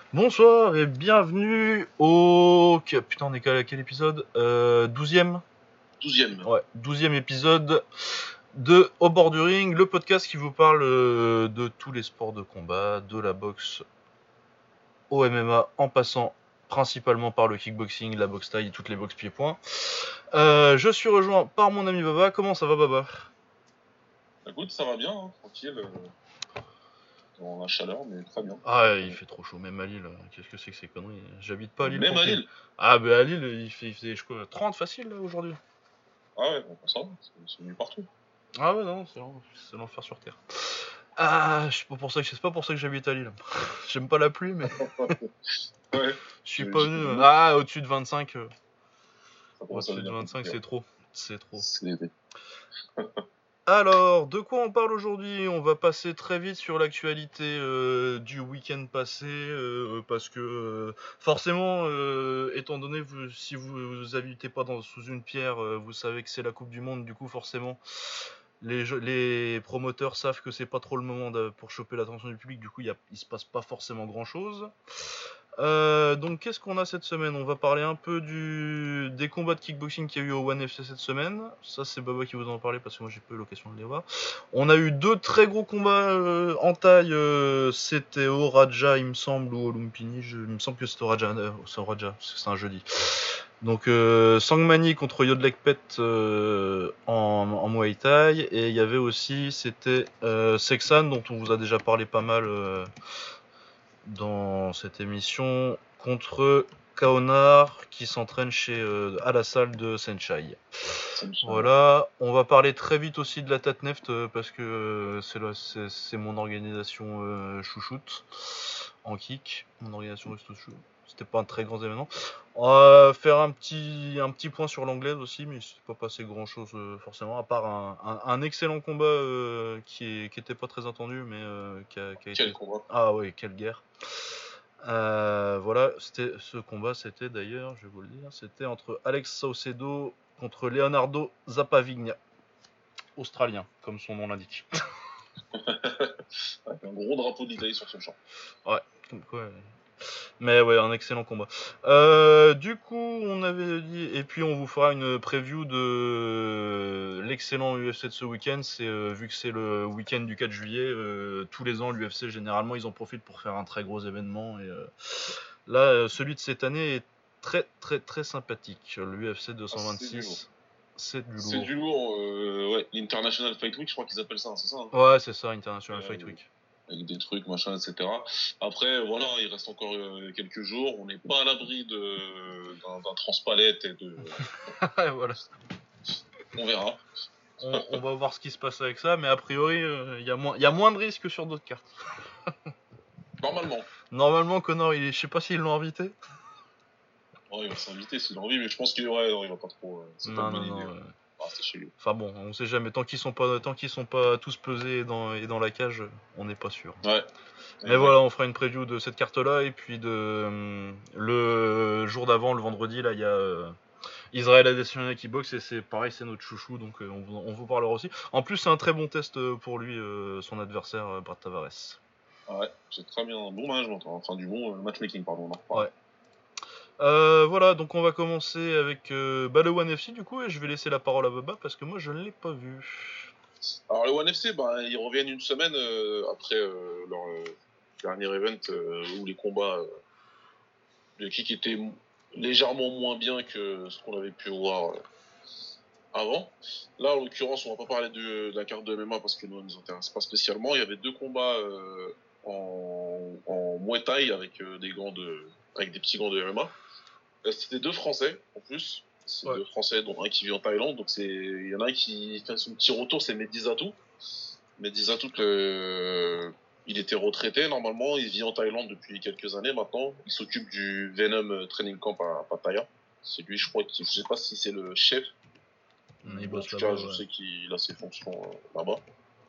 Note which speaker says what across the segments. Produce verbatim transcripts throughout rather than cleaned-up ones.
Speaker 1: Bonsoir et bienvenue au... que- Putain, on est à quel épisode euh, douzième
Speaker 2: Douzième.
Speaker 1: Ouais, douzième épisode de Au bord du ring, le podcast qui vous parle euh, de tous les sports de combat, de la boxe au M M A, en passant principalement par le kickboxing, la boxe taille et toutes les boxes pieds-points. Euh, je suis rejoint par mon ami Baba. Comment ça va, Baba?
Speaker 2: Écoute, ça va bien, hein, tranquille. Euh, dans la chaleur, mais très bien.
Speaker 1: Ah, il fait trop chaud, même à Lille. Qu'est-ce que c'est que ces conneries? J'habite pas à Lille.
Speaker 2: Même à Lille.
Speaker 1: Ah, bah à Lille, il fait, il fait je crois, trente facile là aujourd'hui.
Speaker 2: Ah ouais, bon, ça va, c'est venu partout.
Speaker 1: Ah ouais, non, c'est, c'est l'enfer sur Terre. Ah, c'est pas pour ça que c'est pas pour ça que j'habite à Lille. J'aime pas la pluie, mais
Speaker 2: ouais.
Speaker 1: je suis pas venu. Ah, au-dessus de vingt-cinq. Euh...
Speaker 2: Au-dessus
Speaker 1: de vingt-cinq, c'est trop. C'est trop.
Speaker 2: C'est l'été.
Speaker 1: Alors, de quoi on parle aujourd'hui? On va passer très vite sur l'actualité euh, du week-end passé, euh, parce que euh, forcément, euh, étant donné vous, si vous, vous habitez pas dans, sous une pierre, euh, vous savez que c'est la Coupe du Monde, du coup forcément, les, les promoteurs savent que c'est pas trop le moment de, pour choper l'attention du public, du coup il, y a, il se passe pas forcément grand-chose. Euh, donc qu'est-ce qu'on a cette semaine? On va parler un peu du, des combats de kickboxing qu'il y a eu au ONE F C cette semaine. Ça c'est Baba qui vous en parlait parce que moi j'ai pas eu l'occasion de les voir. On a eu deux très gros combats euh, en taille. Euh, c'était au Raja il me semble ou au Lumpini. Je, il me semble que c'était au Raja, euh, c'est au Raja parce que c'est un jeudi. Donc euh, Sangmani contre Yodlekpet euh, en, en Muay Thai. Et il y avait aussi, c'était euh, Sexan dont on vous a déjà parlé pas mal euh, dans cette émission, contre Kaonar qui s'entraîne chez euh, à la salle de Senchai. Voilà, on va parler très vite aussi de la Tatneft euh, parce que euh, c'est, là, c'est, c'est mon organisation euh, chouchoute en kick, mon organisation de chouchoute. C'était pas un très grand événement. On va faire un petit, un petit point sur l'anglaise aussi, mais c'est pas passé grand chose euh, forcément, à part un, un, un excellent combat euh, qui, est, qui était pas très attendu, mais euh, qui a, qui a
Speaker 2: Quel
Speaker 1: été.
Speaker 2: combat.
Speaker 1: Ah ouais, quelle guerre. Euh, voilà, c'était, ce combat c'était d'ailleurs, je vais vous le dire, c'était entre Alex Saucedo contre Leonardo Zappavigna, australien, comme son nom l'indique.
Speaker 2: Avec un gros drapeau d'Italie sur son champ.
Speaker 1: Ouais, comme quoi. Mais ouais, un excellent combat. Euh, du coup, on avait dit, et puis on vous fera une preview de l'excellent U F C de ce week-end. C'est euh, vu que c'est le week-end du quatre juillet, euh, tous les ans l'U F C généralement ils en profitent pour faire un très gros événement. Et euh, là, celui de cette année est très très très sympathique. L'U F C deux cent vingt-six.
Speaker 2: Ah,
Speaker 1: c'est du lourd.
Speaker 2: C'est du lourd, euh, ouais. L'International Fight Week, je crois qu'ils appellent ça, c'est ça hein.
Speaker 1: Ouais, c'est ça, International euh, Fight Week.
Speaker 2: Avec des trucs, machin, et cetera. Après, voilà, il reste encore euh, quelques jours. On n'est pas à l'abri de, d'un, d'un transpalette et de.
Speaker 1: Voilà.
Speaker 2: On verra.
Speaker 1: On, on va voir ce qui se passe avec ça, mais a priori, il euh, y, y a moins de risques que sur d'autres cartes.
Speaker 2: Normalement.
Speaker 1: Normalement, Connor, il est, je sais pas s'ils l'ont invité.
Speaker 2: Oh, il va s'inviter s'il a envie, mais je pense qu'il ouais, non, il va pas trop. Euh, c'est
Speaker 1: non,
Speaker 2: pas une
Speaker 1: non,
Speaker 2: bonne
Speaker 1: non,
Speaker 2: idée.
Speaker 1: ouais.
Speaker 2: Ah, c'est chez lui.
Speaker 1: Enfin bon, on sait jamais. Tant qu'ils sont pas, tant qu'ils sont pas tous pesés et dans, et dans la cage, on n'est pas sûr.
Speaker 2: Ouais.
Speaker 1: Mais exact. Voilà, on fera une preview de cette carte-là et puis de euh, le jour d'avant, le vendredi, là, il y a euh, Israël Adesanya qui boxe et c'est pareil, c'est notre chouchou, donc euh, on, on vous parlera aussi. En plus, c'est un très bon test pour lui, euh, son adversaire, euh, Brad Tavares.
Speaker 2: Ah ouais, c'est très bien, un bon management, enfin du bon euh, matchmaking, pardon.
Speaker 1: On ouais. Euh, voilà, donc on va commencer avec euh, bah, le ONE F C du coup, et je vais laisser la parole à Baba parce que moi je ne l'ai pas vu.
Speaker 2: Alors le ONE F C, bah, ils reviennent une semaine euh, après euh, leur euh, dernier event euh, où les combats euh, de kick étaient légèrement moins bien que ce qu'on avait pu voir euh, avant. Là, en l'occurrence, on va pas parler de, de la carte de M M A parce que nous, elle nous intéresse pas spécialement. Il y avait deux combats euh, en, en Muay Thai avec euh, des gants de, avec des petits gants de M M A. C'était deux Français en plus. C'est ouais. deux Français, dont un qui vit en Thaïlande. Donc c'est, il y en a un qui fait son petit retour, c'est Medizatou. Medizatou, euh, il était retraité normalement. Il vit en Thaïlande depuis quelques années maintenant. Il s'occupe du Venom Training Camp à Pattaya. C'est lui, je crois, qui, je sais pas si c'est le chef.
Speaker 1: Il
Speaker 2: en tout cas, je ouais. sais qu'il a ses fonctions euh, là-bas.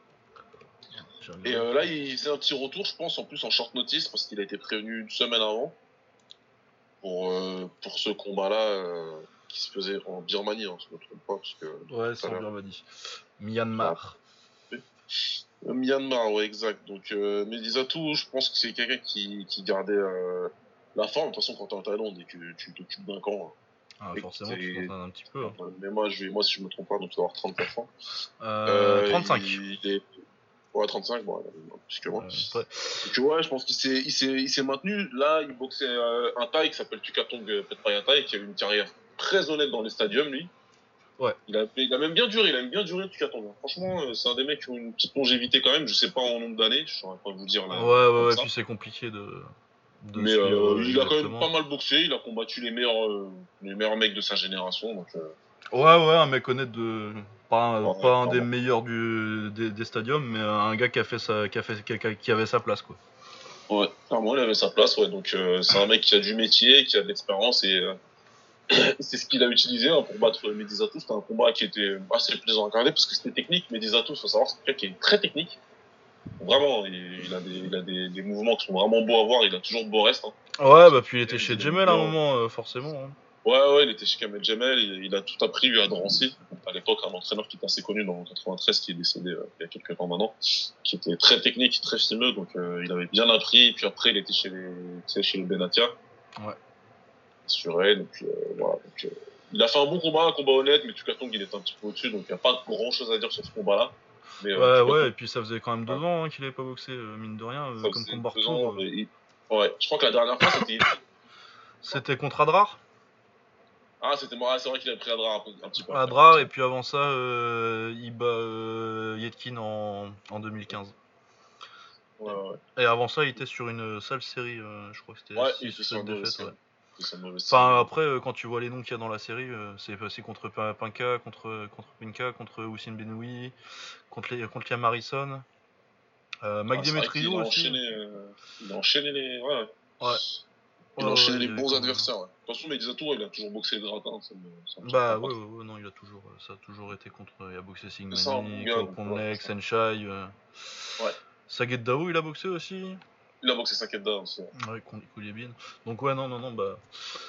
Speaker 2: Et euh, là, il faisait un petit retour, je pense, en plus en short notice, parce qu'il a été prévenu une semaine avant pour, euh, pour ce combat-là euh, qui se faisait en Birmanie, hein, si je ne me trompe pas. Parce que,
Speaker 1: ouais, c'est en Birmanie. Myanmar.
Speaker 2: Ouais. Euh, Myanmar, ouais, exact. Donc, euh, Medizatou, je pense que c'est quelqu'un qui, qui gardait euh, la forme. De toute façon, quand t'es en Thaïlande et que tu t'occupes d'un camp,
Speaker 1: Ah,
Speaker 2: et que
Speaker 1: forcément, tu
Speaker 2: t'es-
Speaker 1: t'entraînes un petit peu. Hein.
Speaker 2: mais moi, je vais, moi, si je me trompe pas, donc il doit avoir trente-quatre ans.
Speaker 1: Euh,
Speaker 2: Euh,
Speaker 1: trente-cinq.
Speaker 2: il, il est, ouais, trente-cinq, bon, il a plus que moi.
Speaker 1: Euh, ouais.
Speaker 2: Donc, tu vois, je pense qu'il s'est, il s'est, il s'est maintenu. Là, il boxait euh, un Thaï qui s'appelle Tukatong Petpayatay, qui a eu une carrière très honnête dans les stadiums, lui.
Speaker 1: Ouais.
Speaker 2: Il a, il a même bien duré, il a même bien duré Tukatong. Franchement, euh, c'est un des mecs qui ont une petite longévité quand même. Je sais pas en nombre d'années, je saurais pas vous dire là.
Speaker 1: Ouais, ouais,
Speaker 2: Comme
Speaker 1: ouais,
Speaker 2: ça.
Speaker 1: puis c'est compliqué de, de
Speaker 2: Mais
Speaker 1: suivre
Speaker 2: euh,
Speaker 1: euh,
Speaker 2: il a quand même
Speaker 1: exactement.
Speaker 2: pas mal boxé, il a combattu les meilleurs, euh, les meilleurs mecs de sa génération. Donc, euh,
Speaker 1: Ouais, ouais, un mec honnête de. Pas,
Speaker 2: ouais,
Speaker 1: pas un des
Speaker 2: clairement.
Speaker 1: meilleurs du, des, des stadiums, mais un gars qui, a fait sa, qui, a fait, qui, a- qui avait sa place, quoi.
Speaker 2: Ouais, clairement, il avait sa place. Ouais, donc euh, c'est un mec qui a du métier, qui a de l'expérience et euh, c'est ce qu'il a utilisé hein, pour battre Medizatou. C'était un combat qui était assez plaisant à regarder parce que c'était technique. Medizatou, faut savoir, c'est quelqu'un qui est très technique. Vraiment, il, il a, des, il a des, des mouvements qui sont vraiment beaux à voir. Il a toujours de beaux restes. Hein.
Speaker 1: Ouais, bah puis il était
Speaker 2: Il
Speaker 1: chez
Speaker 2: aime
Speaker 1: Jamel à un
Speaker 2: bien.
Speaker 1: moment, euh, forcément. Hein.
Speaker 2: Ouais, ouais, il était chez Kamel Jamel. Il, il a tout appris lui à Drancy. À l'époque, un entraîneur qui était assez connu dans le quatre-vingt-treize, qui est décédé euh, il y a quelques temps maintenant, qui était très technique, très fimeux. Donc euh, il avait bien appris. Puis après, il était chez les, tu sais, chez les Benatia.
Speaker 1: Ouais.
Speaker 2: Sur elle, donc, euh, voilà, donc euh, il a fait un bon combat, un combat honnête, mais Tukatong il était un petit peu au-dessus, donc il n'y a pas grand chose à dire sur ce combat-là. Mais euh,
Speaker 1: Ouais, ouais,
Speaker 2: Tukatong,
Speaker 1: et puis ça faisait quand même deux
Speaker 2: ouais,
Speaker 1: ans hein, qu'il avait pas boxé, euh, mine de rien, euh,
Speaker 2: ça
Speaker 1: comme
Speaker 2: faisait
Speaker 1: combat
Speaker 2: deux
Speaker 1: retour.
Speaker 2: ans.
Speaker 1: Euh,
Speaker 2: Et il... Ouais, je crois que la dernière fois c'était.
Speaker 1: C'était contre Adrar.
Speaker 2: Ah, c'était moi, ah, c'est vrai qu'il avait pris Adrar un, un petit peu après.
Speaker 1: Adrar, et puis avant ça, euh, il bat euh, Yetkin en, en deux mille quinze.
Speaker 2: Ouais, ouais,
Speaker 1: Et avant ça, il était sur une sale série, euh, je crois que c'était
Speaker 2: ouais, il
Speaker 1: six
Speaker 2: était
Speaker 1: ou
Speaker 2: sur
Speaker 1: sept
Speaker 2: une mauvaise
Speaker 1: défaites.
Speaker 2: série.
Speaker 1: Ouais.
Speaker 2: Il était sur une mauvaise
Speaker 1: Enfin,
Speaker 2: série.
Speaker 1: après, euh, quand tu vois les noms qu'il y a dans la série, euh, c'est passé contre Pa- Pinka, contre, contre Pinka, contre Houssine Benoui, contre, les, contre Liam Harrison. Euh, Mike
Speaker 2: Ah, c'est vrai
Speaker 1: Demetrio
Speaker 2: qu'il a
Speaker 1: aussi.
Speaker 2: enchaîné, euh, il a enchaîné les, ouais,
Speaker 1: Ouais.
Speaker 2: il
Speaker 1: Ouais,
Speaker 2: a enchaîné
Speaker 1: ouais, il
Speaker 2: les
Speaker 1: y avait
Speaker 2: bons
Speaker 1: quand même.
Speaker 2: adversaires. Ouais. De toute façon, Medizatou, il a toujours boxé les gratins, ça me, ça me
Speaker 1: Bah
Speaker 2: surprend
Speaker 1: ouais,
Speaker 2: pas.
Speaker 1: ouais, ouais, non, il a toujours, ça a toujours été contre. Il a boxé
Speaker 2: C'est ça, un bon
Speaker 1: Singmani,
Speaker 2: gars, donc ouais,
Speaker 1: Kloponlek,
Speaker 2: c'est ça.
Speaker 1: Senshai. Euh...
Speaker 2: Ouais.
Speaker 1: Saget Dao, il a boxé aussi.
Speaker 2: Il a boxé Sakeda aussi.
Speaker 1: Ouais, Kouliebine. Donc ouais, non, non, non, bah.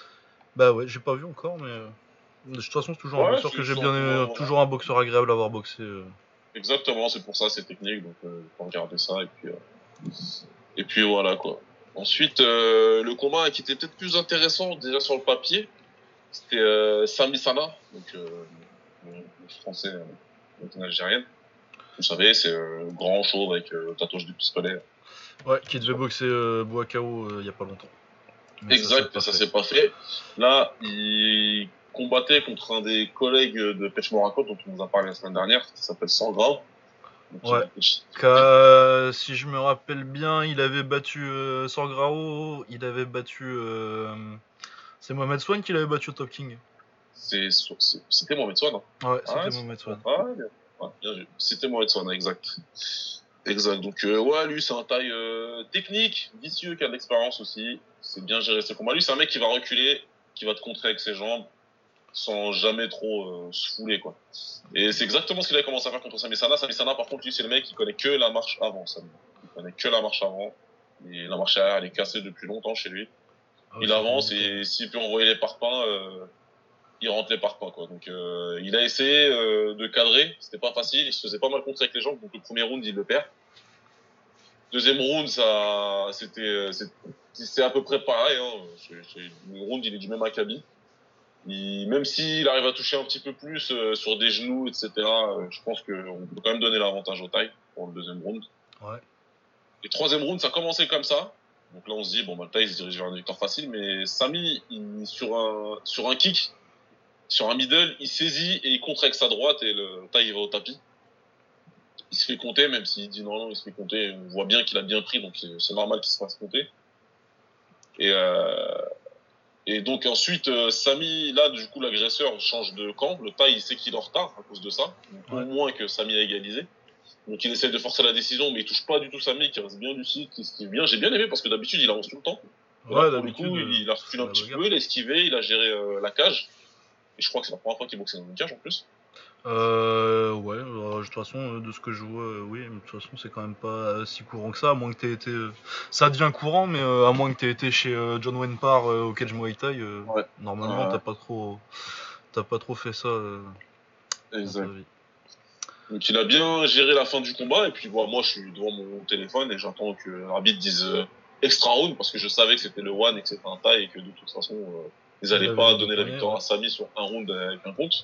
Speaker 1: Bah ouais, j'ai pas vu encore, mais. euh, De toute façon, c'est toujours un
Speaker 2: Ouais,
Speaker 1: boxeur que
Speaker 2: c'est
Speaker 1: j'ai
Speaker 2: c'est un
Speaker 1: bien aimé.
Speaker 2: combat, voilà.
Speaker 1: Toujours un boxeur agréable à avoir boxé. euh.
Speaker 2: Exactement, c'est pour ça, c'est technique, donc euh, faut regarder ça et puis euh, et puis voilà quoi. Ensuite, euh, le combat qui était peut-être plus intéressant déjà sur le papier, c'était euh, Sami Sana, donc euh, le, le français euh, d'origine algérienne. Vous savez, c'est euh, grand chauve avec euh, le tatouage du pistolet.
Speaker 1: Ouais, qui devait boxer euh, Boakao euh, il y a pas longtemps. Mais ça s'est
Speaker 2: Exact, et
Speaker 1: pas
Speaker 2: ça
Speaker 1: fait.
Speaker 2: s'est pas fait. Là, il combattait contre un des collègues de Pech Morakot dont on nous a parlé la semaine dernière, qui s'appelle Sangra. Donc,
Speaker 1: Ouais.
Speaker 2: il était-
Speaker 1: Qu'à- si je me rappelle bien, il avait battu euh, Sorgrao, il avait battu. euh, C'est Mohamed Swan qui l'avait battu au Top King.
Speaker 2: C'est, c'est- c'était Mohamed Swan. Hein.
Speaker 1: Ouais,
Speaker 2: Ah,
Speaker 1: c'était
Speaker 2: c'est
Speaker 1: Mohamed Swan.
Speaker 2: ah, bien. Ouais, bien vu. C'était Mohamed Swan, exact. Exact. Donc, euh, ouais, lui, c'est un taille euh, technique, vicieux, qui a de l'expérience aussi. C'est bien géré ses combats. Lui, c'est un mec qui va reculer, qui va te contrer avec ses jambes, sans jamais trop euh, se fouler, quoi. Et c'est exactement ce qu'il a commencé à faire contre Sami Sana. Sami Sana, par contre, lui, c'est le mec qui connaît que la marche avant. Ça. Il connaît que la marche avant. Et la marche arrière, elle est cassée depuis longtemps chez lui.
Speaker 1: Ah ouais,
Speaker 2: Il
Speaker 1: ça fait
Speaker 2: avance
Speaker 1: longtemps.
Speaker 2: et s'il peut envoyer les parpaings, euh, il rentre les parpaings, quoi. Donc, euh, il a essayé euh, de cadrer. C'était pas facile. Il se faisait pas mal contrer avec les jambes. Donc, le premier round, il le perd. Deuxième round, ça, c'était, c'est, c'est à peu près pareil. Hein. C'est, c'est, le round, il est du même acabit. Il, même s'il arrive à toucher un petit peu plus euh, sur des genoux, et cetera, euh, je pense qu'on peut quand même donner l'avantage au Thaï pour le deuxième round.
Speaker 1: Ouais.
Speaker 2: Et troisième round, ça a commencé comme ça. Donc là, on se dit, bon, bah, le Thaï se dirige vers une victoire facile, mais Sami, il, sur un, sur un kick, sur un middle, il saisit et il contre avec sa droite et le Thaï, il va au tapis. Il se fait compter, même s'il dit non, non, il se fait compter. On voit bien qu'il a bien pris, donc c'est, c'est normal qu'il se fasse compter. Et, euh, et donc ensuite, euh, Sami, là, du coup, l'agresseur change de camp. Le Thaï, il sait qu'il est en retard à cause de ça. Donc,
Speaker 1: Ouais.
Speaker 2: au moins que Sami a égalisé. Donc il essaie de forcer la décision, mais il touche pas du tout Sami, qui reste bien lucide, qui esquive bien. J'ai bien aimé parce que d'habitude, il avance tout le temps. Et là,
Speaker 1: Ouais,
Speaker 2: pour le
Speaker 1: d'habitude.
Speaker 2: coup,
Speaker 1: euh,
Speaker 2: il a reculé un
Speaker 1: la
Speaker 2: petit
Speaker 1: bagarre.
Speaker 2: peu, il a esquivé, il a géré euh, la cage. Et je crois que c'est la première fois qu'il boxe dans une cage en plus.
Speaker 1: Euh, ouais, euh, de toute façon, euh, de ce que je vois, euh, oui, mais de toute façon, c'est quand même pas euh, si courant que ça, à moins que t'aies été. euh, Ça devient courant, mais euh, à moins que t'aies été chez euh, John Wayne Parr euh, au Cage Muay Thai, euh,
Speaker 2: Ouais.
Speaker 1: normalement,
Speaker 2: Euh,
Speaker 1: t'as pas trop, t'as pas trop fait ça euh, dans ta
Speaker 2: exact.
Speaker 1: vie.
Speaker 2: Donc il a bien géré la fin du combat, et puis bon, moi je suis devant mon téléphone et j'attends que l'arbitre dise euh, extra round, parce que je savais que c'était le one et que c'était un tie et que de toute façon euh, ils allaient pas donner la victoire ouais. à Sami sur un round avec un compte.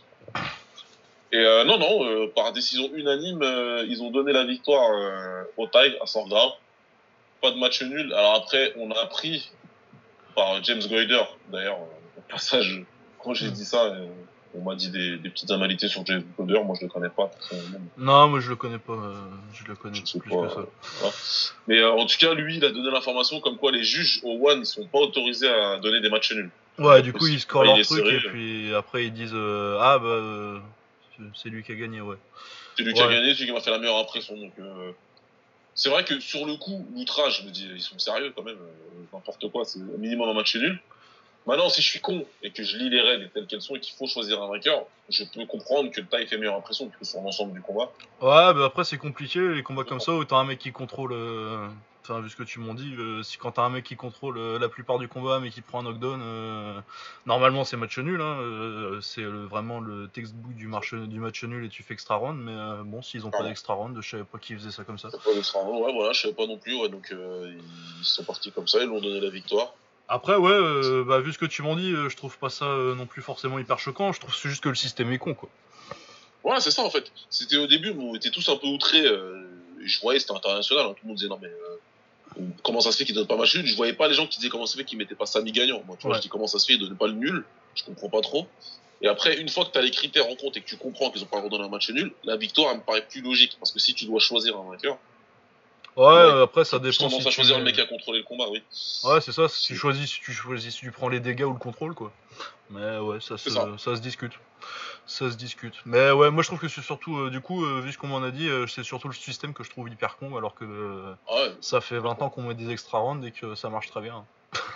Speaker 2: Et euh, non, non, euh, par décision unanime, euh, ils ont donné la victoire euh, au tie à Sandra. Pas de match nul. Alors après, on a appris par James Goyder, d'ailleurs, euh, au passage, quand j'ai mmh. dit ça, euh, on m'a dit des, des petites amalités sur James Goyder, moi je le connais pas.
Speaker 1: Non, moi je le connais pas, euh, je le connais je plus pas, que ça. Euh,
Speaker 2: voilà. Mais euh, en tout cas, lui, il a donné l'information comme quoi les juges au One, ils sont pas autorisés à donner des matchs nuls.
Speaker 1: Ouais, du coup, ils scorent leur truc serré, et puis après ils disent euh, ah bah euh, c'est lui qui a gagné, ouais.
Speaker 2: C'est lui ouais. qui a gagné, c'est lui qui m'a fait la meilleure impression, donc... Euh... C'est vrai que sur le coup, l'outrage, je me dis, ils sont sérieux quand même, euh, n'importe quoi, c'est au minimum un match nul. Maintenant, si je suis con et que je lis les règles telles qu'elles sont et qu'il faut choisir un vainqueur, je peux comprendre que le taille fait meilleure impression que sur l'ensemble du combat.
Speaker 1: Ouais, bah après c'est compliqué, les combats comme ça où t'as un mec qui contrôle... Euh... Enfin, vu ce que tu m'en dis, euh, si quand t'as un mec qui contrôle euh, la plupart du combat mais qui prend un knockdown, euh, normalement c'est match nul, hein, euh, c'est le, vraiment le textbook du, marche, du match nul et tu fais extra round, mais euh, bon, s'ils ont ah, pas d'extra round, je savais pas qu'ils faisaient ça comme ça.
Speaker 2: Pas d'extra round, ouais, voilà, je savais pas non plus, ouais, donc euh, ils sont partis comme ça, ils lui ont donné la victoire.
Speaker 1: Après, ouais, euh, bah, vu ce que tu m'en dis, euh, je trouve pas ça euh, non plus forcément hyper choquant, je trouve c'est juste que le système est con, quoi.
Speaker 2: Ouais, c'est ça en fait. C'était au début, on était tous un peu outrés, euh, je voyais c'était international, hein, tout le monde disait non mais... Euh, comment ça se fait qu'il donne pas match nul? Je voyais pas les gens qui disaient comment ça se fait qu'il mettait pas Sami gagnant. Moi, tu vois, ouais. je dis comment ça se fait, il donne pas le nul. Je comprends pas trop. Et après, une fois que tu as les critères en compte et que tu comprends qu'ils ont pas redonné un match nul, la victoire, elle me paraît plus logique. Parce que si tu dois choisir un vainqueur.
Speaker 1: Ouais, ouais après, ça dépend.
Speaker 2: Tu
Speaker 1: si
Speaker 2: à choisir tu... le mec à contrôler le combat, oui.
Speaker 1: Ouais, c'est ça. Si tu choisis, si tu choisis, si tu prends les dégâts ou le contrôle, quoi. Mais ouais, ça se, ça. ça se discute. Ça se discute. Mais ouais, moi je trouve que c'est surtout, euh, du coup, euh, vu ce qu'on m'en a dit, euh, c'est surtout le système que je trouve hyper con, alors que euh, ah ouais, ça fait vingt ans qu'on met des extra rounds et que ça marche très bien.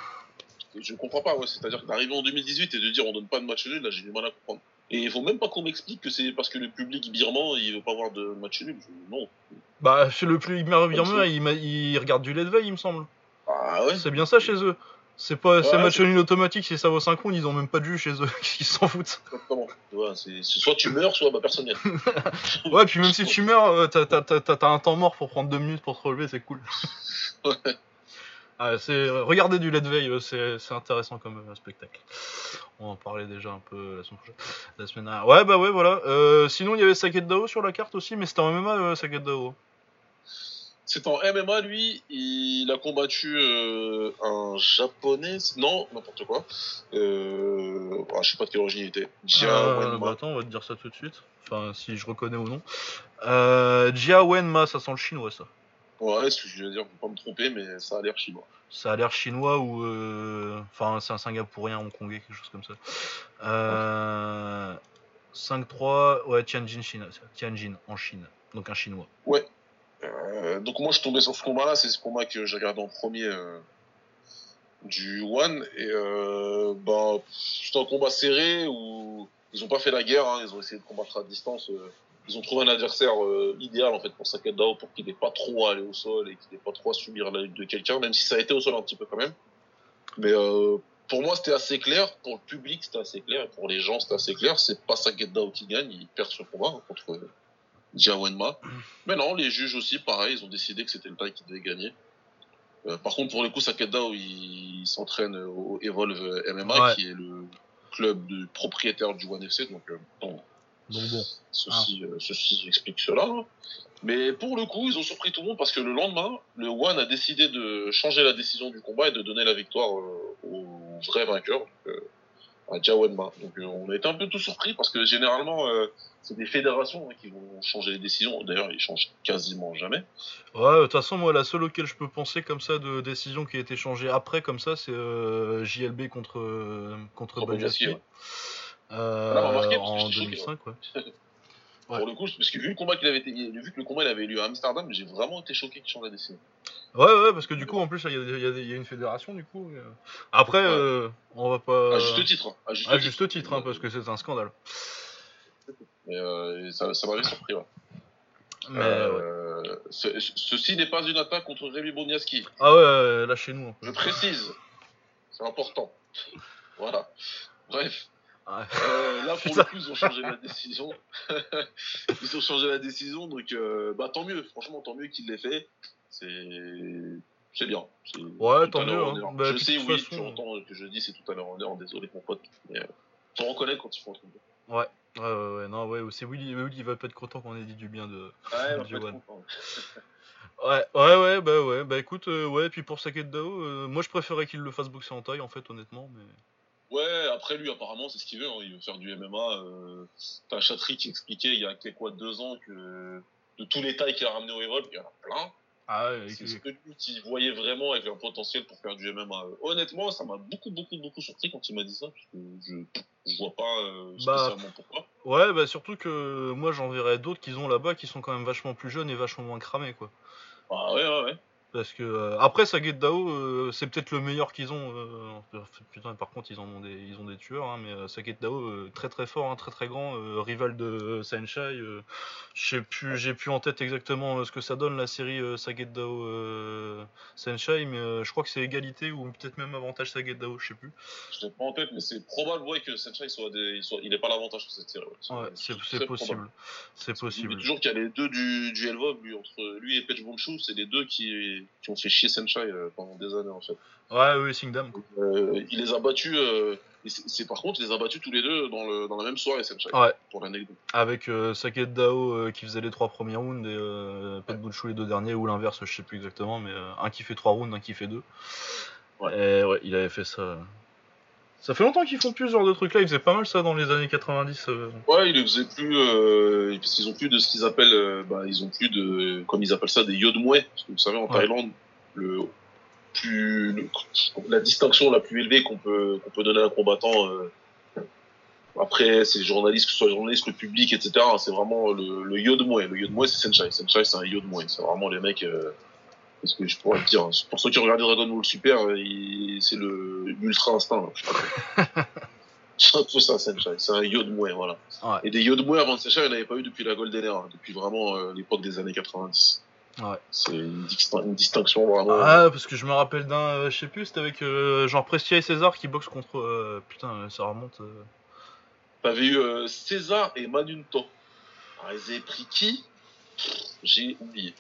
Speaker 2: Je comprends pas, ouais. C'est-à-dire que d'arriver en deux mille dix-huit et de dire on donne pas de match nul, là j'ai du mal à comprendre. Et il faut même pas qu'on m'explique que c'est parce que le public birman il veut pas voir de match nul. Je... Non.
Speaker 1: Bah, le public birman il, il regarde du lait de veille, il me semble.
Speaker 2: Ah ouais.
Speaker 1: C'est bien ça chez eux. C'est pas ouais, c'est match nul automatique, si ça vaut synchrone, ils ont même pas de jus chez eux, ils s'en foutent.
Speaker 2: Exactement. Ouais, c'est, c'est soit tu meurs, soit bah personne n'y a.
Speaker 1: Ouais, puis même si tu meurs, t'as, t'as, t'as, t'as un temps mort pour prendre deux minutes pour te relever, c'est cool. Ouais. Ah, c'est, regardez du lait de veille, c'est, c'est intéressant comme euh, spectacle. On en parlait déjà un peu la semaine prochaine. La semaine dernière. Ouais, bah ouais, voilà. Euh, sinon, il y avait Saket Dao sur la carte aussi, mais c'était en M M A, euh, Saket Dao.
Speaker 2: C'est en M M A, lui, il a combattu euh, un japonais, non, n'importe quoi. Euh, ah, je sais pas de quelle origine il était. Jia
Speaker 1: euh, Wenma. Bah attends, on va te dire ça tout de suite. Enfin, si je reconnais ou non. Euh, Jia Wenma, ça sent le chinois, ça.
Speaker 2: Ouais, ce que je veux dire, faut pas me tromper, mais ça a l'air chinois.
Speaker 1: Ça a l'air chinois ou... Euh... Enfin, c'est un singapourien, hongkongais, quelque chose comme ça. Euh... cinq trois, ouais, Tianjin, Chine. Tianjin, en Chine. Donc un chinois.
Speaker 2: Ouais. Euh, donc moi je tombais sur ce combat-là, c'est ce combat que j'ai regardé en premier euh, du One, et euh, bah, c'était un combat serré où ils ont pas fait la guerre, hein, ils ont essayé de combattre à distance, euh, ils ont trouvé un adversaire euh, idéal en fait pour Saket Dao, pour qu'il n'ait pas trop à aller au sol et qu'il n'ait pas trop à subir la lutte de quelqu'un, même si ça a été au sol un petit peu quand même. Mais euh, pour moi c'était assez clair, pour le public c'était assez clair, et pour les gens c'était assez clair, c'est pas Saket Dao qui gagne, il perd ce combat hein, contre... Euh, Jia Wenma. Mais non, les juges aussi, pareil, ils ont décidé que c'était le taille qui devait gagner. Euh, par contre, pour le coup, Saket Dao, il, il s'entraîne au Evolve M M A, ouais. qui est le club de propriétaire du One F C. Donc, euh, bon,
Speaker 1: donc bon.
Speaker 2: Ceci, ah. euh, ceci explique cela. Mais pour le coup, ils ont surpris tout le monde parce que le lendemain, le One a décidé de changer la décision du combat et de donner la victoire euh, au vrai vainqueur. Donc, euh, à Jia Wenma. Donc euh, on a été un peu tout surpris parce que généralement euh, c'est des fédérations hein, qui vont changer les décisions. D'ailleurs ils changent quasiment jamais.
Speaker 1: Ouais, de toute façon moi la seule auquel je peux penser comme ça de décision qui a été changée après comme ça c'est euh, J L B contre euh, contre Bojaski. Ouais. Euh,
Speaker 2: Là, remarqué,
Speaker 1: en deux mille cinq
Speaker 2: choqué, ouais. Ouais. Pour le coup, parce que vu le combat qu'il avait été, vu que le combat il avait eu lieu à Amsterdam, j'ai vraiment été choqué qu'il change la décision.
Speaker 1: Ouais, ouais, parce que du coup, en plus, il y, y, y a une fédération, du coup. Après, ouais. euh, on va pas.
Speaker 2: À juste titre. À juste
Speaker 1: à
Speaker 2: titre,
Speaker 1: juste titre hein, parce que c'est un scandale.
Speaker 2: Mais euh, ça, ça m'avait surpris, ouais.
Speaker 1: Mais
Speaker 2: euh,
Speaker 1: ouais.
Speaker 2: ce, ceci n'est pas une attaque contre Rémi Boniaski.
Speaker 1: Ah ouais, là chez nous.
Speaker 2: Je précise. C'est important. Voilà. Bref.
Speaker 1: Ah,
Speaker 2: Euh, là, pour
Speaker 1: putain.
Speaker 2: le coup, ils ont changé la décision. Ils ont changé la décision, donc euh, bah tant mieux. Franchement, tant mieux qu'il l'ait fait. C'est c'est bien. C'est
Speaker 1: Ouais,
Speaker 2: tout
Speaker 1: tant
Speaker 2: à leur
Speaker 1: mieux, hein.
Speaker 2: honneur.
Speaker 1: Bah,
Speaker 2: Je
Speaker 1: puis de
Speaker 2: sais,
Speaker 1: toute
Speaker 2: oui,
Speaker 1: façon.
Speaker 2: tu entends que je dis c'est tout à leur honneur. Désolé, mon pote. Mais euh, faut reconnaître quand ils font un truc bien.
Speaker 1: Ouais. Ouais, ouais, ouais, non, ouais, c'est Willy, Willy, il va pas être content qu'on ait dit du bien de
Speaker 2: Ouais, il va
Speaker 1: du
Speaker 2: pas être
Speaker 1: One.
Speaker 2: content.
Speaker 1: Ouais, ouais, ouais, bah ouais, bah écoute, euh, ouais, et puis pour Saket Dao, euh, moi je préférais qu'il le fasse boxer en taille, en fait, honnêtement, mais...
Speaker 2: Ouais, après lui, apparemment, c'est ce qu'il veut. Hein. Il veut faire du M M A. Euh... T'as Chatri qui expliquait il y a quoi, deux ans que de tous les tailles qu'il a ramené au Evolve, il y en a plein.
Speaker 1: Ah ouais,
Speaker 2: C'est
Speaker 1: ok.
Speaker 2: ce que lui qui voyait vraiment avec un potentiel pour faire du M M A. Honnêtement, ça m'a beaucoup, beaucoup, beaucoup surpris quand il m'a dit ça, parce que je, je vois pas euh,
Speaker 1: Bah,
Speaker 2: spécialement pourquoi.
Speaker 1: ouais, bah surtout que moi j'en verrais d'autres qu'ils ont là-bas qui sont quand même vachement plus jeunes et vachement moins cramés, quoi.
Speaker 2: Ah ouais, ouais, ouais.
Speaker 1: Parce que euh, après Saget Dao, euh, c'est peut-être le meilleur qu'ils ont. Euh, putain, par contre ils en ont des, ils ont des tueurs, hein, mais euh, Saget Dao euh, très très fort, hein, très très grand, euh, rival de euh, Senshai. Euh, je sais plus, j'ai plus en tête exactement euh, ce que ça donne la série euh, Saget Dao euh, Senshai, mais euh, je crois que c'est égalité ou peut-être même avantage Saget Dao, je sais plus.
Speaker 2: Je l'ai pas en tête, mais c'est probable ouais, que Senshai soit des, il, soit, il ait pas l'avantage sur cette série. Ouais. C'est,
Speaker 1: Ouais, c'est,
Speaker 2: c'est
Speaker 1: c'est
Speaker 2: très probable.
Speaker 1: possible, c'est
Speaker 2: Parce que je me dis
Speaker 1: possible.
Speaker 2: toujours qu'il y a les deux du, du Elvov, lui, entre lui et Pech Bonshu, c'est les deux qui, qui ont fait chier Senshai euh, pendant des années en fait.
Speaker 1: Ouais, oui, Singdam.
Speaker 2: Euh, il les a battus, euh, et c'est, c'est par contre, il les a battus tous les deux dans, le, dans la même soirée, Senshai.
Speaker 1: Ouais.
Speaker 2: Pour l'anecdote.
Speaker 1: Avec euh, Saket Dao euh, qui faisait les trois premiers rounds et euh, Pet
Speaker 2: Ouais.
Speaker 1: Butchou les deux derniers, ou l'inverse, je sais plus exactement, mais euh, un qui fait trois rounds, un qui fait deux.
Speaker 2: Ouais.
Speaker 1: Et ouais, il avait fait ça. Ça fait longtemps qu'ils font plus ce genre de trucs là, ils faisaient pas mal ça dans les années quatre-vingt-dix. Euh...
Speaker 2: Ouais, ils le faisaient plus, euh, parce qu'ils ont plus de ce qu'ils appellent, euh, bah, ils ont plus de, comme ils appellent ça, des yodmwe. Parce que vous savez, en
Speaker 1: Ouais.
Speaker 2: Thaïlande, le plus, le, la distinction la plus élevée qu'on peut, qu'on peut donner à un combattant, euh, après, c'est journaliste, que ce soit journaliste, le public, et cetera. C'est vraiment le, le yodmwe. Le yodmwe, c'est Senshai. Senshai, c'est un yodmwe. C'est vraiment les mecs, euh, qu'est-ce que je pourrais te dire? Pour ceux qui ont regardé Dragon Ball Super, euh, il, c'est le, l'ultra instinct, là. Je sais pas. C'est un peu ça, Senshai. C'est un yodmwe, voilà.
Speaker 1: Ouais.
Speaker 2: Et des yodmwe avant Senshai, il n'y en avait pas eu depuis la Golden Era, depuis vraiment euh, l'époque des années quatre-vingt-dix.
Speaker 1: Ouais.
Speaker 2: C'est une, distin- une distinction vraiment.
Speaker 1: Ah, parce que je me rappelle d'un, euh, je sais plus, c'était avec euh, genre Prestia et César qui boxent contre. Euh, putain, ça remonte. Euh...
Speaker 2: T'avais eu euh, César et Manunto. Alors, ils avaient pris qui? J'ai oublié.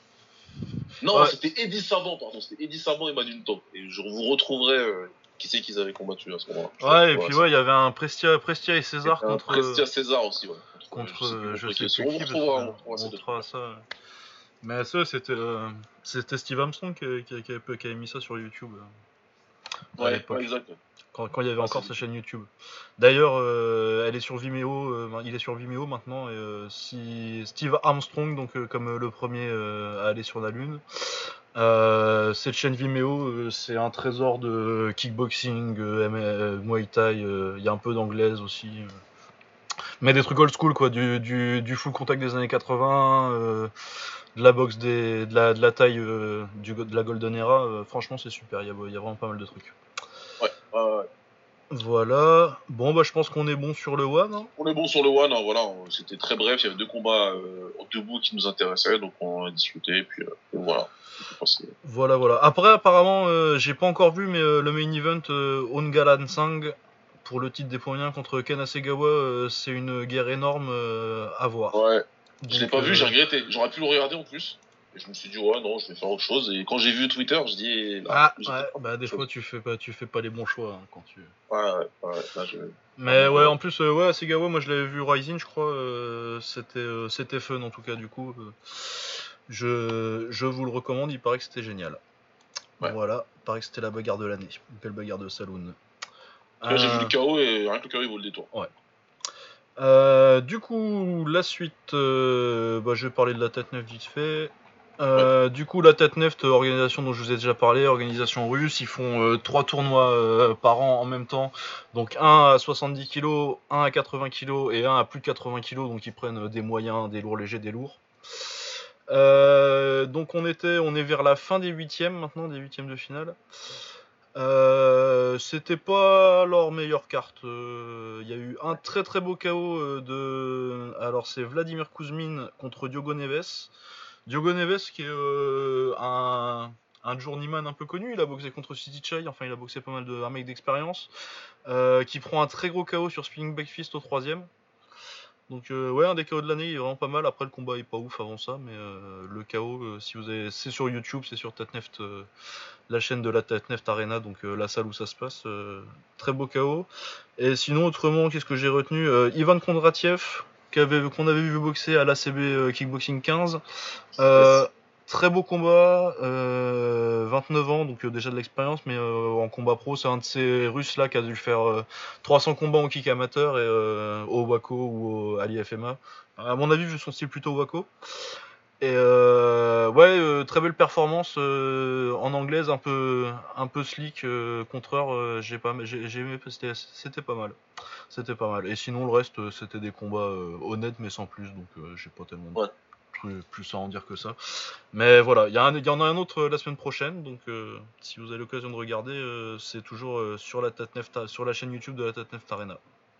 Speaker 2: Non,
Speaker 1: Ouais.
Speaker 2: c'était Eddie Saban, pardon. C'était Eddie Saban et Manunto. Et je vous retrouverai euh, qui c'est qu'ils avaient combattu à ce moment-là. Je
Speaker 1: Ouais, et puis ouais, il y avait un Prestia, Prestia et César
Speaker 2: un
Speaker 1: contre.
Speaker 2: Prestia César aussi, ouais. Contre,
Speaker 1: Contre,
Speaker 2: je sais plus
Speaker 1: euh, je
Speaker 2: contre qui.
Speaker 1: sais plus
Speaker 2: On vous
Speaker 1: qui, parce
Speaker 2: retrouvera, on
Speaker 1: que
Speaker 2: vous retrouvera
Speaker 1: on
Speaker 2: ces deux
Speaker 1: retrouvera
Speaker 2: trucs.
Speaker 1: ça. Mais ça, c'était euh, c'était Steve Armstrong qui, qui, qui, avait, qui avait mis ça sur YouTube euh, à
Speaker 2: Ouais,
Speaker 1: l'époque,
Speaker 2: ouais, exact.
Speaker 1: quand, quand il y avait
Speaker 2: Ah,
Speaker 1: encore
Speaker 2: c'est
Speaker 1: sa chaîne YouTube. D'ailleurs, euh, elle est sur Vimeo, euh, il est sur Vimeo maintenant. Et, euh, si Steve Armstrong, donc euh, comme euh, le premier euh, à aller sur la Lune, euh, cette chaîne Vimeo, euh, c'est un trésor de kickboxing, euh, M- euh, Muay Thai. euh, Il y a un peu d'anglaise aussi. euh. Mais des trucs old school, quoi, du, du, du full contact des années quatre-vingts, euh, de la boxe, des, de, la, de la taille euh, du, de la Golden Era. Euh, franchement, c'est super, il y, a, il y a vraiment pas mal de trucs.
Speaker 2: Ouais, ouais, ouais.
Speaker 1: Voilà. Bon, bah, je pense qu'on est bon sur le One. Hein.
Speaker 2: On est bon sur le One, hein, voilà. C'était très bref. Il y avait deux combats euh, debout qui nous intéressaient, donc on a discuté, et puis euh, et voilà.
Speaker 1: Voilà, voilà. Après, apparemment, euh, j'ai pas encore vu, mais euh, le main event euh, Ongalan Sang pour le titre des points liens contre Ken Hasegawa, euh, c'est une guerre énorme euh, à voir.
Speaker 2: Ouais.
Speaker 1: Donc,
Speaker 2: je l'ai pas
Speaker 1: euh...
Speaker 2: vu, j'ai regretté. J'aurais pu le regarder en plus. Et je me suis dit, ouais, non, je vais faire autre chose. Et quand j'ai vu Twitter, je dis,
Speaker 1: ah, ah ouais, bah des chose. fois tu fais pas, tu fais pas les bons choix hein, quand tu.
Speaker 2: Ouais, ouais, ouais. Là, je...
Speaker 1: Mais ouais, en plus, euh, ouais, Hasegawa, moi je l'avais vu Rising, je crois. Euh, c'était, euh, c'était fun en tout cas, du coup. Euh, je, je vous le recommande, il paraît que c'était génial. Ouais. Voilà, il paraît que c'était la bagarre de l'année. Une belle bagarre de saloon.
Speaker 2: Là, euh... j'ai vu le K O et rien que le K O il vaut le détour.
Speaker 1: Ouais. Euh, du coup, la suite, euh, bah, je vais parler de la Tête Neuf vite fait. Euh, ouais. Du coup, la Tête Neuf, organisation dont je vous ai déjà parlé, organisation russe, ils font euh, trois tournois euh, par an en même temps. Donc un à soixante-dix kilos, un à quatre-vingts kilos et un à plus de quatre-vingts kilos. Donc ils prennent des moyens, des lourds légers, des lourds. Euh, donc on était, on est vers la fin des huitièmes maintenant, des huitièmes de finale. Euh, c'était pas leur meilleure carte. Il euh, y a eu un très très beau K O euh, de. Alors c'est Vladimir Kuzmin contre Diogo Neves. Diogo Neves qui est euh, un, un journeyman un peu connu, il a boxé contre City Chai, enfin il a boxé pas mal de un mec d'expérience, euh, qui prend un très gros K O sur Spinning Back Fist au troisième. Donc euh, ouais, un des K O de l'année, il est vraiment pas mal. Après le combat est pas ouf avant ça, mais euh, le K O, euh, si vous avez, c'est sur YouTube, c'est sur Tatneft, euh, la chaîne de la Tatneft Arena, donc euh, la salle où ça se passe. Euh, très beau K O. Et sinon autrement, qu'est-ce que j'ai retenu euh, Ivan Kondratiev, qu'avait- qu'on avait vu boxer à l'A C B euh, Kickboxing quinze. Euh,
Speaker 2: Yes.
Speaker 1: Très beau combat, euh, vingt-neuf ans, donc euh, déjà de l'expérience, mais euh, en combat pro, c'est un de ces Russes là qui a dû faire euh, trois cents combats en kick amateur et euh, au Waco ou au, à l'I F M A. À mon avis, vu son style plutôt au Waco. Et euh, ouais, euh, très belle performance euh, en anglaise, un peu, un peu slick, euh, contreur, euh, j'ai pas, j'ai, j'ai aimé, c'était, c'était pas mal, c'était pas mal. Et sinon le reste, euh, c'était des combats euh, honnêtes mais sans plus, donc euh, j'ai pas tellement
Speaker 2: Ouais.
Speaker 1: plus, plus à en dire que ça. Mais voilà, il y, y en a un autre euh, la semaine prochaine, donc euh, si vous avez l'occasion de regarder, euh, c'est toujours euh, sur la Tatneft, sur la chaîne YouTube de la Tatneft Arena.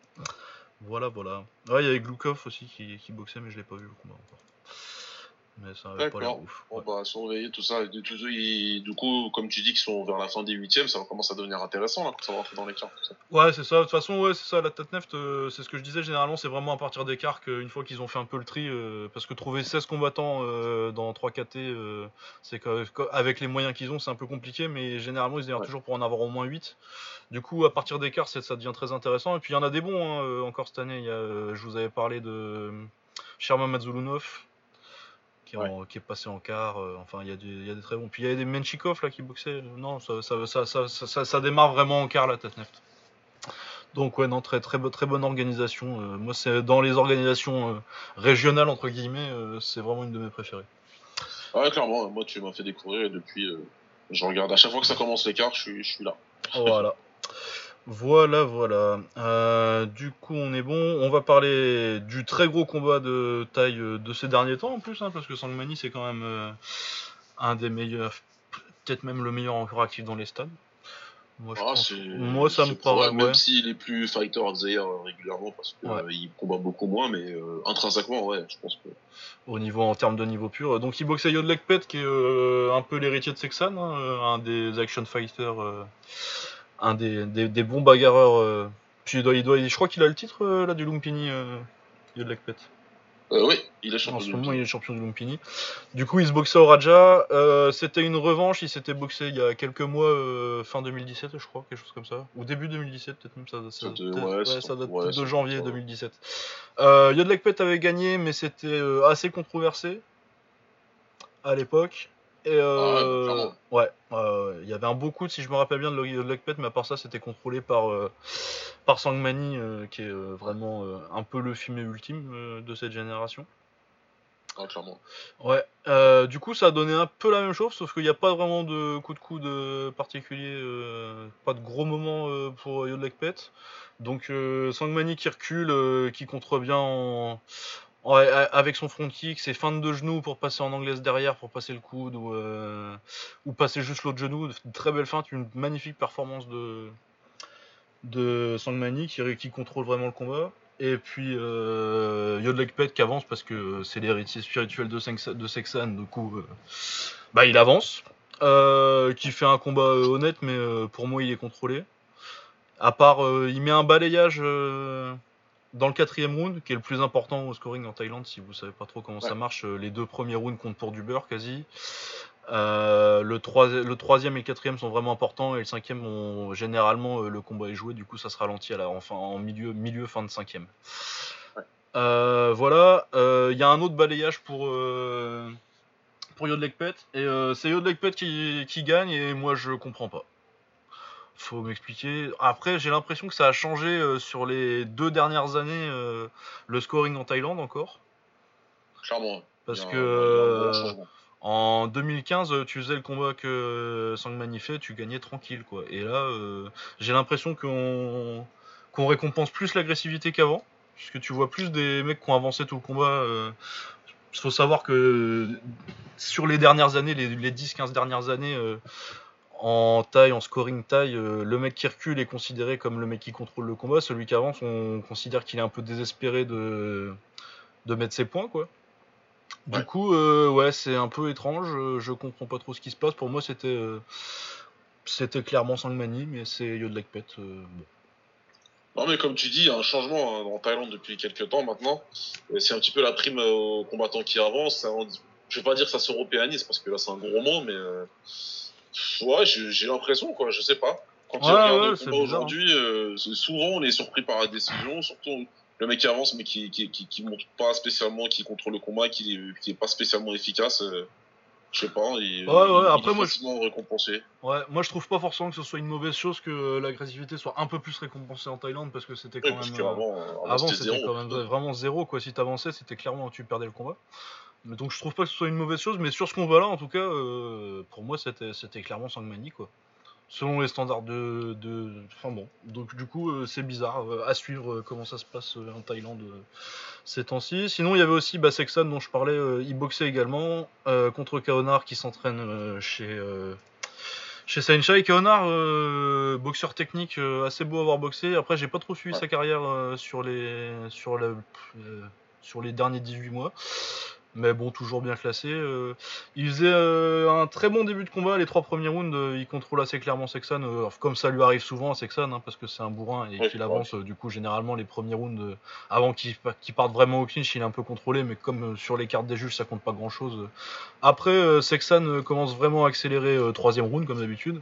Speaker 1: Voilà, voilà. Ouais, il y avait Glukov aussi qui, qui boxait, mais je l'ai pas vu le combat encore. Mais ça avait pas l'air
Speaker 2: D'accord.
Speaker 1: ouf.
Speaker 2: Bon,
Speaker 1: Ouais.
Speaker 2: bah, surveiller tout ça. Et du, tout- et du coup, comme tu dis qu'ils sont vers la fin des huitièmes, ça commence à devenir intéressant, là, quand ça va rentrer dans les cartes, tout ça.
Speaker 1: Ouais, c'est ça. De toute façon, ouais, c'est ça. La Tatneft, euh, c'est ce que je disais. Généralement, c'est vraiment à partir des cartes qu'une fois qu'ils ont fait un peu le tri, euh, parce que trouver seize combattants euh, dans trois K T, euh, c'est que, avec les moyens qu'ils ont, c'est un peu compliqué. Mais généralement, ils se débrouillent
Speaker 2: Ouais.
Speaker 1: toujours pour en avoir au moins huit. Du coup, à partir des cartes, ça, ça devient très intéressant. Et puis, il y en a des bons hein, euh, encore cette année. Il y a, euh, je vous avais parlé de euh, Sherman Mazulunov. Qui est,
Speaker 2: Ouais.
Speaker 1: en- qui est passé en quart, euh, enfin il y, a des- il y a des très bons. Puis il y a des Menchikov là qui boxaient. Euh, non, ça, ça, ça, ça, ça, ça- ça démarre vraiment en quart la Tatneft. Donc ouais, non, très très, bo- très bonne organisation. Euh, moi, c'est dans les organisations euh, régionales entre guillemets, euh, c'est vraiment une de mes préférées.
Speaker 2: Ah ouais, clairement, moi, tu m'as fait découvrir et depuis, euh, je regarde. À chaque fois que ça commence les cartes, je suis, je suis là.
Speaker 1: Voilà. Voilà, voilà. Euh, du coup, on est bon. On va parler du très gros combat de taille euh, de ces derniers temps en plus, hein, parce que Sangmani c'est quand même euh, un des meilleurs, peut-être même le meilleur encore actif dans les stades. Moi, je
Speaker 2: Ah,
Speaker 1: pense.
Speaker 2: c'est,
Speaker 1: Moi, ça me
Speaker 2: c'est
Speaker 1: paraît,
Speaker 2: probable, même
Speaker 1: ouais.
Speaker 2: s'il est plus fighter of the year euh, régulièrement, parce que
Speaker 1: Ouais.
Speaker 2: euh, il combat beaucoup moins, mais euh, intrinsèquement, ouais, je pense que.
Speaker 1: Au niveau en termes de niveau pur. Donc il boxe à Yodlekpet qui est euh, un peu l'héritier de Sexan, hein, euh, un des action fighters, euh, un des, des, des bons bagarreurs. Euh. Puis il doit, il doit, je crois qu'il a le titre euh, là du Lumpini, euh, Yodlekpet.
Speaker 2: Euh, oui, il est
Speaker 1: En
Speaker 2: champion
Speaker 1: ce
Speaker 2: du
Speaker 1: moment, il
Speaker 2: Lumpini.
Speaker 1: est champion du Lumpini. Du coup, il se boxait au Raja. Euh, c'était une revanche. Il s'était boxé il y a quelques mois, euh, fin deux mille dix-sept, je crois, quelque chose comme ça. Ou début deux mille dix-sept, peut-être même ça. ça,
Speaker 2: Ça te,
Speaker 1: peut
Speaker 2: ouais,
Speaker 1: ouais,
Speaker 2: c'est,
Speaker 1: ça date
Speaker 2: ouais,
Speaker 1: peut-être de
Speaker 2: c'est comme
Speaker 1: janvier
Speaker 2: ça.
Speaker 1: deux mille dix-sept. Euh, Yodlekpet avait gagné, mais c'était euh, assez controversé à l'époque. Et
Speaker 2: Ah ouais, bah,
Speaker 1: euh,
Speaker 2: clairement.
Speaker 1: ouais, euh, il y avait un beau coup, si je me rappelle bien, de Lockpet, mais à part ça, c'était contrôlé par, euh, par Sangmani, euh, qui est euh,
Speaker 2: Ouais,
Speaker 1: vraiment euh, un peu le fumé ultime euh, de cette génération.
Speaker 2: ouais, clairement.
Speaker 1: Ouais, euh, du coup, ça a donné un peu la même chose, sauf qu'il n'y a pas vraiment de coup de coude particulier, euh, pas de gros moment euh, pour Yodlekpet. Donc, euh, Sangmani qui recule, euh, qui contre bien en, ouais, avec son front kick, ses feintes de genoux pour passer en anglaise derrière, pour passer le coude, ou, euh, ou passer juste l'autre genou. Une très belle feinte, une magnifique performance de, de Sangmani qui, qui contrôle vraiment le combat. Et puis euh, Yodlekpet qui avance parce que c'est l'héritier spirituel de, Sengsa, de Sexan, du coup euh, bah, il avance. Euh, qui fait un combat euh, honnête, mais euh, pour moi il est contrôlé. À part, euh, il met un balayage euh, dans le quatrième round, qui est le plus important au scoring en Thaïlande, si vous savez pas trop comment
Speaker 2: Ouais.
Speaker 1: ça marche, les deux premiers rounds comptent pour du beurre quasi. Euh, le, troi- le troisième et le quatrième sont vraiment importants, et le cinquième, on, généralement, euh, le combat est joué, du coup ça se ralentit à la, enfin, en milieu, milieu, fin de cinquième.
Speaker 2: Ouais.
Speaker 1: Euh, voilà, il euh, y a un autre balayage pour, euh, pour Yodlekpet, et euh, c'est Yodlekpet qui, qui gagne, et moi je comprends pas. Faut m'expliquer. Après, j'ai l'impression que ça a changé euh, sur les deux dernières années, euh, le scoring en Thaïlande encore.
Speaker 2: Clairement. Il y
Speaker 1: Parce
Speaker 2: a
Speaker 1: que
Speaker 2: un, il y a un gros
Speaker 1: euh,
Speaker 2: changement.
Speaker 1: en deux mille quinze, tu faisais le combat que Sangmani fait, tu gagnais tranquille, quoi. Et là, euh, j'ai l'impression qu'on qu'on récompense plus l'agressivité qu'avant. Puisque tu vois plus des mecs qui ont avancé tout le combat. Euh, il faut savoir que sur les dernières années, les, les dix quinze dernières années, euh, en taille, en scoring taille, euh, le mec qui recule est considéré comme le mec qui contrôle le combat. Celui qui avance, on considère qu'il est un peu désespéré de, de mettre ses points, quoi. Du
Speaker 2: Ouais.
Speaker 1: coup, euh, ouais, c'est un peu étrange. euh, Je comprends pas trop ce qui se passe. Pour moi, c'était euh, c'était clairement Sangmani, mais c'est Yodlekpet. Euh, bon.
Speaker 2: Non, mais comme tu dis, il y a un changement hein, en Thaïlande depuis quelques temps maintenant. Et c'est un petit peu la prime euh, aux combattants qui avancent. Ça, on- je vais pas dire que ça s'européanise parce que là, c'est un gros mot, mais euh, ouais, j'ai j'ai l'impression, quoi, je sais pas. Quand tu
Speaker 1: Ouais,
Speaker 2: regardes le
Speaker 1: ouais, c'est
Speaker 2: combat
Speaker 1: bizarre. Hein.
Speaker 2: aujourd'hui, euh, c'est- souvent on est surpris par la décision, surtout le mec qui avance mais qui, qui, qui, qui montre pas spécialement, qui contrôle le combat, qui, est- qui est pas spécialement efficace. euh, je sais pas, il,
Speaker 1: Ouais, ouais.
Speaker 2: il, il est
Speaker 1: Après, moi, je,
Speaker 2: facilement récompensé.
Speaker 1: ouais, moi, je trouve pas forcément que ce soit une mauvaise chose que euh, l'agressivité soit un peu plus récompensée en Thaïlande parce que c'était
Speaker 2: Oui,
Speaker 1: quand
Speaker 2: parce
Speaker 1: même. euh,
Speaker 2: qu'avant, euh, avant
Speaker 1: Avant,
Speaker 2: c'était
Speaker 1: c'était
Speaker 2: zéro.
Speaker 1: quand même vraiment zéro, quoi. Si t'avançais, c'était clairement tu perdais le combat. Mais donc, je trouve pas que ce soit une mauvaise chose, mais sur ce combat-là, en tout cas, euh, pour moi, c'était c'était clairement Sangmani, quoi. Selon les standards de, de... Enfin bon, donc du coup euh, c'est bizarre, euh, à suivre euh, comment ça se passe euh, en Thaïlande euh, ces temps-ci. Sinon il y avait aussi bah, Sexton dont je parlais, euh, il boxait également euh, contre Kaonar qui s'entraîne euh, chez, euh, chez Sainchai. Kaonar, euh, boxeur technique, euh, assez beau à avoir boxé. Après j'ai pas trop suivi
Speaker 2: Ouais.
Speaker 1: sa carrière euh, sur, les, sur, la, euh, sur les derniers dix-huit mois. Mais bon, toujours bien classé. Euh, il faisait euh, un très bon début de combat. Les trois premiers rounds, euh, il contrôle assez clairement Sexan, euh, comme ça lui arrive souvent à Sexan, hein, parce que c'est un bourrin et
Speaker 2: Oui,
Speaker 1: qu'il
Speaker 2: ouais.
Speaker 1: avance. Euh, du coup, généralement, les premiers rounds, euh, avant qu'il qu parte vraiment au clinch, il est un peu contrôlé. Mais comme euh, sur les cartes des juges, ça compte pas grand-chose. Euh. Après, euh, Sexan euh, commence vraiment à accélérer euh, troisième round, comme d'habitude.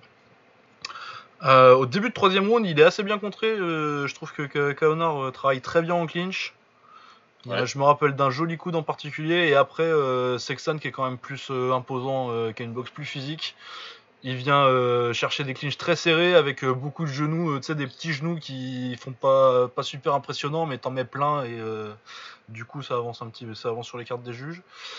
Speaker 1: Euh, au début de troisième round, il est assez bien contré. Euh, je trouve que Kaonar euh, travaille très bien en clinch.
Speaker 2: Ouais.
Speaker 1: Je me rappelle d'un joli coup en particulier, et après euh, Sexton qui est quand même plus euh, imposant, euh, qui a une boxe plus physique, il vient euh, chercher des clinches très serrés avec euh, beaucoup de genoux, euh, tu sais des petits genoux qui font pas, pas super impressionnants mais t'en mets plein et euh, du coup ça avance un petit ça avance sur les cartes des juges.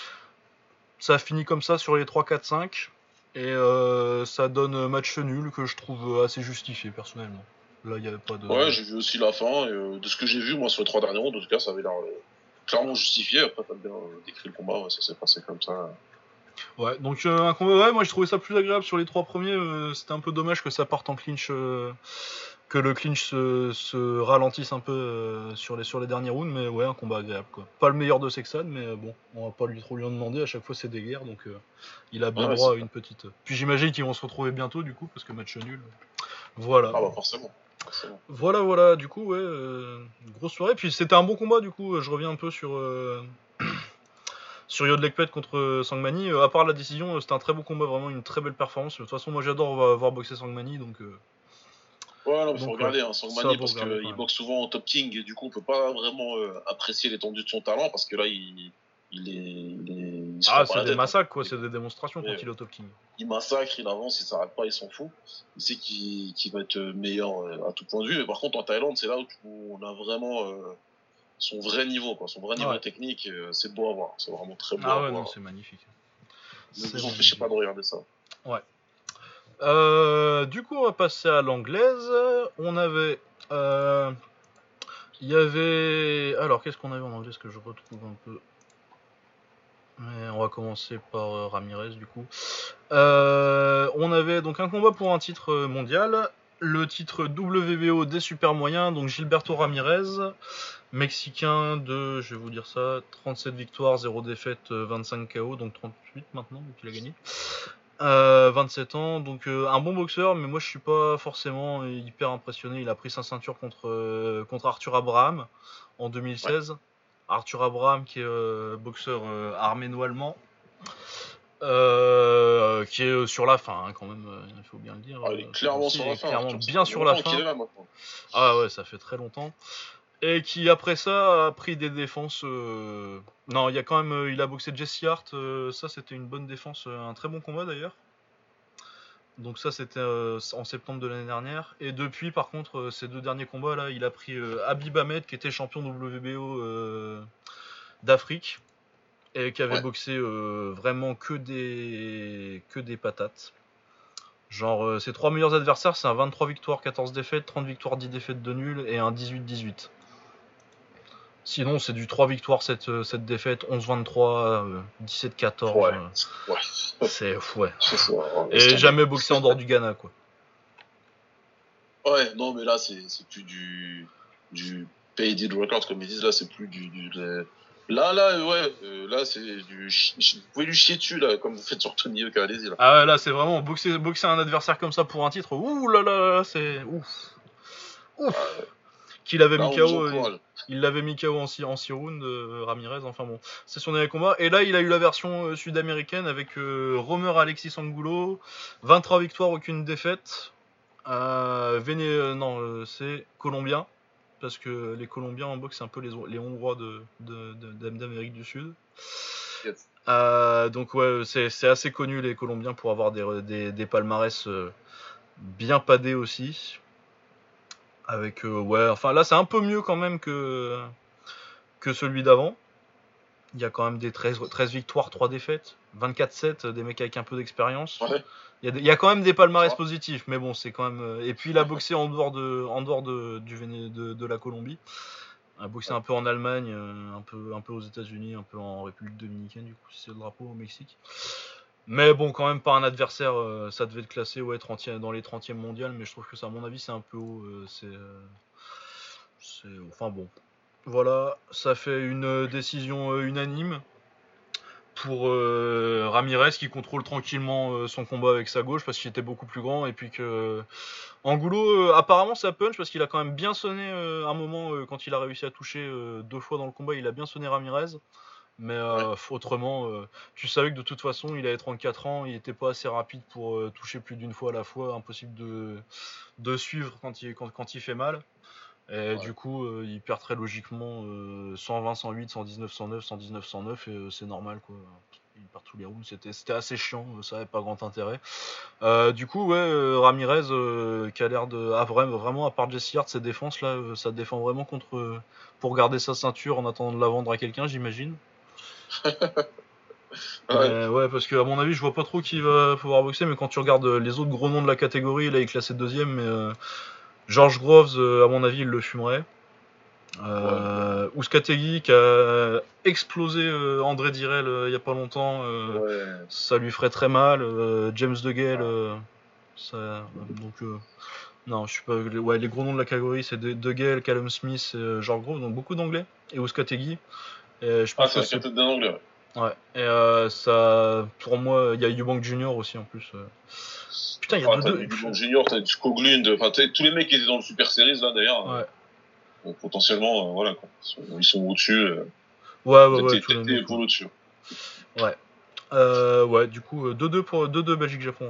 Speaker 1: Ça finit comme ça sur les trois, quatre, cinq et euh, ça donne match nul que je trouve assez justifié personnellement. Là il n'y avait pas de...
Speaker 2: Ouais, j'ai vu aussi la fin. Et, euh, de ce que j'ai vu, moi, sur les trois derniers rounds, en tout cas, ça avait l'air euh, clairement justifié. Après, t'as bien euh, décrit le combat, ouais, ça s'est passé comme ça.
Speaker 1: Ouais, donc euh, un combat, ouais, moi je trouvais ça plus agréable sur les trois premiers. Euh, c'était un peu dommage que ça parte en clinch, euh, que le clinch se, se ralentisse un peu euh, sur, les, sur les derniers rounds, mais ouais, un combat agréable quoi. Pas le meilleur de Sexan, mais euh, bon, on va pas lui trop lui en demander. À chaque fois c'est des guerres, donc euh, il a bien
Speaker 2: Ouais, ouais,
Speaker 1: droit
Speaker 2: c'est
Speaker 1: à
Speaker 2: clair.
Speaker 1: une petite. Puis j'imagine qu'ils vont se retrouver bientôt du coup, parce que match nul. Voilà.
Speaker 2: Ah bah forcément. forcément.
Speaker 1: Voilà, voilà, du coup, ouais, euh, grosse soirée. Puis c'était un bon combat, du coup, je reviens un peu sur, euh, sur Yodlekpet contre Sangmani. Euh, à part la décision, euh, c'était un très beau combat, vraiment une très belle performance. De toute façon, moi j'adore voir, voir boxer Sangmani, donc, euh,
Speaker 2: Ouais, non, mais faut
Speaker 1: donc ouais,
Speaker 2: regarder hein,
Speaker 1: ça
Speaker 2: Sangmani
Speaker 1: vaut
Speaker 2: parce
Speaker 1: regarder quand
Speaker 2: qu'il
Speaker 1: même.
Speaker 2: boxe souvent en top king et du coup on peut pas vraiment euh, apprécier l'étendue de son talent parce que là il, il, est, il, est, il se
Speaker 1: Ah,
Speaker 2: prend pas
Speaker 1: c'est
Speaker 2: la
Speaker 1: des
Speaker 2: tête. Hein.
Speaker 1: massacres, quoi,
Speaker 2: Et,
Speaker 1: c'est des démonstrations
Speaker 2: et,
Speaker 1: quand
Speaker 2: euh,
Speaker 1: il est au Top King.
Speaker 2: il massacre, il avance, il s'arrête pas, il s'en fout. Il sait qu'il qu va être meilleur euh, à tout point de vue. Mais par contre en Thaïlande c'est là où, tu, où on a vraiment euh, son vrai niveau, quoi, son vrai
Speaker 1: Ah
Speaker 2: niveau
Speaker 1: ouais.
Speaker 2: technique. Euh, c'est beau à voir, c'est vraiment très beau
Speaker 1: Ah
Speaker 2: à
Speaker 1: ouais, non,
Speaker 2: voir.
Speaker 1: c'est magnifique.
Speaker 2: Ne
Speaker 1: C'est
Speaker 2: vous empêchez pas
Speaker 1: magnifique.
Speaker 2: de regarder ça.
Speaker 1: Ouais. Euh, du coup, on va passer à l'anglaise. On avait. euh, Il y avait. Alors, qu'est-ce qu'on avait en anglaise que je retrouve un peu. Mais on va commencer par euh, Ramirez du coup. Euh, on avait donc un combat pour un titre mondial. Le titre W B O des super moyens, donc Gilberto Ramirez, mexicain de, je vais vous dire ça, trente-sept victoires, zéro défaite, vingt-cinq K O, donc trente-huit maintenant, donc il a gagné. Euh, vingt-sept ans, donc euh, un bon boxeur, mais moi je suis pas forcément hyper impressionné. Il a pris sa ceinture contre, euh, contre Arthur Abraham en
Speaker 2: Ouais.
Speaker 1: deux mille seize. Arthur Abraham qui est euh, boxeur euh, arméno-allemand. Euh, qui est sur la fin hein, quand même, euh, il faut bien le dire.
Speaker 2: Ah, il est
Speaker 1: Euh, ce
Speaker 2: clairement
Speaker 1: coup-ci,
Speaker 2: sur
Speaker 1: il
Speaker 2: la
Speaker 1: est
Speaker 2: fin,
Speaker 1: clairement
Speaker 2: Arthur. Ça
Speaker 1: bien
Speaker 2: fait
Speaker 1: sur la
Speaker 2: longtemps qu'il est
Speaker 1: fin.
Speaker 2: là maintenant.
Speaker 1: Ah ouais, ça fait très longtemps. Et qui après ça a pris des défenses. Euh... Non, il y a quand même, euh, il a boxé Jesse Hart. Euh, ça, c'était une bonne défense, euh, un très bon combat d'ailleurs. Donc ça, c'était euh, en septembre de l'année dernière. Et depuis, par contre, euh, ces deux derniers combats là, il a pris euh, Habib Ahmed, qui était champion W B O euh, d'Afrique et qui avait
Speaker 2: Ouais.
Speaker 1: boxé euh, vraiment que des que des patates. Genre, euh, ses trois meilleurs adversaires, c'est un vingt-trois victoires, quatorze défaites, trente victoires, dix défaites de nul et un dix-huit dix-huit. Sinon, c'est du trois victoires, sept, sept défaites, onze vingt-trois, euh, dix-sept quatorze.
Speaker 2: Ouais.
Speaker 1: Euh,
Speaker 2: Ouais.
Speaker 1: c'est ouais.
Speaker 2: C'est ça, laisse
Speaker 1: Et
Speaker 2: tomber.
Speaker 1: jamais boxé en dehors du Ghana, quoi.
Speaker 2: Ouais, non, mais là, c'est c'est plus du, du paid record, comme ils disent. Là, c'est plus du, du, Là, là, ouais, euh, là, c'est du. Vous pouvez lui chier dessus, là, comme vous faites sur Tony Hawk, allez-y, là.
Speaker 1: Ah ouais, là, c'est vraiment boxer, boxer un adversaire comme ça pour un titre. Ouh là là, là c'est ouf. Ouf.
Speaker 2: Ah, ouais.
Speaker 1: Qu'il avait
Speaker 2: Là,
Speaker 1: mis
Speaker 2: on vous
Speaker 1: K O. euh,
Speaker 2: encourage.
Speaker 1: Il l'avait mis K O en six rounds, euh, Ramirez. Enfin bon, c'est son dernier combat. Et là, il a eu la version euh, sud-américaine avec euh, Romer Alexis Angulo. vingt-trois victoires, aucune défaite. Euh, Véné... euh, non, euh, c'est colombien. Parce que les Colombiens en boxe, c'est un peu les, les Hongrois de, de, de, d'Amérique du Sud.
Speaker 2: Yes.
Speaker 1: Euh, donc ouais, c'est, c'est assez connu les Colombiens pour avoir des, des, des palmarès euh, bien padés aussi. Avec euh, ouais, enfin là c'est un peu mieux quand même que que celui d'avant. Il y a quand même des treize, treize victoires, trois défaites, vingt-quatre sept, des mecs avec un peu d'expérience.
Speaker 2: Ouais.
Speaker 1: Il y, a des, il y a quand même des palmarès ouais. positifs, mais bon, c'est quand même. Et puis il a boxé en dehors de, en dehors de, du, de, de la Colombie. Il a boxé ouais. un peu en Allemagne, un peu, un peu aux États-Unis, un peu en République dominicaine, du coup, c'est le drapeau au Mexique. Mais bon, quand même pas un adversaire, euh, ça devait être classé ouais, trentième, dans les trentièmes mondiales, mais je trouve que ça, à mon avis, c'est un peu haut. Euh, c'est, euh, c'est, enfin bon. Voilà, ça fait une décision euh, unanime pour euh, Ramirez qui contrôle tranquillement euh, son combat avec sa gauche parce qu'il était beaucoup plus grand et puis que euh, Angulo euh, apparemment ça punch parce qu'il a quand même bien sonné euh, un moment euh, quand il a réussi à toucher euh, deux fois dans le combat, il a bien sonné Ramirez. Mais euh, ouais. autrement, euh, tu savais que de toute façon, il avait trente-quatre ans, il était pas assez rapide pour euh, toucher plus d'une fois à la fois, impossible de, de suivre quand il, quand, quand il fait mal. Et ouais. du coup, euh, il perd très logiquement euh, cent vingt, cent huit, cent dix-neuf, cent neuf, cent dix-neuf, cent neuf, et euh, c'est normal quoi. Il perd tous les rounds, c'était, c'était assez chiant, ça avait pas grand intérêt. Euh, du coup, ouais, euh, Ramirez, euh, qui a l'air de. Ah, vraiment, vraiment, à part Jesse Hart, ses défenses là, euh, ça défend vraiment contre. Euh, pour garder sa ceinture en attendant de la vendre à quelqu'un, j'imagine. Ouais. Euh, ouais, parce que à mon avis, je vois pas trop qui va pouvoir boxer, mais quand tu regardes les autres gros noms de la catégorie, là, il est classé deuxième, mais euh, George Groves, euh, à mon avis, il le fumerait. Euh, ouais. Ouskategui qui a explosé euh, André Direl euh, il y a pas longtemps, euh, ouais. ça lui ferait très mal. Euh, James DeGale, euh, ça, donc euh, non, je suis pas. Ouais, les gros noms de la catégorie, c'est DeGale, Callum Smith, et euh, George Groves, donc beaucoup d'anglais et Ouskategui. Et je pense
Speaker 2: ah, c'est
Speaker 1: que
Speaker 2: la
Speaker 1: c'est
Speaker 2: d'un anglais. Ouais.
Speaker 1: Ouais, et euh, ça, pour moi, il y a Eubank Junior aussi en plus. Euh.
Speaker 2: Putain, il y a ah, deux. T'as du Eubank Junior, t'as du Skoglund, enfin, tous les mecs qui étaient dans le Super Series là d'ailleurs. Ouais. Euh, bon, potentiellement, euh, voilà quoi. Ils sont, ils sont au-dessus. Euh,
Speaker 1: ouais, ouais, ouais. Tous les mecs.
Speaker 2: Pour au-dessus.
Speaker 1: Ouais. Euh, ouais, du coup, deux deux pour deux deux Belgique-Japon.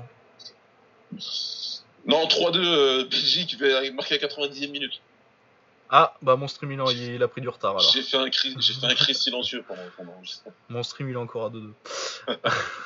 Speaker 2: Non, trois deux euh, Belgique, marqué à quatre-vingt-dixième minute.
Speaker 1: Ah, bah mon stream il a, il a pris du retard alors.
Speaker 2: J'ai fait un cri, j'ai fait un cri silencieux pendant, pendant
Speaker 1: Mon stream il est encore à deux deux.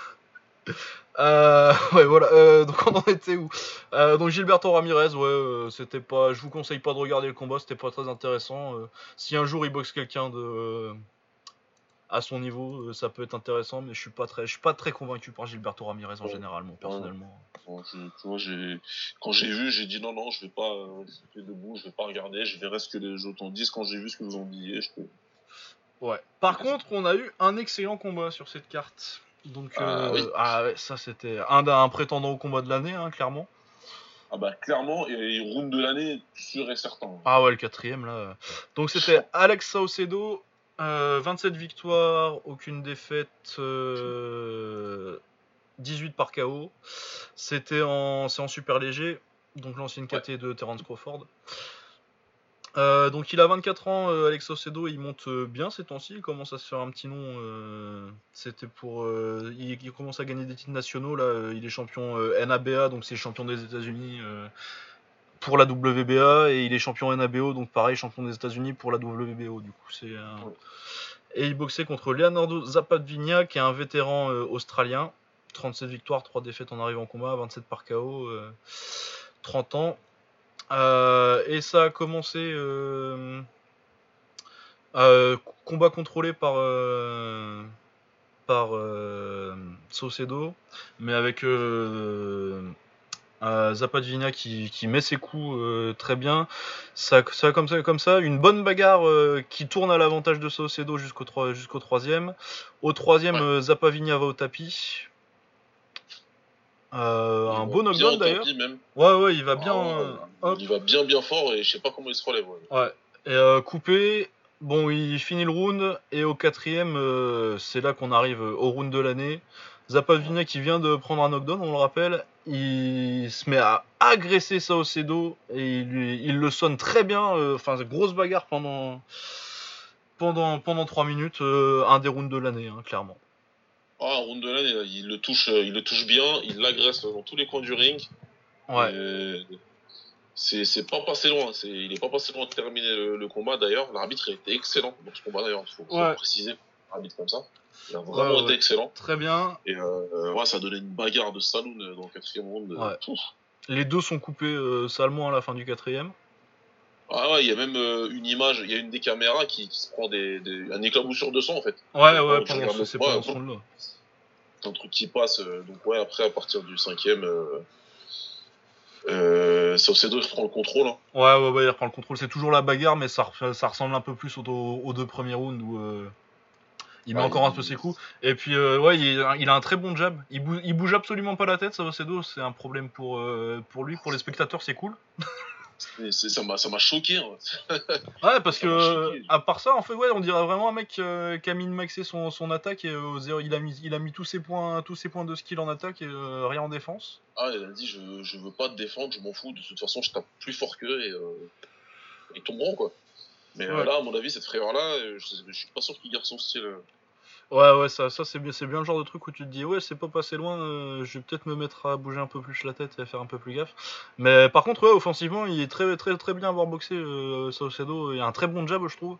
Speaker 1: euh, ouais voilà, euh, donc on en était où euh, Donc Gilberto Ramirez, ouais, euh, c'était pas, je vous conseille pas de regarder le combat, c'était pas très intéressant. Euh, si un jour il boxe quelqu'un de euh, à son niveau, ça peut être intéressant, mais je suis pas très, je suis pas très convaincu par Gilberto Ramirez en ouais. général, moi personnellement.
Speaker 2: Ouais. Je, tu vois, j'ai, quand j'ai vu, j'ai dit non, non, je vais pas rester debout, je vais pas regarder, je verrai ce que les autres ont dit. Quand j'ai vu ce que vous en disiez, je peux.
Speaker 1: Ouais. Par ouais. contre, on a eu un excellent combat sur cette carte. Donc, ah, euh, oui. ah ouais, ça c'était un, un prétendant au combat de l'année, hein, clairement.
Speaker 2: Ah bah clairement, et round de l'année, sûr et certain.
Speaker 1: Ah ouais, le quatrième là. Donc c'était Alex Saucedo. Euh, vingt-sept victoires, aucune défaite, euh, dix-huit par K O. C'était en, c'est en super léger, donc l'ancienne K T ouais. de Terence Crawford. Euh, donc il a vingt-quatre ans, euh, Alex Saucedo, il monte euh, bien ces temps-ci, il commence à se faire un petit nom. Euh, c'était pour, euh, il, il commence à gagner des titres nationaux là. Euh, il est champion euh, N A B A, donc c'est champion des États-Unis. Euh, pour la W B A et il est champion N A B O, donc pareil champion des États-Unis pour la W B O du coup c'est un... et il boxait contre Leonardo Zapadvinha qui est un vétéran euh, australien, trente-sept victoires, trois défaites en arrivant en combat, vingt-sept par K O, euh, trente ans, euh, et ça a commencé euh, euh, combat contrôlé par euh, par euh, Saucedo, mais avec euh, Euh, Zapadvinha qui, qui met ses coups euh, très bien, ça, ça comme ça comme ça, une bonne bagarre euh, qui tourne à l'avantage de Saucedo jusqu'au trois, jusqu'au troisième. Au troisième, ouais. euh, Zapadvinha va au tapis. Euh, un beau knockdown d'ailleurs. Ouais ouais, il va bien.
Speaker 2: Ah, ouais,
Speaker 1: euh,
Speaker 2: il va bien bien fort et je sais pas comment il se relève. Ouais.
Speaker 1: ouais. Et euh, coupé. bon, il finit le round, et au quatrième, euh, c'est là qu'on arrive au round de l'année. Zapavinia qui vient de prendre un knockdown, on le rappelle, il se met à agresser Saucedo et il, lui- il le sonne très bien. euh, Enfin, grosse bagarre pendant pendant pendant trois minutes, euh, un des rounds de l'année, hein, clairement.
Speaker 2: Ah, un round de l'année, il le touche, euh, il le touche bien, il l'agresse dans tous les coins du ring.
Speaker 1: Ouais.
Speaker 2: Et c'est c'est pas passé loin. C'est il est pas passé loin de terminer le, le combat d'ailleurs. L'arbitre a été excellent dans ce combat d'ailleurs. Faut, faut
Speaker 1: Ouais.
Speaker 2: le préciser. Un arbitre comme ça, il a
Speaker 1: Ouais,
Speaker 2: vraiment
Speaker 1: ouais,
Speaker 2: été
Speaker 1: ouais.
Speaker 2: excellent.
Speaker 1: Très bien.
Speaker 2: Et euh, ouais, ça a donné une bagarre de saloon euh, dans le quatrième round.
Speaker 1: Ouais.
Speaker 2: Pouf.
Speaker 1: Les deux sont coupés euh, salement à la fin du quatrième.
Speaker 2: Ah ouais, il y a même euh, une image, il y a une des caméras qui, qui se prend des, des, un éclaboussure de sang en fait.
Speaker 1: Ouais,
Speaker 2: Donc,
Speaker 1: ouais,
Speaker 2: pendant que je
Speaker 1: pendant
Speaker 2: regarde
Speaker 1: ce,
Speaker 2: le
Speaker 1: c'est
Speaker 2: combat,
Speaker 1: pendant ce round-là.
Speaker 2: un truc qui passe. euh, donc ouais, après à partir du cinquième, euh, euh, Saucedo reprend le contrôle. Hein.
Speaker 1: Ouais, ouais, ouais, il reprend le contrôle. C'est toujours la bagarre, mais ça, re- ça ressemble un peu plus aux, aux deux premiers rounds où euh, il met
Speaker 2: Ouais,
Speaker 1: encore un
Speaker 2: il-
Speaker 1: peu ses coups. Et puis, euh, ouais, il, il a un très bon jab. Il, bou- il bouge absolument pas la tête, Saucedo. C'est un problème pour, euh, pour lui. Pour les spectateurs, c'est cool.
Speaker 2: c'est- c'est- ça m'a ça m'a choqué. Hein.
Speaker 1: Ouais, parce
Speaker 2: Ça m'a
Speaker 1: que,
Speaker 2: choqué.
Speaker 1: à part ça, en fait, ouais, on dirait vraiment un mec euh, qui a mis maxé son, son attaque. Et, euh, zéro- il, a mis, il a mis tous ses points, tous ses points de skill en attaque et euh, rien en défense.
Speaker 2: Ah, il a dit je, je veux pas te défendre, je m'en fous. De toute façon, je tape plus fort qu'eux et euh, ils tomberont quoi. Mais euh,
Speaker 1: Ouais.
Speaker 2: là, à mon avis, cette frayeur-là, euh, je, je suis pas sûr qu'il garde son style. euh.
Speaker 1: Ouais, ouais, ça, ça c'est bien, c'est bien le genre de truc où tu te dis, ouais, c'est pas passé loin, euh, je vais peut-être me mettre à bouger un peu plus la tête et à faire un peu plus gaffe. Mais par contre, ouais, offensivement, il est très, très, très bien à avoir boxé, euh, Saucedo. Il a un très bon jab, je trouve.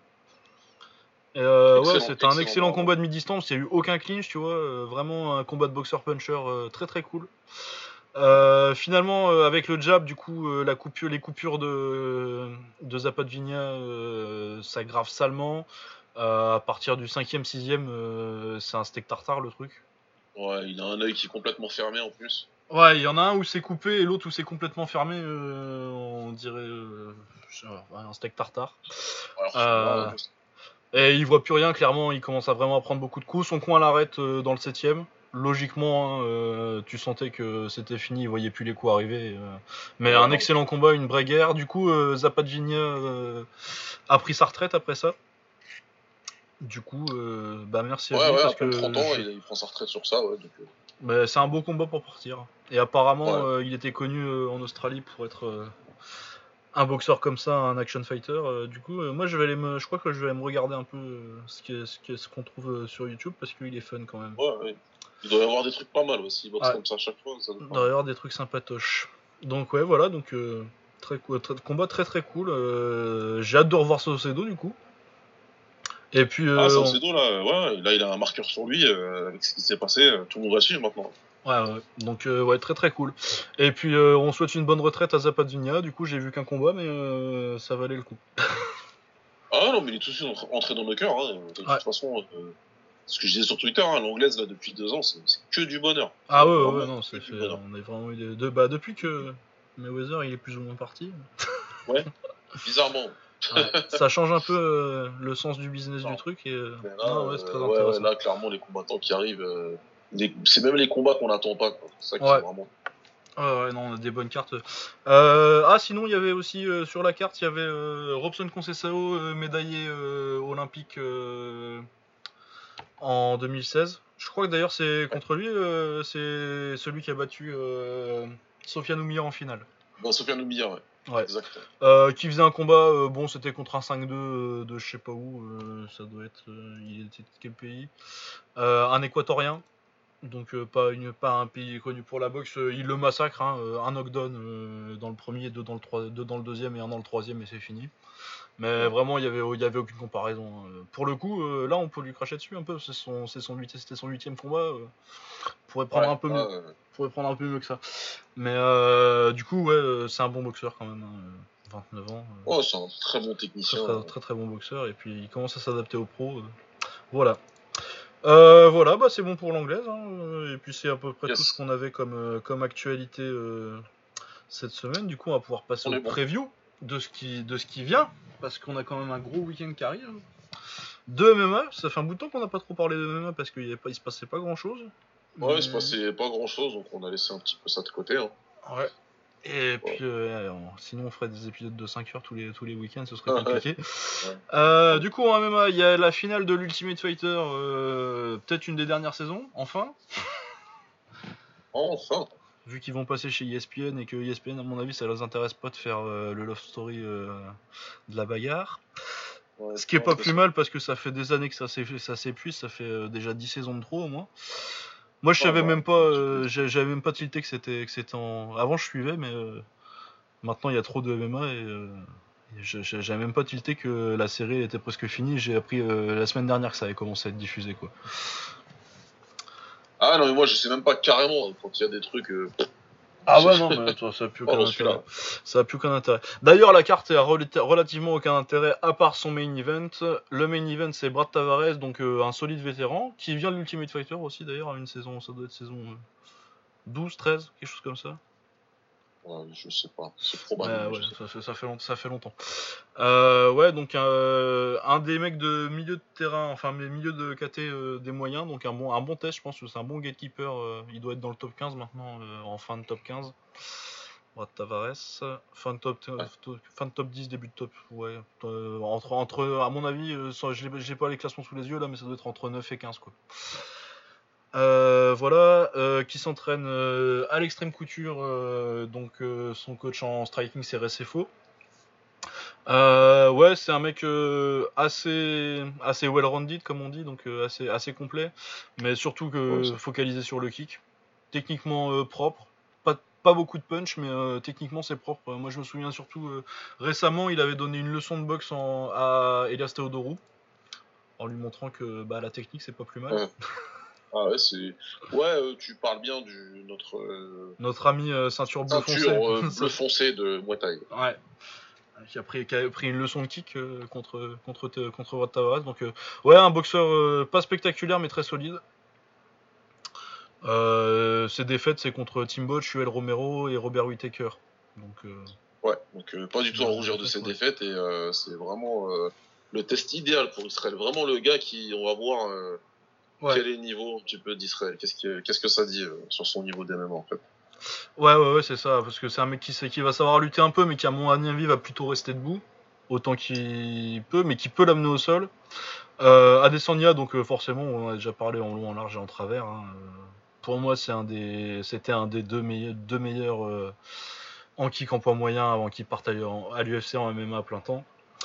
Speaker 1: Et euh, ouais,
Speaker 2: Excellent,
Speaker 1: c'était un
Speaker 2: excellent,
Speaker 1: excellent
Speaker 2: bravo.
Speaker 1: combat de mi-distance, il n'y a eu aucun clinch, tu vois, euh, vraiment un combat de boxer-puncher euh, très très cool. Euh, finalement, euh, avec le jab, du coup, euh, la coupure, les coupures de, de Zapadvinia euh, s'aggravent salement. Euh, à partir du cinquième, sixième, euh, c'est un steak tartare le truc.
Speaker 2: Ouais, il a un œil qui est complètement fermé en plus.
Speaker 1: Ouais, il y en a un où c'est coupé et l'autre où c'est complètement fermé. euh, on dirait euh, un steak tartare.
Speaker 2: Alors que
Speaker 1: Euh,
Speaker 2: là,
Speaker 1: et il voit plus rien, clairement. Il commence à vraiment à prendre beaucoup de coups. Son coin l'arrête euh, dans le septième. Logiquement, hein, euh, tu sentais que c'était fini, il voyait plus les coups arriver. euh. Mais
Speaker 2: ouais,
Speaker 1: un
Speaker 2: non,
Speaker 1: excellent combat, une vraie guerre. Du coup, euh, Zapadvinia euh, a pris sa retraite après ça. Du coup, euh, bah merci à
Speaker 2: ouais,
Speaker 1: lui
Speaker 2: ouais, à
Speaker 1: parce
Speaker 2: peine
Speaker 1: que
Speaker 2: trente ans,
Speaker 1: je-
Speaker 2: il, il prend sa retraite sur ça, ouais. Donc, euh,
Speaker 1: bah, c'est un beau combat pour partir. Et apparemment,
Speaker 2: ouais.
Speaker 1: euh, il était connu euh, en Australie pour être euh, un boxeur comme ça, un action fighter. Euh, du coup, euh, moi, je vais aller me, je crois que je vais aller me regarder un peu euh, ce qu'est- ce qu'est- ce qu'on trouve euh, sur YouTube parce qu'il est fun quand même.
Speaker 2: Ouais, ouais. Il doit y avoir des trucs pas mal aussi. Il boxe
Speaker 1: Ouais,
Speaker 2: comme ça à chaque fois. Ça doit
Speaker 1: il
Speaker 2: être pas
Speaker 1: doit y
Speaker 2: mal.
Speaker 1: avoir des trucs sympatoches. Donc ouais, voilà, donc euh, très cool, très- combat très très cool. Euh, j'ai hâte de revoir Saucedo du coup. Et puis
Speaker 2: Ah,
Speaker 1: euh, on-
Speaker 2: Saucedo, là, euh, ouais, là, il a un marqueur sur lui euh, avec ce qui s'est passé. euh, Tout le monde va suivre maintenant.
Speaker 1: ouais, ouais, donc euh, ouais, très très cool. Et puis euh, on souhaite une bonne retraite à Zapadvinia. Du coup, j'ai vu qu'un combat, mais euh, ça valait le coup.
Speaker 2: Ah non, mais il est tout de suite entré- entré dans nos cœurs. Hein. De toute
Speaker 1: Ouais.
Speaker 2: façon, euh, ce que je disais sur Twitter, hein, l'anglaise, là, depuis deux ans, c'est c'est que du bonheur.
Speaker 1: Ah
Speaker 2: C'est
Speaker 1: ouais, ouais,
Speaker 2: vraiment
Speaker 1: ouais, non,
Speaker 2: que
Speaker 1: c'est
Speaker 2: du
Speaker 1: fait.
Speaker 2: bonheur.
Speaker 1: On est vraiment eu des, de, bah depuis que Mayweather il est plus ou moins parti.
Speaker 2: Ouais, bizarrement.
Speaker 1: Ouais, ça change un peu euh, le sens du business du
Speaker 2: Non.
Speaker 1: truc et euh,
Speaker 2: Mais là,
Speaker 1: non, ouais, c'est très
Speaker 2: euh, ouais, ouais,
Speaker 1: intéressant.
Speaker 2: là, clairement, les combattants qui arrivent, euh, les- c'est même les combats qu'on n'attend pas. quoi. C'est ça qui est
Speaker 1: Ouais.
Speaker 2: vraiment.
Speaker 1: Ouais, ouais, non, on a des bonnes cartes. Euh, ah, sinon, il y avait aussi euh, sur la carte, il y avait euh, Robson Conceição, euh, médaillé euh, olympique euh, en deux mille seize. Je crois que d'ailleurs, c'est contre lui, euh, c'est celui qui a battu euh, Sofiane Oumia en finale.
Speaker 2: Bon, Sofiane Oumia, ouais.
Speaker 1: Ouais.
Speaker 2: Exact.
Speaker 1: Euh, qui faisait un combat, euh, bon, c'était contre un cinq deux euh, de je sais pas où, euh, ça doit être. euh, il était de quel pays Euh, Un équatorien. Donc euh, pas, une, pas un pays connu pour la boxe, euh, il le massacre, hein, euh, un knockdown euh, dans le premier, deux dans le, trois, deux dans le deuxième et un dans le troisième et c'est fini. Mais
Speaker 2: Ouais.
Speaker 1: vraiment il y avait, il y avait aucune comparaison. hein. Pour le coup, euh, là on peut lui cracher dessus un peu, c'est son, c'est son huit- c'était son huitième combat, euh, pourrait prendre
Speaker 2: Ouais,
Speaker 1: un peu
Speaker 2: là,
Speaker 1: mieux,
Speaker 2: euh,
Speaker 1: pourrait prendre un peu mieux que ça. Mais euh, du coup ouais, euh, c'est un bon boxeur quand même, hein, euh, vingt-neuf ans, euh,
Speaker 2: oh, c'est un très bon
Speaker 1: très,
Speaker 2: technicien.
Speaker 1: très
Speaker 2: euh.
Speaker 1: très très bon boxeur et puis il commence à s'adapter aux pros. euh, voilà. Euh, voilà, bah c'est bon pour l'anglaise. Hein, euh, et puis c'est à peu près
Speaker 2: Yes.
Speaker 1: tout ce qu'on avait comme, euh, comme actualité euh, cette semaine. Du coup, on va pouvoir passer
Speaker 2: On
Speaker 1: au
Speaker 2: est bon.
Speaker 1: preview de ce qui, de ce qui vient. Parce qu'on a quand même un gros week-end qui arrive. De M M A, ça fait un bout de temps qu'on n'a pas trop parlé de M M A parce qu'il ne se passait pas grand chose.
Speaker 2: Ouais,
Speaker 1: Mais...
Speaker 2: il se passait pas grand chose, donc on a laissé un petit peu ça de côté. Hein.
Speaker 1: Ouais. Et
Speaker 2: Ouais.
Speaker 1: puis, euh, on- sinon, on ferait des épisodes de cinq heures tous les, tous les week-ends, ce serait
Speaker 2: Ouais.
Speaker 1: compliqué.
Speaker 2: Ouais.
Speaker 1: Euh, du coup, en M M A, il y a la finale de l'Ultimate Fighter, euh, peut-être une des dernières saisons, enfin.
Speaker 2: Enfin.
Speaker 1: Vu qu'ils vont passer chez E S P N et que E S P N, à mon avis, ça les intéresse pas de faire euh, le love story euh, de la bagarre.
Speaker 2: Ouais,
Speaker 1: Ce qui est
Speaker 2: non,
Speaker 1: pas
Speaker 2: c'est
Speaker 1: plus
Speaker 2: ça.
Speaker 1: mal parce que ça fait des années que ça s'é- ça s'épuise, ça fait euh, déjà dix saisons de trop au moins. Moi, je
Speaker 2: Ah,
Speaker 1: savais
Speaker 2: bah,
Speaker 1: même pas,
Speaker 2: un petit peu.
Speaker 1: euh, j'a- j'avais même pas tilté que c'était que c'était en. Avant, je suivais, mais euh, maintenant il y a trop de M M A et euh, et je- je- j'avais même pas tilté que la série était presque finie. J'ai appris euh, la semaine dernière que ça avait commencé à être diffusé, quoi.
Speaker 2: Ah non, mais moi je sais même pas carrément quand il y a des trucs. Euh...
Speaker 1: Ah ouais, non, mais attends, ça a plus
Speaker 2: Oh,
Speaker 1: aucun
Speaker 2: j'en suis
Speaker 1: intérêt.
Speaker 2: là.
Speaker 1: Ça a plus aucun intérêt. D'ailleurs, la carte a relati- relativement aucun intérêt à part son main event. Le main event, c'est Brad Tavares, donc euh, un solide vétéran, qui vient de l'Ultimate Fighter aussi, d'ailleurs, à une saison, ça doit être saison euh, douze, treize, quelque chose comme ça.
Speaker 2: Ouais, je sais pas, c'est probable.
Speaker 1: Euh,
Speaker 2: Mais
Speaker 1: ouais,
Speaker 2: je sais
Speaker 1: ça fait, ça fait, long- ça fait longtemps. Euh, ouais, donc euh, un des mecs de milieu de terrain, enfin mais milieu de K T euh, des moyens, donc un bon, un bon test, je pense que c'est un bon gatekeeper. Euh, il doit être dans le top quinze maintenant, euh, en fin de top quinze. Brad Tavares, fin de top,
Speaker 2: pas. Ouais.
Speaker 1: fin de top dix, début de top. Ouais, euh, entre, entre, à mon avis, euh, ça, je n'ai pas les classements sous les yeux là, mais ça doit être entre neuf et quinze, quoi. Euh, voilà, euh, qui s'entraîne euh, à l'extrême couture, euh, donc euh, son coach en striking c'est Recefo. Euh, ouais, c'est un mec euh, assez, assez well-rounded comme on dit, donc euh, assez, assez complet, mais surtout
Speaker 2: Ouais,
Speaker 1: que
Speaker 2: ça.
Speaker 1: focalisé sur le kick. Techniquement euh, propre, pas, pas beaucoup de punch, mais euh, techniquement c'est propre. Moi je me souviens surtout euh, récemment, il avait donné une leçon de boxe en- à Elias Theodorou en lui montrant que bah, la technique c'est pas plus mal.
Speaker 2: Ouais. Ah ouais, c'est. Ouais, euh, tu parles bien du notre euh,
Speaker 1: Notre ami euh, ceinture bleu foncé,
Speaker 2: ceinture euh,
Speaker 1: ça,
Speaker 2: bleu foncé de Muay Thai.
Speaker 1: ouais, qui a pris, qui a pris une leçon de kick euh, contre contre contre Brad Tavares. Donc euh, ouais, un boxeur euh, pas spectaculaire mais très solide. Euh, ses défaites c'est contre Tim Boetsch, Yoel Romero et Robert Whittaker. Donc euh,
Speaker 2: Ouais, donc euh, pas du tout à
Speaker 1: bah,
Speaker 2: rougir de
Speaker 1: défaite,
Speaker 2: ses
Speaker 1: ouais.
Speaker 2: défaites et euh, c'est vraiment euh, le test idéal pour Israël. Vraiment le gars qui, on va voir euh,
Speaker 1: Ouais.
Speaker 2: quel est le niveau un petit peu d'Israël. Qu'est-ce que, qu'est-ce que ça dit euh, sur son niveau d'M M A en fait.
Speaker 1: Ouais, ouais, ouais, c'est ça, parce que c'est un mec qui, sait, qui va savoir lutter un peu, mais qui, à mon avis, va plutôt rester debout, autant qu'il peut, mais qui peut l'amener au sol. Euh, Adesanya, donc euh, forcément, on en a déjà parlé en long, en large et en travers. Hein. Euh, pour moi, c'est un des, c'était un des deux meilleurs, deux meilleurs euh, en kick en poids moyen avant qu'il parte à, à l'U F C en M M A à plein temps.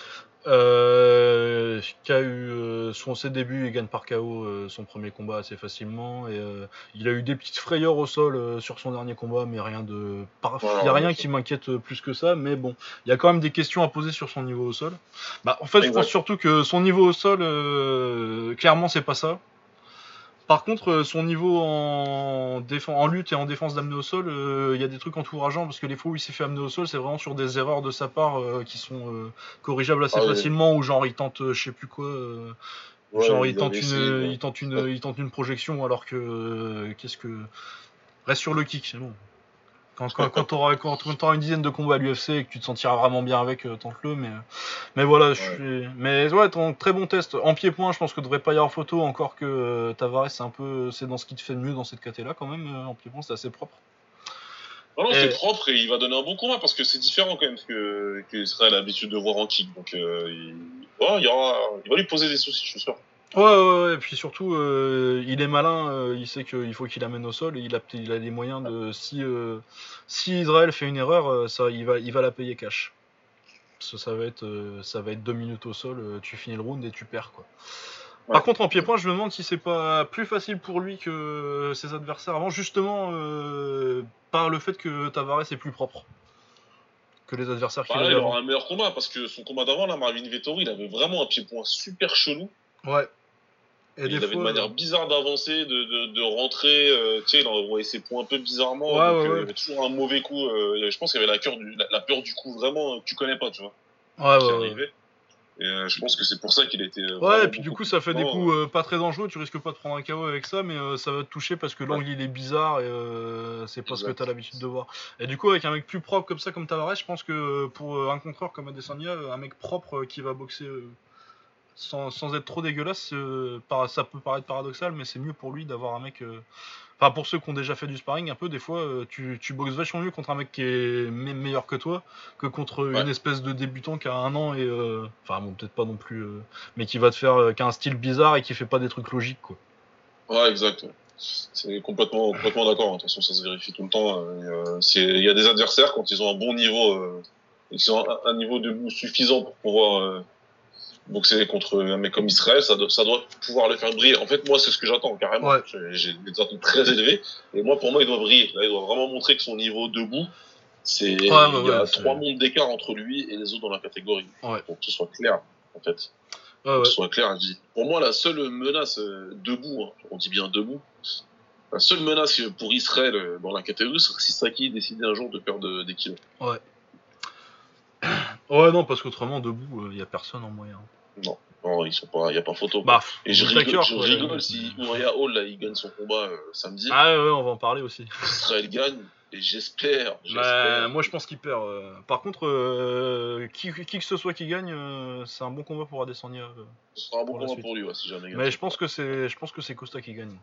Speaker 1: Euh, qui a eu euh, son ses débuts, il gagne par K O euh, son premier combat assez facilement et euh, il a eu des petites frayeurs au sol euh, sur son dernier combat, mais rien de, il
Speaker 2: Voilà,
Speaker 1: y a
Speaker 2: bien
Speaker 1: rien
Speaker 2: sûr.
Speaker 1: qui m'inquiète euh, plus que ça, mais bon, il y a quand même des questions à poser sur son niveau au sol. Bah, en fait, je pense
Speaker 2: Exact.
Speaker 1: surtout que son niveau au sol, euh, clairement, c'est pas ça. Par contre, euh, son niveau en, défense, en lutte et en défense d'amener au sol, euh, il y a des trucs encourageants parce que les fois où il s'est fait amener au sol, c'est vraiment sur des erreurs de sa part euh, qui sont euh, corrigeables assez
Speaker 2: Ah oui,
Speaker 1: facilement, ou genre il tente, euh, je sais plus quoi, euh, genre
Speaker 2: ouais,
Speaker 1: il
Speaker 2: il avait
Speaker 1: tente
Speaker 2: essayé.
Speaker 1: une,
Speaker 2: Ouais.
Speaker 1: il tente une, il tente une projection alors que euh, qu'est-ce que reste sur le kick, c'est bon. Quand, quand, quand t'auras quand, quand t'auras une dizaine de combats à l'U F C et que tu te sentiras vraiment bien avec, euh, tente-le, mais mais voilà, je
Speaker 2: Ouais.
Speaker 1: suis. Mais ouais, ton très bon test. En pied-point, je pense que devrait pas y avoir photo, encore que euh, Tavares, c'est un peu. C'est dans ce qui te fait de mieux dans cette caté là, quand même. euh, en pied-point, c'est assez propre.
Speaker 2: Non, non, c'est
Speaker 1: Et,
Speaker 2: propre et il va donner un bon combat parce que c'est différent quand même que, que Israël a l'habitude de voir en kick. Donc, euh, il... Ouais, il, y aura... il va lui poser des soucis, je suis sûr.
Speaker 1: ouais, ouais, ouais, et puis surtout, euh, il est malin, euh, il sait qu'il faut qu'il amène au sol, et il a, il a les moyens de. Si, euh, si Israël fait une erreur, euh, ça, il, va, il va la payer cash. Parce que ça va être, euh, ça va être deux minutes au sol, euh, tu finis le round et tu perds, quoi.
Speaker 2: Ouais.
Speaker 1: Par contre, en pied-point, je me demande si c'est pas plus facile pour lui que ses adversaires avant, justement euh, par le fait que Tavares est plus propre que les adversaires qu'il
Speaker 2: Bah là,
Speaker 1: avait
Speaker 2: il
Speaker 1: avant.
Speaker 2: aura un meilleur combat parce que son combat d'avant, là, Marvin Vettori, il avait vraiment un pied-point super chelou.
Speaker 1: Ouais. Et
Speaker 2: Et
Speaker 1: des
Speaker 2: il avait une
Speaker 1: fois.
Speaker 2: manière bizarre d'avancer, de, de, de rentrer. Euh, tu sais, il envoyait ses points un peu bizarrement.
Speaker 1: Ouais,
Speaker 2: Donc,
Speaker 1: ouais,
Speaker 2: euh, il
Speaker 1: ouais.
Speaker 2: y avait toujours un mauvais coup. Euh, je pense qu'il y avait la, peur du, la, la peur du coup vraiment que tu connais pas, tu vois,
Speaker 1: Ouais,
Speaker 2: qui
Speaker 1: ouais, ouais.
Speaker 2: arrivait. Et euh, je pense que c'est pour ça qu'il était
Speaker 1: Ouais, et
Speaker 2: vraiment
Speaker 1: puis du
Speaker 2: beaucoup
Speaker 1: coup,
Speaker 2: plus
Speaker 1: ça fait des
Speaker 2: confiant.
Speaker 1: coups euh, pas très dangereux. Tu risques pas de prendre un K O avec ça, mais euh, ça va te toucher parce que
Speaker 2: Ouais,
Speaker 1: l'angle il est bizarre et euh, c'est pas ce que t'as
Speaker 2: exact.
Speaker 1: l'habitude de voir. Et du coup, avec un mec plus propre comme ça, comme Tavares, je pense que pour euh, un contreur comme Adesanya, euh, un mec propre euh, qui va boxer euh, sans, sans être trop dégueulasse, euh, par- ça peut paraître paradoxal, mais c'est mieux pour lui d'avoir un mec. euh, Enfin, pour ceux qui ont déjà fait du sparring, un peu, des fois, euh, tu, tu boxes vachement mieux contre un mec qui est même meilleur que toi que contre
Speaker 2: Ouais.
Speaker 1: une espèce de débutant qui a un an et. euh, Enfin, bon, peut-être pas non plus. euh, Mais qui va te faire. euh, qui a un style bizarre et qui fait pas des trucs logiques, quoi.
Speaker 2: Ouais, exact. Ouais. C'est complètement, complètement d'accord. hein. De toute façon, ça se vérifie tout le temps. euh, et, euh, c'est- Il y a des adversaires, quand ils ont un bon niveau, euh, et qu'ils ont un, un niveau debout suffisant pour pouvoir euh, boxer contre un mec comme Israël, ça doit, ça doit pouvoir le faire briller. En fait, moi, c'est ce que j'attends, carrément.
Speaker 1: Ouais.
Speaker 2: J'ai j'ai des attentes très élevées. Et moi, pour moi, il doit briller. Là, il doit vraiment montrer que son niveau debout, c'est,
Speaker 1: Ouais, bah
Speaker 2: il y a
Speaker 1: ouais, c'est-
Speaker 2: trois mondes d'écart entre lui et les autres dans la catégorie.
Speaker 1: Ouais.
Speaker 2: Pour que ce soit clair, en fait.
Speaker 1: Ouais,
Speaker 2: Pour que
Speaker 1: ouais.
Speaker 2: ce soit clair, je dis. Pour moi, la seule menace euh, debout, hein, on dit bien debout, la seule menace pour Israël euh, dans la catégorie, c'est si Saki décidait un jour de perdre des kilos.
Speaker 1: Ouais. Ouais, non, parce qu'autrement, debout, il y a personne en moyen.
Speaker 2: Non, non, ils sont pas, il y a pas photo.
Speaker 1: Bah,
Speaker 2: quoi. Et je
Speaker 1: Whittaker,
Speaker 2: rigole, je
Speaker 1: quoi,
Speaker 2: rigole
Speaker 1: la
Speaker 2: si
Speaker 1: limite, mais-
Speaker 2: Uriah Hall là, il gagne son combat euh, samedi.
Speaker 1: Ah ouais, ouais, on va en parler aussi.
Speaker 2: Israël gagne et j'espère,
Speaker 1: Mais
Speaker 2: j'espère.
Speaker 1: moi je pense qu'il perd. euh. Par contre, euh, qui, qui que ce soit qui gagne, euh, c'est un bon combat pour Adesanya. euh.
Speaker 2: Ce sera un bon
Speaker 1: pour la
Speaker 2: combat
Speaker 1: suite.
Speaker 2: pour lui, ouais, si jamais il gagne.
Speaker 1: Mais je pense que c'est, je pense que c'est Costa qui gagne.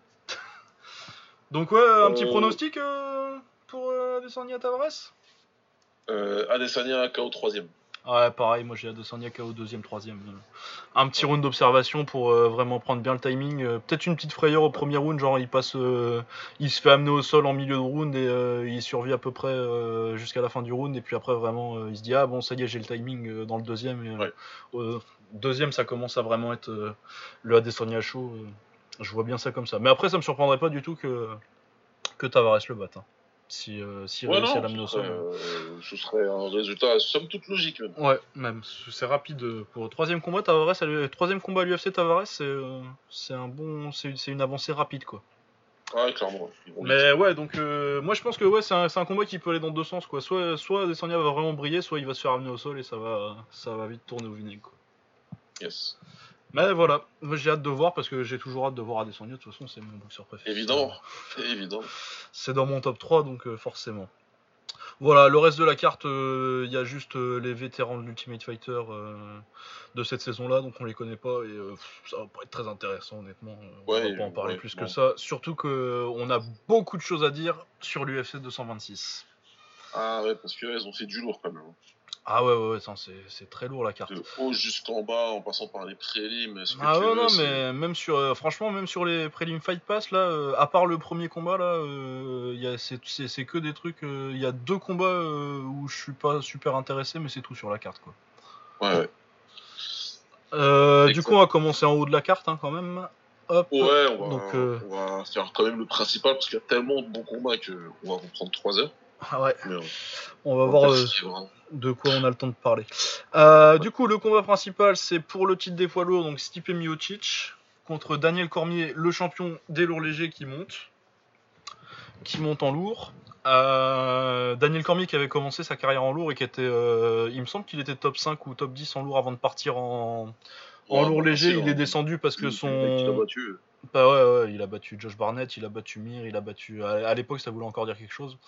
Speaker 1: Donc ouais, un petit
Speaker 2: Euh,
Speaker 1: pronostic euh, pour euh, Adesanya Tavares.
Speaker 2: Euh, Adesanya K O troisième.
Speaker 1: Ouais, pareil, moi j'ai Adesanya K O deuxième, troisième. Un petit round d'observation pour euh, vraiment prendre bien le timing. Euh, Peut-être une petite frayeur au premier round, genre il passe, euh, il se fait amener au sol en milieu de round et euh, il survit à peu près euh, jusqu'à la fin du round. Et puis après vraiment, euh, il se dit ah bon ça y est j'ai le timing euh, dans le deuxième. Et, euh,
Speaker 2: Ouais.
Speaker 1: euh, deuxième ça commence à vraiment être euh, le Adesanya chaud. euh, je vois bien ça comme ça. Mais après ça me surprendrait pas du tout que que Tavares le batte. Hein. Si euh, s'il
Speaker 2: Ouais,
Speaker 1: réussit à
Speaker 2: non,
Speaker 1: l'amener
Speaker 2: ce
Speaker 1: au
Speaker 2: serait,
Speaker 1: sol.
Speaker 2: euh, ce serait un résultat somme toute logique même.
Speaker 1: Ouais, même. C'est rapide. Pour le troisième combat, Tavares, le troisième combat à l'U F C, Tavares, c'est euh, c'est un bon, c'est c'est une avancée rapide quoi.
Speaker 2: Ouais, clairement. Ils vont vite.
Speaker 1: Mais ouais, donc euh, moi je pense que ouais, c'est un, c'est un combat qui peut aller dans deux sens quoi. Soit soit Adesanya va vraiment briller, soit il va se faire amener au sol et ça va ça va vite tourner au vinaigre quoi.
Speaker 2: Yes.
Speaker 1: Mais voilà, moi j'ai hâte de voir parce que j'ai toujours hâte de voir Adesanya. De toute façon, c'est mon boxeur préféré.
Speaker 2: Évidemment. Évidemment.
Speaker 1: C'est dans mon top trois donc euh, forcément. Voilà, le reste de la carte, il euh, y a juste euh, les vétérans de l'Ultimate Fighter euh, de cette saison-là, donc on les connaît pas et euh, ça va pas être très intéressant honnêtement. On
Speaker 2: Ouais,
Speaker 1: va pas en parler
Speaker 2: ouais,
Speaker 1: plus
Speaker 2: non.
Speaker 1: que ça. Surtout qu'on a beaucoup de choses à dire sur l'U F C deux cent vingt-six.
Speaker 2: Ah ouais, parce qu'elles ont fait du lourd quand même.
Speaker 1: Ah ouais, ouais, ouais c'est, c'est très lourd la carte.
Speaker 2: De haut jusqu'en bas, en passant par les prélims. Ce que
Speaker 1: Ah
Speaker 2: tu
Speaker 1: ouais,
Speaker 2: veux,
Speaker 1: non,
Speaker 2: c'est-
Speaker 1: mais même sur, euh, franchement, même sur les Prelim Fight Pass, là, euh, à part le premier combat, là, euh, y a, c'est, c'est, c'est que des trucs. Il euh, y a deux combats euh, où je suis pas super intéressé, mais c'est tout sur la carte, quoi.
Speaker 2: Ouais, ouais.
Speaker 1: Euh, du
Speaker 2: Exact.
Speaker 1: coup, on va commencer en haut de la carte, hein, quand même. Hop.
Speaker 2: Ouais, on va,
Speaker 1: Donc, euh,
Speaker 2: on va faire quand même le principal parce qu'il y a tellement de bons combats qu'on va vous prendre trois heures.
Speaker 1: ah ouais,
Speaker 2: Mais, euh,
Speaker 1: on va
Speaker 2: on
Speaker 1: voir
Speaker 2: va
Speaker 1: euh,
Speaker 2: faire vraiment.
Speaker 1: de quoi on a le temps de parler. Euh, du coup, le combat principal, c'est pour le titre des poids lourds, donc Stipe Miocic contre Daniel Cormier, le champion des lourds légers qui monte, qui monte en lourd. Euh, Daniel Cormier qui avait commencé sa carrière en lourd et qui était, euh, il me semble qu'il était top cinq ou top dix en lourd avant de partir en, en
Speaker 2: Ouais,
Speaker 1: lourd
Speaker 2: bah,
Speaker 1: léger.
Speaker 2: facile,
Speaker 1: Il est
Speaker 2: hein.
Speaker 1: descendu parce que
Speaker 2: Le mec qui l'a
Speaker 1: son,
Speaker 2: battu.
Speaker 1: bah ouais, ouais, il a battu Josh Barnett, il a battu Mir, il a battu. À, à l'époque, ça voulait encore dire quelque chose.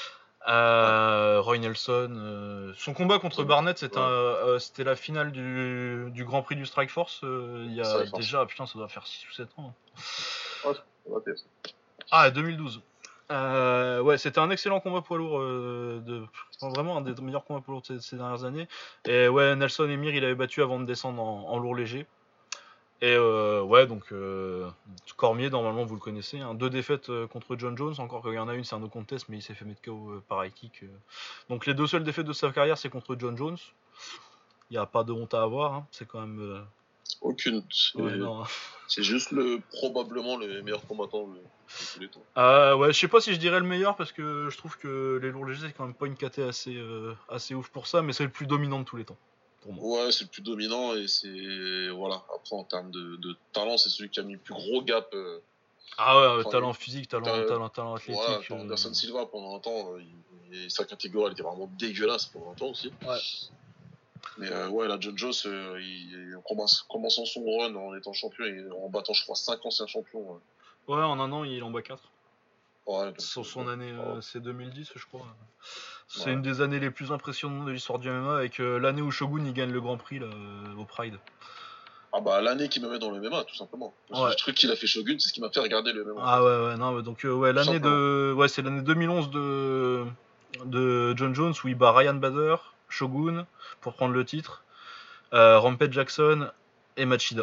Speaker 1: Euh, Roy Nelson. euh, Son combat contre
Speaker 2: Ouais.
Speaker 1: Barnett, c'était,
Speaker 2: Ouais.
Speaker 1: un- euh, c'était la finale du, du Grand Prix du Strike Force. euh, il y a
Speaker 2: Strike Force.
Speaker 1: déjà, putain, ça doit faire six ou sept ans.
Speaker 2: Ouais, on va faire ça.
Speaker 1: Ah, deux mille douze. Euh, ouais, c'était un excellent combat poids lourd. Euh, de, vraiment un des meilleurs combats poids lourds de ces, ces dernières années. Et ouais, Nelson et Mir, il avait battu avant de descendre en, en lourd léger. Et euh, ouais, donc euh, Cormier, normalement, vous le connaissez. Hein, deux défaites euh, contre John Jones. Encore qu'il y en a une, c'est un no contest, mais il s'est fait mettre K O euh, par high kick. Euh. Donc les deux seules défaites de sa carrière, c'est contre John Jones. Il n'y a pas de honte à avoir. Hein, c'est quand même. Euh...
Speaker 2: Aucune. C'est,
Speaker 1: Ouais, non.
Speaker 2: c'est juste le, probablement le meilleur combattant de, de tous les temps.
Speaker 1: Euh, ouais, je sais pas si je dirais le meilleur parce que je trouve que les lourds légers, c'est quand même pas une caté assez, euh, assez ouf pour ça, mais c'est le plus dominant de tous les temps. Pour moi.
Speaker 2: Ouais, c'est le plus dominant et c'est. Voilà. Après, en termes de, de talent, c'est celui qui a mis le plus gros gap. Euh,
Speaker 1: Ah ouais,
Speaker 2: enfin,
Speaker 1: talent physique, talent,
Speaker 2: t'as-
Speaker 1: talent, talent athlétique.
Speaker 2: Voilà,
Speaker 1: euh...
Speaker 2: Anderson Silva, pendant un temps, euh, il, il, sa catégorie elle était vraiment dégueulasse pendant un temps aussi.
Speaker 1: Ouais.
Speaker 2: Mais euh, ouais, là, John Jones, euh, il, il commence, commençant son run en étant champion et en battant, je crois, cinq anciens champions. Ouais,
Speaker 1: Ouais, en un an, il en bat quatre.
Speaker 2: ouais donc,
Speaker 1: Sur son
Speaker 2: euh,
Speaker 1: année,
Speaker 2: ouais.
Speaker 1: euh, c'est deux mille dix, je crois. C'est
Speaker 2: Ouais.
Speaker 1: une des années les plus impressionnantes de l'histoire du M M A avec euh, l'année où Shogun il gagne le Grand Prix là, euh, au Pride.
Speaker 2: Ah bah l'année qui me met dans le M M A, tout simplement.
Speaker 1: Ouais.
Speaker 2: Le truc qu'il a fait Shogun, c'est ce qui m'a fait regarder le M M A.
Speaker 1: Ah ouais, ouais, non, mais donc, euh, ouais, l'année
Speaker 2: simplement.
Speaker 1: de. Ouais, c'est l'année deux mille onze de. de John Jones où il bat Ryan Bader, Shogun, pour prendre le titre, euh, Rampage Jackson et Machida.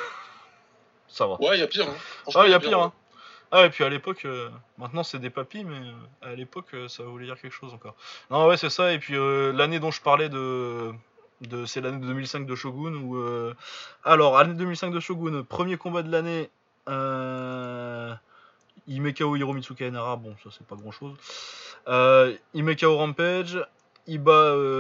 Speaker 1: Ça va.
Speaker 2: Ouais, il y a pire, hein. Franchement,
Speaker 1: Ah,
Speaker 2: il
Speaker 1: il
Speaker 2: y
Speaker 1: y
Speaker 2: a
Speaker 1: a pire,
Speaker 2: ouais.
Speaker 1: hein. Ah, et puis à l'époque, euh, maintenant c'est des papis, mais euh, à l'époque euh, ça voulait dire quelque chose encore. Non, ouais, c'est ça. Et puis euh, l'année dont je parlais de. de c'est l'année deux mille cinq de Shogun où. Euh... Alors, année deux mille cinq de Shogun, premier combat de l'année. Euh... Il met K O Hiromitsu Kainara, bon, ça c'est pas grand chose. Euh, il met K O Rampage, il bat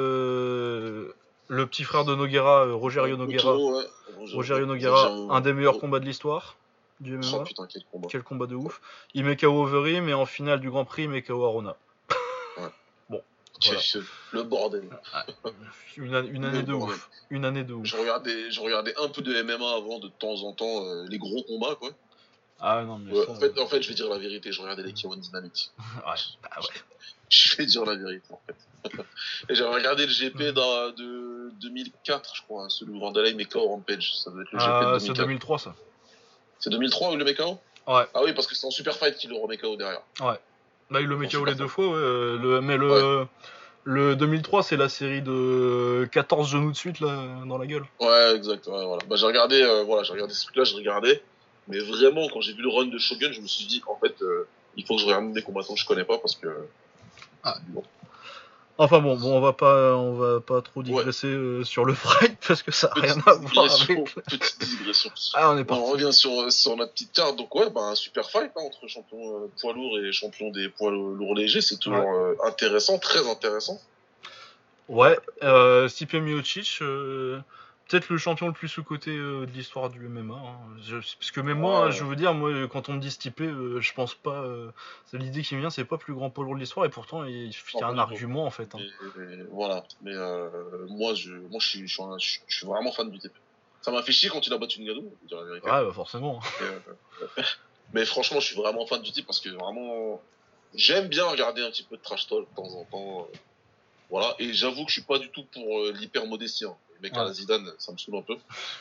Speaker 1: euh, le petit frère de Noguera, euh, Rogerio Noguera.
Speaker 2: Otoro, ouais.
Speaker 1: Rogerio Noguera,
Speaker 2: Rogerio-
Speaker 1: un des meilleurs
Speaker 2: Oh.
Speaker 1: combats de l'histoire du M M A.
Speaker 2: Oh putain, quel combat.
Speaker 1: Quel combat de ouf. Il met K O Overeem, mais en finale du Grand Prix, il met K O Arona.
Speaker 2: Ouais.
Speaker 1: Bon, voilà.
Speaker 2: Le bordel.
Speaker 1: Une, an- une année
Speaker 2: Le
Speaker 1: de
Speaker 2: bordel.
Speaker 1: ouf. Une année de ouf.
Speaker 2: Je regardais, je regardais un peu de M M A avant, de temps en temps, euh, les gros combats, quoi.
Speaker 1: Ah non, mais
Speaker 2: Ouais,
Speaker 1: ça,
Speaker 2: en, fait, en fait, je vais dire la vérité, je regardais les K one Dynamite.
Speaker 1: ouais, bah ouais.
Speaker 2: Je vais dire la vérité, en fait. Et j'avais regardé le G P d'un- de deux mille quatre, je crois, celui où Vandalay met K O Rampage. Ça doit être le G P de
Speaker 1: Ah,
Speaker 2: deux mille
Speaker 1: c'est
Speaker 2: quatre.
Speaker 1: deux mille trois ça.
Speaker 2: C'est deux mille trois où il le met K O?
Speaker 1: Ouais.
Speaker 2: Ah oui, parce que c'est en Super Fight qu'il le remet K O derrière.
Speaker 1: Ouais. Bah, il le met
Speaker 2: En
Speaker 1: K O
Speaker 2: super
Speaker 1: les deux
Speaker 2: fight.
Speaker 1: fois, ouais. euh, Le, mais le,
Speaker 2: Ouais.
Speaker 1: le deux mille trois, c'est la série de quatorze genoux de suite là, dans la gueule.
Speaker 2: Ouais, exact. Ouais, voilà. Bah, j'ai regardé, euh, voilà, j'ai regardé ce truc-là, j'ai regardé. Mais vraiment, quand j'ai vu le run de Shogun, je me suis dit, en fait, euh, il faut que je regarde des combattants que je connais pas parce que.
Speaker 1: Ah.
Speaker 2: Bon.
Speaker 1: Enfin bon, bon, on va pas, on va pas trop digresser ouais. euh, sur le fight parce que ça a rien à voir avec.
Speaker 2: Petite digression.
Speaker 1: Ah, on est parti.
Speaker 2: On revient sur, sur notre petite carte. Donc ouais, bah, un super fight hein, entre champion euh, poids lourd et champion des poids lourds légers. C'est toujours ouais. euh, intéressant, très intéressant.
Speaker 1: Ouais, euh, Stipe Miocic, euh, peut-être le champion le plus sous-coté euh, de l'histoire du M M A. Hein. Je, parce que même ouais. moi, je veux dire, moi, quand on me dit Stipe, euh, je pense pas. Euh, c'est l'idée qui me vient, c'est pas plus grand poids lourd de l'histoire, et pourtant, il y a un argument en fait. Hein.
Speaker 2: Et, et, voilà. Mais euh, moi, je, moi, je suis, je suis, un, je, je suis vraiment fan du T P. Ça m'a fait chier quand il a battu Ngannou, pour dire la vérité.
Speaker 1: Ouais, bah forcément.
Speaker 2: Et, euh, mais franchement, je suis vraiment fan du type parce que vraiment, j'aime bien regarder un petit peu de trash talk de temps en temps. Euh, voilà. Et j'avoue que je suis pas du tout pour euh, l'hyper-modestie. Hein. Les mecs ouais. à la Zidane, ça me saoule un peu.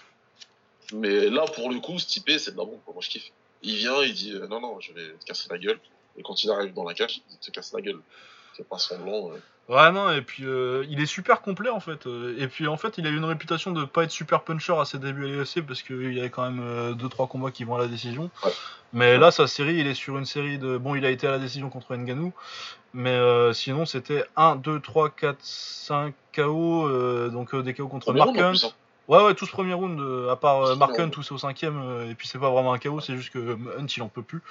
Speaker 2: Mais là, pour le coup, ce type, c'est de la bombe. Moi, je kiffe. Il vient, il dit euh, non, non, je vais te casser la gueule. Et quand il arrive dans la cage, il te casse la gueule. C'est pas semblant. Euh...
Speaker 1: Ouais, non, et puis euh, il est super complet en fait. Et puis en fait, il a eu une réputation de pas être super puncher à ses débuts à l'U F C parce qu'il y avait quand même deux trois combats qui vont à la décision.
Speaker 2: Ouais.
Speaker 1: Mais là, sa série, il est sur une série de. Bon, il a été à la décision contre Ngannou. Mais euh, sinon, c'était un, deux, trois, quatre, cinq K O. Euh, donc euh, des K O contre Mark Hunt. Hein. Ouais, ouais, tout ce premier round, euh, à part euh, Mark Hunt, tout c'est au cinquième. Euh, et puis c'est pas vraiment un K O, c'est juste que Hunt, il en peut plus.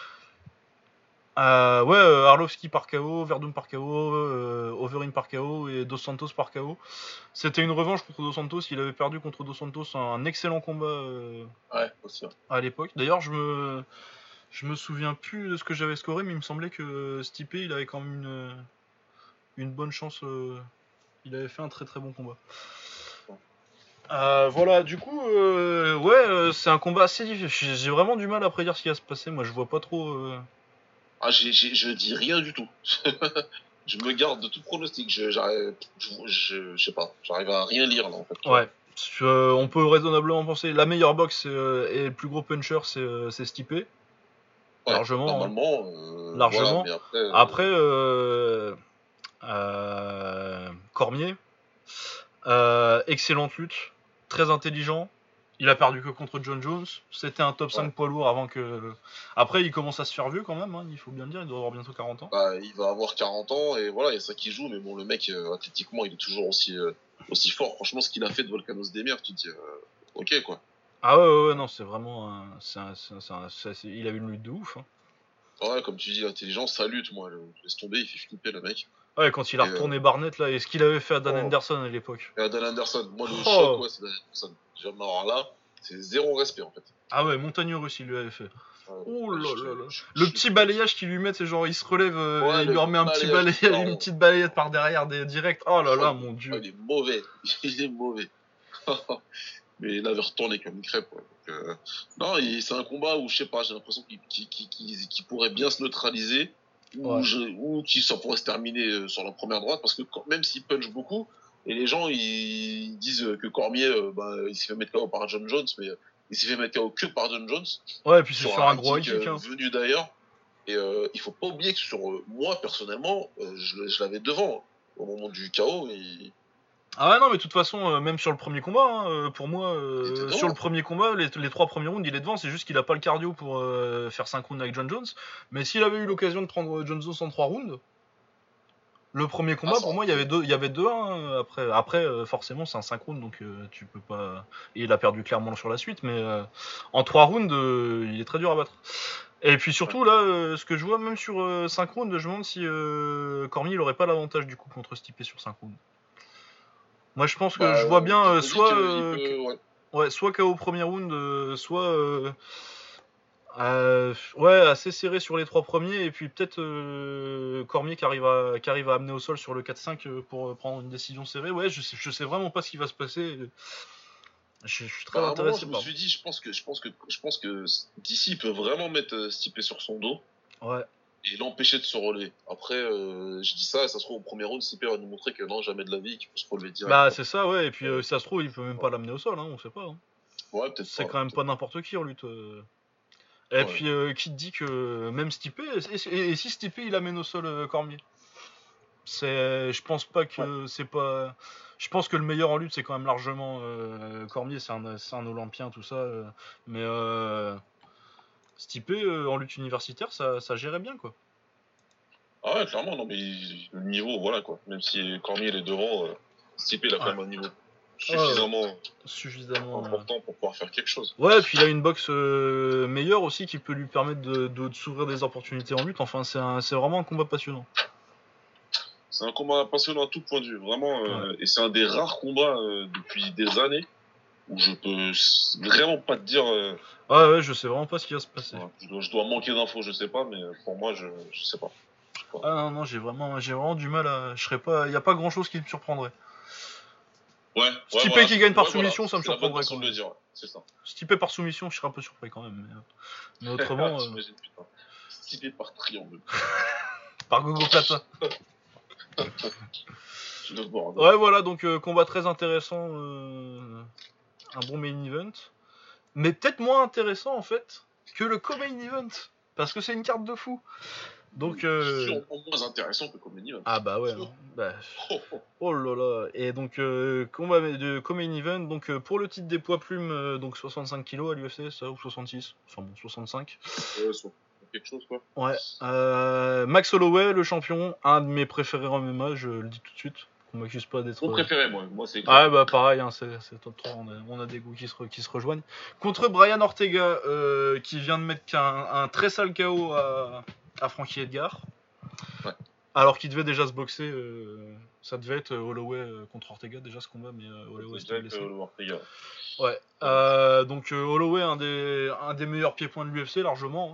Speaker 1: Euh, ouais, euh, Arlovski par K O, Verdum par K O, euh, Overeem par K O et Dos Santos par K O. C'était une revanche contre Dos Santos. Il avait perdu contre Dos Santos un excellent combat euh,
Speaker 2: ouais, aussi.
Speaker 1: à l'époque. D'ailleurs, je me, je me souviens plus de ce que j'avais scoré, mais il me semblait que Stipe, il avait quand même une, une bonne chance. Euh, il avait fait un très très bon combat. Euh, voilà, du coup, euh, ouais, euh, c'est un combat assez difficile. J'ai vraiment du mal à prédire ce qui va se passer. Moi, je vois pas trop. Euh...
Speaker 2: Ah, j'ai, j'ai, je dis rien du tout. Je me garde de tout pronostic. Je, j'arrive, je, je, je sais pas. J'arrive à rien lire là en fait.
Speaker 1: Ouais. Euh, on peut raisonnablement penser la meilleure boxe euh, et le plus gros puncher, c'est, euh, c'est Stipe. Ouais, largement.
Speaker 2: Normalement. Euh,
Speaker 1: largement.
Speaker 2: Voilà, mais après.
Speaker 1: Après, euh, euh, Cormier, euh, excellente lutte, très intelligent. Il a perdu que contre John Jones. C'était un top cinq ouais. poids lourd avant que. Après, il commence à se faire vieux quand même, hein, il faut bien le dire. Il doit avoir bientôt quarante ans.
Speaker 2: Bah, il va avoir quarante ans et voilà, il y a ça qui joue. Mais bon, le mec, euh, athlétiquement, il est toujours aussi, euh, aussi fort. Franchement, ce qu'il a fait de Volkanos Demir, tu te dis, euh, ok quoi.
Speaker 1: Ah ouais, ouais, ouais, non, c'est vraiment. Un... C'est un, c'est un, c'est un, c'est un, c'est... Il a eu une lutte de ouf. Hein.
Speaker 2: Ouais, comme tu dis, l'intelligence, sa lutte, moi, le... laisse tomber, il fait flipper le mec.
Speaker 1: Ouais, quand il a et retourné euh... Barnett là, et ce qu'il avait fait à Dan oh. Anderson à l'époque.
Speaker 2: Et à Dan Anderson, moi, le oh. choc, ouais, c'est Dan Anderson. Alors là. C'est zéro respect en fait.
Speaker 1: Ah ouais, Montagne Russe il lui avait fait. Ouais, oh là là là. Le petit balayage qu'il lui met, c'est genre il se relève, euh, ouais, il lui remet un petit balayage, une petite balayette par derrière des direct. Oh là là, mon dieu.
Speaker 2: Il est mauvais, il est mauvais. Mais il avait retourné comme une crêpe. Ouais. Donc, euh... Non, il... c'est un combat où je sais pas, j'ai l'impression qu'il, qu'il, qu'il, qu'il, qu'il pourrait bien se neutraliser ou, ouais. je... ou qu'il ça pourrait se terminer sur la première droite parce que quand... même s'il punch beaucoup, Et les gens, ils disent que Cormier, euh, bah, il s'est fait mettre K O par John Jones, mais il s'est fait mettre K O que par John Jones.
Speaker 1: Ouais, et puis c'est
Speaker 2: sur,
Speaker 1: sur
Speaker 2: un
Speaker 1: un gros high
Speaker 2: kick
Speaker 1: kick.
Speaker 2: euh,
Speaker 1: Hein.
Speaker 2: venu d'ailleurs. Et euh, il faut pas oublier que sur euh, moi, personnellement, euh, je, je l'avais devant au moment du K O. Et...
Speaker 1: Ah ouais, non, mais de toute façon, euh, même sur le premier combat, hein, euh, pour moi,
Speaker 2: il était
Speaker 1: euh,
Speaker 2: devant.
Speaker 1: sur le premier combat, les, les trois premiers rounds, il est devant, c'est juste qu'il a pas le cardio pour euh, faire cinq rounds avec John Jones. Mais s'il avait eu l'occasion de prendre John Jones en trois rounds, le premier combat,
Speaker 2: Ah,
Speaker 1: pour
Speaker 2: ça
Speaker 1: moi, il y avait deux, il y avait deux un après. Après, euh, forcément, c'est un cinq rounds, donc euh, tu peux pas. Et il a perdu clairement sur la suite, mais euh, en trois rounds, euh, il est très dur à battre. Et puis surtout, là, euh, ce que je vois, même sur euh, cinq rounds, je me demande si euh, Cormier, il aurait pas l'avantage du coup contre Stipe sur cinq rounds. Moi, je pense que
Speaker 2: Bah,
Speaker 1: je vois bien
Speaker 2: je
Speaker 1: euh,
Speaker 2: me dis
Speaker 1: soit,
Speaker 2: qu'il
Speaker 1: euh,
Speaker 2: peut,
Speaker 1: que-
Speaker 2: ouais.
Speaker 1: ouais, soit K O au premier round, euh, soit euh, euh, ouais, assez serré sur les trois premiers, et puis peut-être euh, Cormier qui arrive, à, qui arrive à amener au sol sur le quatre cinq euh, pour euh, prendre une décision serrée. Ouais, je sais, je sais vraiment pas ce qui va se passer. Je, je suis très
Speaker 2: Bah, à un moment,
Speaker 1: intéressé
Speaker 2: je me
Speaker 1: par.
Speaker 2: suis dit, je pense que, je pense que, je pense que d'ici, il peut vraiment mettre euh, Stipe sur son dos.
Speaker 1: Ouais.
Speaker 2: Et l'empêcher de se relever. Après, euh, je dis ça, et ça se trouve au premier round, Stipe va nous montrer que non, jamais de la vie, qu'il peut se relever direct.
Speaker 1: Bah, c'est ça, ouais, et puis euh, si ça se trouve, il peut même pas l'amener au sol, hein, on sait pas. Hein.
Speaker 2: Ouais, peut-être
Speaker 1: C'est
Speaker 2: pas.
Speaker 1: quand même
Speaker 2: peut-être
Speaker 1: pas n'importe qui en lutte. euh. Et
Speaker 2: Ouais.
Speaker 1: puis, euh, qui te dit que même Stipe, et, et- et si Stipe il amène au sol euh, Cormier C'est, je pense pas que c'est pas. Je pense que le meilleur en lutte c'est quand même largement euh, Cormier, c'est un, c'est un Olympien tout ça, euh, mais euh, Stipe euh, en lutte universitaire ça, ça gérait bien quoi.
Speaker 2: Ah ouais, clairement, non, mais le niveau, voilà quoi. Même si Cormier il est devant, euh, Stipe il a quand
Speaker 1: Ouais.
Speaker 2: même un niveau suffisamment
Speaker 1: Ouais, suffisamment.
Speaker 2: important pour pouvoir faire quelque chose.
Speaker 1: Ouais, et puis il a une boxe euh, meilleure aussi qui peut lui permettre de, de, de s'ouvrir des opportunités en lutte. Enfin, c'est, un, c'est vraiment un combat passionnant.
Speaker 2: C'est un combat passionnant à tout point de vue, vraiment. Euh,
Speaker 1: Ouais.
Speaker 2: Et c'est un des rares combats euh, depuis des années où je peux vraiment pas te dire. Euh,
Speaker 1: Ouais, ouais, je sais vraiment pas ce qui va se passer.
Speaker 2: ouais, je, dois, je dois manquer d'infos, je sais pas, mais pour moi, je, je sais pas. Je sais pas.
Speaker 1: Ah non, non, j'ai vraiment, j'ai vraiment du mal à. Je serais pas. Il y a pas grand chose qui me surprendrait.
Speaker 2: Ouais, ouais,
Speaker 1: Stipe
Speaker 2: voilà,
Speaker 1: qui gagne par
Speaker 2: ouais,
Speaker 1: soumission,
Speaker 2: voilà,
Speaker 1: ça me
Speaker 2: c'est la bonne
Speaker 1: surprendrait
Speaker 2: façon
Speaker 1: quand
Speaker 2: de
Speaker 1: même.
Speaker 2: le dire, ouais, c'est ça.
Speaker 1: Stipe par soumission, je serais un peu surpris quand même. Mais, mais autrement. euh,
Speaker 2: T'imagines, putain. Stipe par triangle.
Speaker 1: Par Gogo Plata.
Speaker 2: Je dois voir.
Speaker 1: Ouais, voilà, donc euh, combat très intéressant. euh, un bon main event. Mais peut-être moins intéressant en fait que le co-main event. Parce que c'est une carte de fou. Donc. Euh...
Speaker 2: Sûrement moins intéressant que Comédie Event.
Speaker 1: Ah bah ouais.
Speaker 2: Oh.
Speaker 1: Hein. Bah...
Speaker 2: Oh, oh.
Speaker 1: oh là là. Et donc, euh, combat de co-main event. Donc, euh, pour le titre des poids plumes, euh, donc soixante-cinq kilos à l'U F C, ça, ou soixante-six. Enfin bon, soixante-cinq.
Speaker 2: Ouais, soit quelque chose quoi.
Speaker 1: Ouais. Euh, Max Holloway, le champion, un de mes préférés en M M A, je le dis tout de suite. On m'accuse pas d'être.
Speaker 2: Mon préféré, moi. Moi, c'est.
Speaker 1: Ah bah pareil, hein, c'est, c'est top trois, on a, on a des goûts qui se, re, qui se rejoignent. Contre Brian Ortega, euh, qui vient de mettre un, un très sale K O à, à Frankie Edgar.
Speaker 2: Ouais.
Speaker 1: Alors qu'il devait déjà se boxer, euh, ça devait être Holloway euh, contre Ortega déjà ce combat, mais euh, Holloway s'était blessé.
Speaker 2: Euh, Ortega.
Speaker 1: Ouais. Euh, donc euh, Holloway, un des, un des meilleurs pieds-points de l'U F C largement. Hein.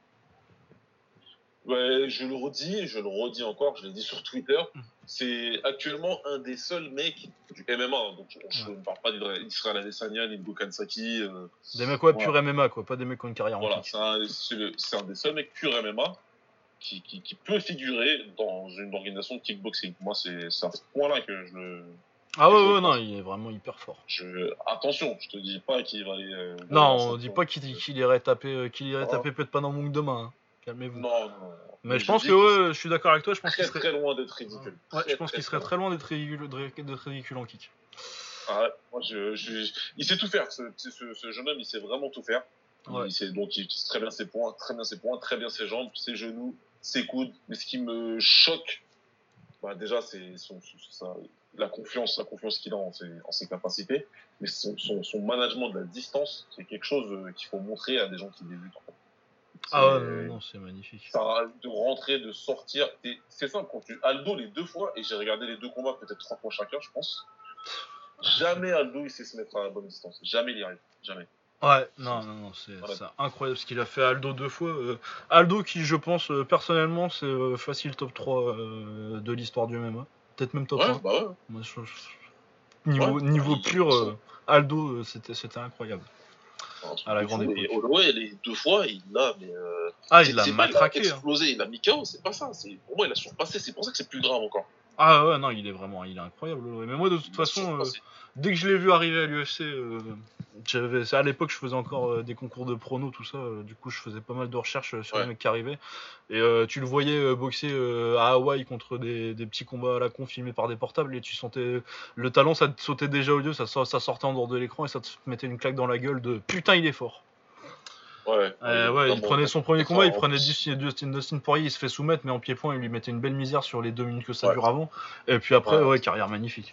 Speaker 2: Ouais, je le redis, et je le redis encore, je l'ai dit sur Twitter, mm. C'est actuellement un des seuls mecs du M M A, hein, donc je ouais. ne parle pas d'Israël Adesanya ni de Gokhan Saki. Euh,
Speaker 1: des mecs ouais, voilà. Pur M M A, quoi, pas des mecs qui ont une carrière
Speaker 2: voilà,
Speaker 1: en kick.
Speaker 2: C'est un, c'est, c'est un des seuls mecs pur M M A qui, qui, qui peut figurer dans une organisation de kickboxing. Moi, c'est, c'est à ce point-là que je le...
Speaker 1: Ah ouais, ouais, non, il est vraiment hyper fort.
Speaker 2: Je... Attention, je te dis pas qu'il va aller... Euh,
Speaker 1: non, on dit pas qu'il, qu'il irait taper, qu'il irait taper peut-être pas dans Mounk demain. Hein. Calmez-vous.
Speaker 2: Non, non.
Speaker 1: Mais, mais je, je pense que, ouais, je suis d'accord avec toi, je pense
Speaker 2: très,
Speaker 1: qu'il serait...
Speaker 2: très loin d'être ridicule.
Speaker 1: Ouais,
Speaker 2: très,
Speaker 1: je pense
Speaker 2: très,
Speaker 1: qu'il serait très loin d'être ridicule, d'être ridicule en kick.
Speaker 2: Ah ouais, moi je, je, il sait tout faire, ce, ce, ce jeune homme, il sait vraiment tout faire. Ouais. Il sait, donc il utilise très bien ses points, très bien ses points, très bien ses jambes, ses genoux, ses coudes. Mais ce qui me choque, bah déjà, c'est son, son, sa, la confiance, la confiance qu'il a en ses, en ses capacités. Mais son, son, son management de la distance, c'est quelque chose qu'il faut montrer à des gens qui débutent. En fait.
Speaker 1: Ah ouais, non, non, c'est magnifique.
Speaker 2: Ça, de rentrer, de sortir. Et c'est simple, quand tu Aldo les deux fois, et j'ai regardé les deux combats peut-être trois fois chacun, je pense. Jamais Aldo il sait se mettre à la bonne distance. Jamais il y arrive. Jamais.
Speaker 1: Ouais, non, non, non, c'est, voilà. C'est incroyable ce qu'il a fait Aldo deux fois. Euh, Aldo qui, je pense, euh, personnellement, c'est euh, facile top trois euh, de l'histoire du M M A. Peut-être même top
Speaker 2: ouais,
Speaker 1: un.
Speaker 2: Bah ouais.
Speaker 1: Moi, je, je, niveau
Speaker 2: ouais,
Speaker 1: niveau
Speaker 2: bah,
Speaker 1: pur, euh, Aldo, c'était, c'était incroyable.
Speaker 2: À la grande époque. Et Holloway, les deux fois, il l'a, mais euh,
Speaker 1: ah, il l'a matraqué.
Speaker 2: Il a explosé, hein. Il a mis K O, c'est pas ça. C'est, pour moi, il a surpassé. C'est pour ça que c'est plus grave encore.
Speaker 1: Ah ouais, non, il est vraiment, il est incroyable. Holloway. Mais moi, de toute
Speaker 2: Il m'a
Speaker 1: façon, euh,
Speaker 2: surpassé.
Speaker 1: dès que je l'ai vu arriver à l'U F C, euh, j'avais, c'est à l'époque, je faisais encore euh, des concours de prono, tout ça. euh, du coup, je faisais pas mal de recherches euh, sur les
Speaker 2: Ouais,
Speaker 1: mecs qui arrivaient. Et euh, tu le voyais euh, boxer euh, à Hawaï contre des, des petits combats à la con filmés par des portables. Et tu sentais le talent, ça te sautait déjà aux yeux, ça, so- ça sortait en dehors de l'écran et ça te mettait une claque dans la gueule de putain, il est fort.
Speaker 2: ouais, ouais, il
Speaker 1: Euh,
Speaker 2: est
Speaker 1: ouais, il
Speaker 2: vraiment
Speaker 1: prenait
Speaker 2: très,
Speaker 1: son premier
Speaker 2: très
Speaker 1: combat, il
Speaker 2: fort. En
Speaker 1: prenait
Speaker 2: plus,
Speaker 1: Dustin, Dustin, Dustin Poirier, il se fait soumettre, mais en pied-point, il lui mettait une belle misère sur les deux minutes que ça
Speaker 2: ouais,
Speaker 1: dure avant. Et puis après,
Speaker 2: ouais.
Speaker 1: ouais, carrière magnifique.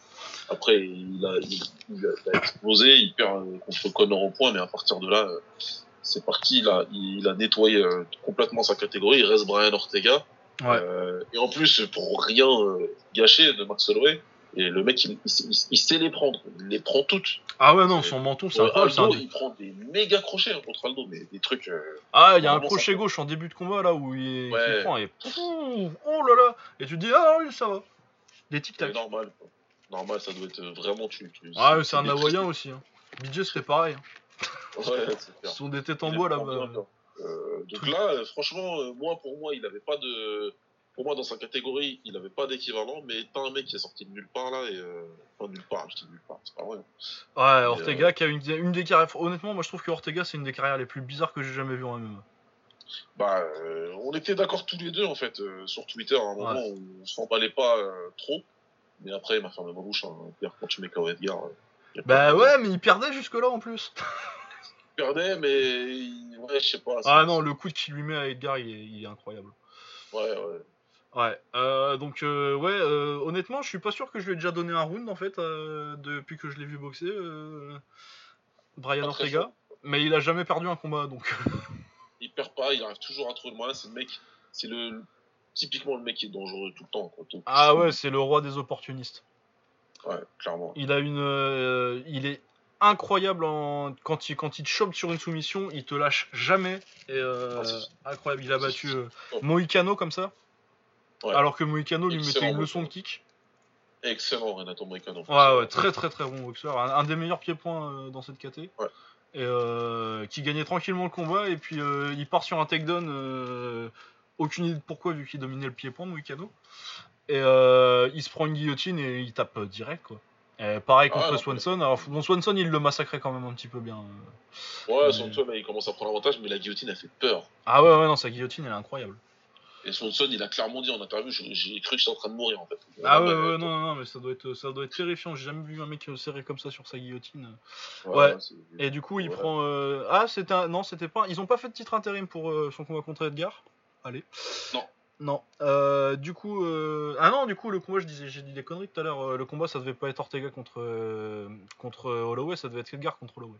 Speaker 2: Après, il a, il, il a, il a explosé, il perd euh, contre Conor au point, mais à partir de là, euh, c'est parti. Il a, il a nettoyé euh, complètement sa catégorie. Il reste Brian Ortega.
Speaker 1: Ouais.
Speaker 2: Euh, et en plus, pour rien euh, gâcher de Max Holloway, et le mec, il, il, il, il sait les prendre. Il les prend toutes.
Speaker 1: Ah ouais, non,
Speaker 2: C'est-
Speaker 1: son menton, c'est
Speaker 2: Euh,
Speaker 1: incroyable. C'est un
Speaker 2: Aldo,
Speaker 1: des-
Speaker 2: il prend des méga crochets hein, contre Aldo, mais des trucs. Euh,
Speaker 1: Ah, il y a un
Speaker 2: normalement, ça
Speaker 1: crochet
Speaker 2: fait.
Speaker 1: gauche en début de combat là où il, qu'il
Speaker 2: Ouais,
Speaker 1: prend et Pouh, oh là là. Et tu te dis, ah oui, ça va. Des
Speaker 2: c'est
Speaker 1: tic-tac.
Speaker 2: normal. Quoi. Normal, ça doit être vraiment tu. tu
Speaker 1: Ah,
Speaker 2: c'est
Speaker 1: ouais, c'est
Speaker 2: c'est
Speaker 1: un Hawaïen
Speaker 2: maîtrisé.
Speaker 1: aussi. Hein. B J c'était pareil. Hein.
Speaker 2: Ouais, c'est
Speaker 1: Ce
Speaker 2: clair.
Speaker 1: sont des têtes en
Speaker 2: Il les
Speaker 1: bois
Speaker 2: prend
Speaker 1: là-bas.
Speaker 2: bien, bien. Euh, donc
Speaker 1: Truc.
Speaker 2: là, euh, franchement, euh, moi, pour moi, il avait pas de. Pour moi, dans sa catégorie, il avait pas d'équivalent, mais t'as un mec qui est sorti de nulle part là, et. Euh... Enfin, nulle part, je dis nulle part, c'est pas vrai.
Speaker 1: Ouais,
Speaker 2: Mais,
Speaker 1: Ortega
Speaker 2: euh...
Speaker 1: qui a une, une des carrières. Honnêtement, moi je trouve que Ortega c'est une des carrières les plus bizarres que j'ai jamais vues en M M A.
Speaker 2: Bah, euh, on était d'accord tous les deux, en fait, euh, sur Twitter, à un
Speaker 1: Ouais.
Speaker 2: moment où on s'emballait pas euh, trop. Mais après, il m'a fermé ma bouche. Hein. Pierre, quand tu mets K O Edgar, euh,
Speaker 1: Bah ouais, mais il perdait jusque-là en plus.
Speaker 2: il perdait, mais il... ouais, je sais pas.
Speaker 1: Ah
Speaker 2: C'est...
Speaker 1: non, le coup qu'il lui met à Edgar, il est, il est incroyable.
Speaker 2: Ouais, ouais.
Speaker 1: Ouais, euh, donc euh, ouais, euh, honnêtement, je suis pas sûr que je lui ai déjà donné un round en fait euh, depuis que je l'ai vu boxer, euh, Brian
Speaker 2: Pas très
Speaker 1: Ortega,
Speaker 2: fort.
Speaker 1: mais il a jamais perdu un combat donc.
Speaker 2: Il perd pas, il arrive toujours à trouver le moyen. C'est le mec, c'est le typiquement le mec qui est dangereux tout le temps. Quoi. Donc,
Speaker 1: Ah ouais, c'est le roi des opportunistes.
Speaker 2: ouais, clairement.
Speaker 1: Il a une, euh, il est incroyable en quand il quand il te chope sur une soumission, il te lâche jamais. Et euh,
Speaker 2: Ah,
Speaker 1: incroyable, il a battu euh,
Speaker 2: top.
Speaker 1: Moïcano comme ça,
Speaker 2: Ouais.
Speaker 1: alors que Moïcano lui
Speaker 2: Excellent
Speaker 1: mettait une leçon de
Speaker 2: Moïcano.
Speaker 1: kick.
Speaker 2: Excellent Renato Moicano.
Speaker 1: Ouais, ouais, très très très bon boxeur, un, un des meilleurs pieds-points euh, dans cette caté.
Speaker 2: Ouais.
Speaker 1: Et euh, qui gagnait tranquillement le combat et puis euh, il part sur un takedown. Euh, aucune idée de pourquoi vu qu'il dominait le pied-point Moïcano. Et euh, il se prend une guillotine et il tape direct quoi. Et pareil
Speaker 2: Ah,
Speaker 1: contre
Speaker 2: non,
Speaker 1: Swanson. Alors bon, Swanson il le massacrait quand même un petit peu bien.
Speaker 2: ouais,
Speaker 1: Mais...
Speaker 2: Swanson, là, il commence à prendre l'avantage, mais la guillotine a fait peur.
Speaker 1: Ah ouais ouais non sa guillotine elle est incroyable.
Speaker 2: Et Swanson, il a clairement dit en interview, j'ai cru que j'étais en train de mourir en fait.
Speaker 1: Ah ouais ouais non non non mais ça doit être ça doit être terrifiant. J'ai jamais vu un mec serré comme ça sur sa guillotine. Ouais. ouais. Et du coup il ouais. prend. Euh... Ah c'était un... non c'était pas. Ils ont pas fait de titre intérim pour euh, son combat contre Edgar. Allez.
Speaker 2: Non.
Speaker 1: Non. Euh, du coup, euh... ah non, du coup, le combat, je disais, j'ai dit des conneries tout à l'heure. Euh, le combat, ça devait pas être Ortega contre euh... contre Holloway, ça devait être Edgar contre Holloway.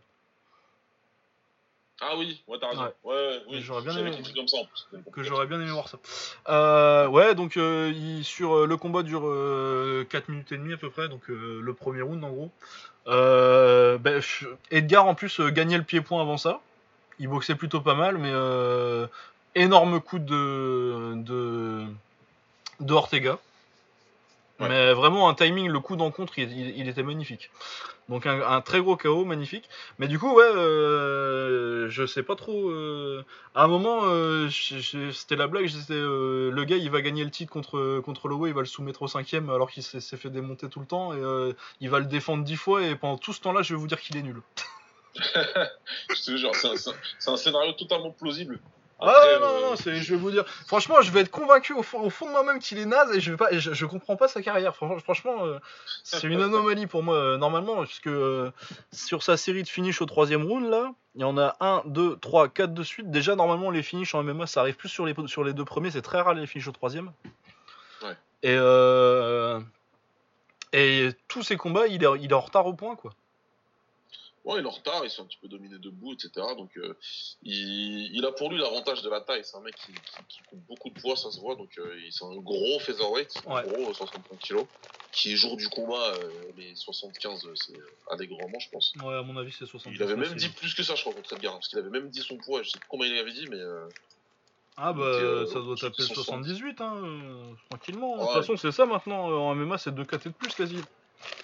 Speaker 2: Ah oui, ouais, t'as raison. Ouais, ouais, ouais oui.
Speaker 1: J'aurais bien
Speaker 2: J'avais
Speaker 1: aimé...
Speaker 2: compris comme ça en plus.
Speaker 1: Que j'aurais bien aimé voir ça. Euh, ouais, donc euh, il... sur euh, le combat dure euh, quatre minutes et demie à peu près, donc euh, le premier round en gros. Euh, bah, Edgar en plus euh, gagnait le pied-point avant ça. Il boxait plutôt pas mal, mais euh, énorme coup de de, de Ortega. Ouais. Mais vraiment un timing, le coup d'encontre, il, il, il était magnifique. Donc un, un, très gros K O, magnifique. Mais du coup, ouais, euh, je sais pas trop. Euh, à un moment, euh, c'était la blague, c'était euh, le gars, il va gagner le titre contre contre Holloway, il va le soumettre au cinquième alors qu'il s'est fait démonter tout le temps et euh, il va le défendre dix fois et pendant tout ce temps-là, je vais vous dire qu'il est nul.
Speaker 2: Je te jure, c'est un, un scénario totalement plausible.
Speaker 1: Après, ah non, euh... non, non, je vais vous dire. Franchement, je vais être convaincu au fond, au fond de moi-même qu'il est naze et je vais pas, et je, je comprends pas sa carrière. Franchement, franchement euh, c'est une anomalie pour moi euh, normalement, puisque euh, sur sa série de finish au troisième round là, il y en a un, deux, trois, quatre de suite. Déjà normalement les finishes en M M A, ça arrive plus sur les sur les deux premiers, c'est très rare les finishes au troisième.
Speaker 2: Ouais.
Speaker 1: Et euh, et tous ces combats, il est, il est en retard au point quoi.
Speaker 2: Ouais, il est en retard, il s'est un petit peu dominé debout, et cetera. Donc, euh, il, il a pour lui l'avantage de la taille. C'est un mec qui, qui, qui coupe beaucoup de poids, ça se voit. Donc, euh, c'est un gros featherweight, ouais. Un gros soixante-cinq kilos, qui est jour du combat, euh, les soixante-quinze, c'est allègrement, je pense.
Speaker 1: Ouais, à mon avis, c'est soixante-quinze.
Speaker 2: Il avait même dit plus que ça, je crois, contre Edgar, parce qu'il avait même dit son poids. Je sais pas combien il avait dit, mais. Euh,
Speaker 1: ah bah, était, euh, ça doit taper le soixante-dix-huit, hein, euh, tranquillement. Ouais. De toute façon, c'est ça maintenant. En M M A, c'est deux K T de plus quasi.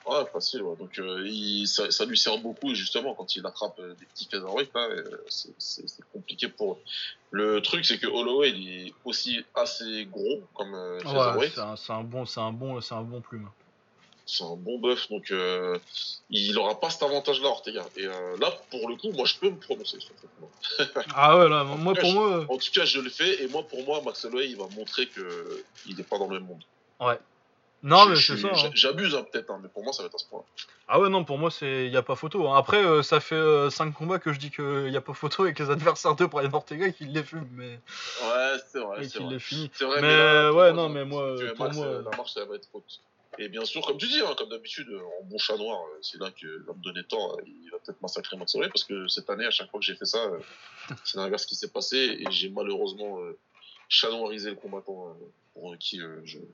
Speaker 2: Ouais, facile, ouais. Donc euh, il, ça, ça lui sert beaucoup, et justement, quand il attrape euh, des petits featherweight, là, euh, c'est, c'est, c'est compliqué pour eux. Le truc, c'est que Holloway, il est aussi assez gros comme euh,
Speaker 1: Ouais, c'est
Speaker 2: featherweight.
Speaker 1: un, c'est un bon, c'est un bon, c'est un bon plume.
Speaker 2: C'est un bon bœuf, donc euh, il aura pas cet avantage-là, Ortega. Et euh, là, pour le coup, moi, je peux me prononcer sur ce combat.
Speaker 1: Ah ouais, là,
Speaker 2: En tout
Speaker 1: moi
Speaker 2: cas,
Speaker 1: pour
Speaker 2: je,
Speaker 1: moi.
Speaker 2: en tout cas, je le fais, et moi, pour moi, Max Holloway, il va montrer que il est pas dans le même monde.
Speaker 1: Ouais. Non,
Speaker 2: Je,
Speaker 1: mais c'est ça.
Speaker 2: je,
Speaker 1: Hein.
Speaker 2: j'abuse hein, peut-être, hein, mais pour moi, ça va être à ce point.
Speaker 1: Ah ouais, non, pour moi, il n'y a pas photo. Hein. Après, euh, ça fait cinq combats que je dis qu'il n'y a pas photo et que les adversaires de Brian Ortega qu'ils les fument, mais.
Speaker 2: Ouais, c'est vrai,
Speaker 1: Et
Speaker 2: c'est
Speaker 1: qu'il
Speaker 2: vrai.
Speaker 1: les finit.
Speaker 2: C'est vrai,
Speaker 1: Mais,
Speaker 2: mais là, pour
Speaker 1: ouais,
Speaker 2: moi,
Speaker 1: non,
Speaker 2: j'ai
Speaker 1: mais moi,
Speaker 2: l'impression que
Speaker 1: pour
Speaker 2: Max,
Speaker 1: moi.
Speaker 2: euh, la marche, ça va être haute. Et bien sûr, comme tu dis, hein, comme d'habitude, euh, en bon chat noir, euh, c'est là que va me donner tort, euh, il va peut-être massacrer Max Holloway, parce que cette année, à chaque fois que j'ai fait ça, euh, c'est l'inverse qui s'est passé, et j'ai malheureusement euh, chat noirisé le combattant euh, pour qui euh, je,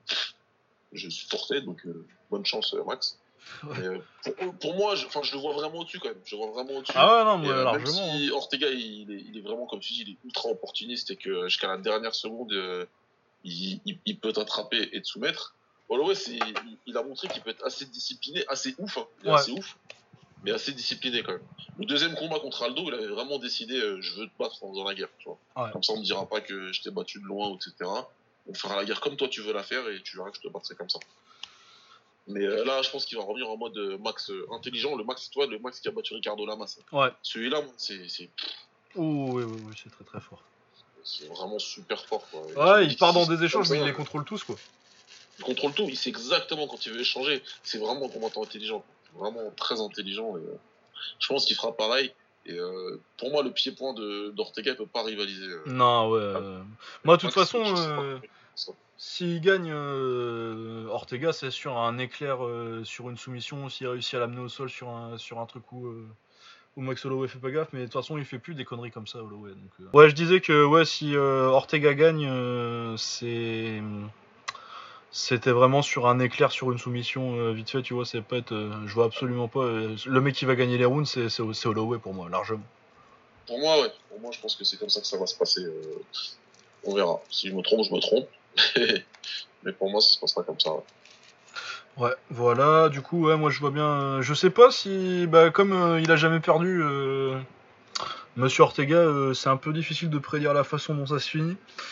Speaker 2: je supportais, donc euh, bonne chance, euh, Max.
Speaker 1: Ouais.
Speaker 2: Mais euh, pour, pour moi, je, je le vois vraiment au-dessus quand même. Je le vois vraiment au-dessus.
Speaker 1: Ah ouais, non,
Speaker 2: et
Speaker 1: moi,
Speaker 2: euh, même
Speaker 1: largement.
Speaker 2: si
Speaker 1: Hein.
Speaker 2: Ortega, il est, il est vraiment, comme tu dis, il est ultra opportuniste et que jusqu'à la dernière seconde, euh, il, il, il peut t'attraper et te soumettre. Holloway, c'est, il, il a montré qu'il peut être assez discipliné, assez ouf. Hein. Il est
Speaker 1: Ouais.
Speaker 2: assez ouf, mais assez discipliné quand même. Le deuxième combat contre Aldo, il avait vraiment décidé, euh, je veux te battre dans la guerre. Tu vois.
Speaker 1: Ouais.
Speaker 2: Comme ça, on me dira pas que je t'ai battu de loin, et cetera. On fera la guerre comme toi tu veux la faire et tu verras que je te battrai comme ça. Mais euh, là, je pense qu'il va revenir en mode euh, Max euh, intelligent, le Max, toi, le Max qui a battu Ricardo Lamas.
Speaker 1: Ouais.
Speaker 2: Celui-là, c'est, c'est,
Speaker 1: Ouh, oui, oui, oui, c'est très très fort.
Speaker 2: c'est vraiment super fort. Quoi.
Speaker 1: Ouais, il part dans des échanges,
Speaker 2: ça,
Speaker 1: mais il les
Speaker 2: euh,
Speaker 1: contrôle tous, quoi.
Speaker 2: il contrôle tout, il sait exactement quand il veut échanger. C'est vraiment un combattant intelligent, vraiment très intelligent. Et, euh, je pense qu'il fera pareil. Et euh, pour moi, le pied-point de, d'Ortega ne peut pas rivaliser. Euh,
Speaker 1: Non, ouais. Euh... Moi, de toute
Speaker 2: Max,
Speaker 1: façon,
Speaker 2: je sais pas.
Speaker 1: euh... s'il gagne euh... Ortega, c'est sur un éclair, euh, sur une soumission, s'il réussit à l'amener au sol sur un, sur un truc où, euh... où Max Holloway fait pas gaffe, mais de toute façon, il fait plus des conneries comme ça, Holloway. Donc, euh... Ouais, je disais que ouais, si euh, Ortega gagne, euh, c'est. C'était vraiment sur un éclair, sur une soumission euh, vite fait, tu vois, c'est pas être, euh, je vois absolument pas. Euh, le mec qui va gagner les rounds, c'est, c'est, c'est Holloway pour moi, largement.
Speaker 2: Pour moi, ouais. Pour moi, je pense que c'est comme ça que ça va se passer. Euh, on verra. Si je me trompe, je me trompe. Mais pour moi, ça se passera comme ça. Ouais,
Speaker 1: ouais voilà, du coup, ouais, moi je vois bien. Euh, je sais pas si, bah, comme euh, il a jamais perdu, euh, Monsieur Ortega, euh, c'est un peu difficile de prédire la façon dont ça se finit.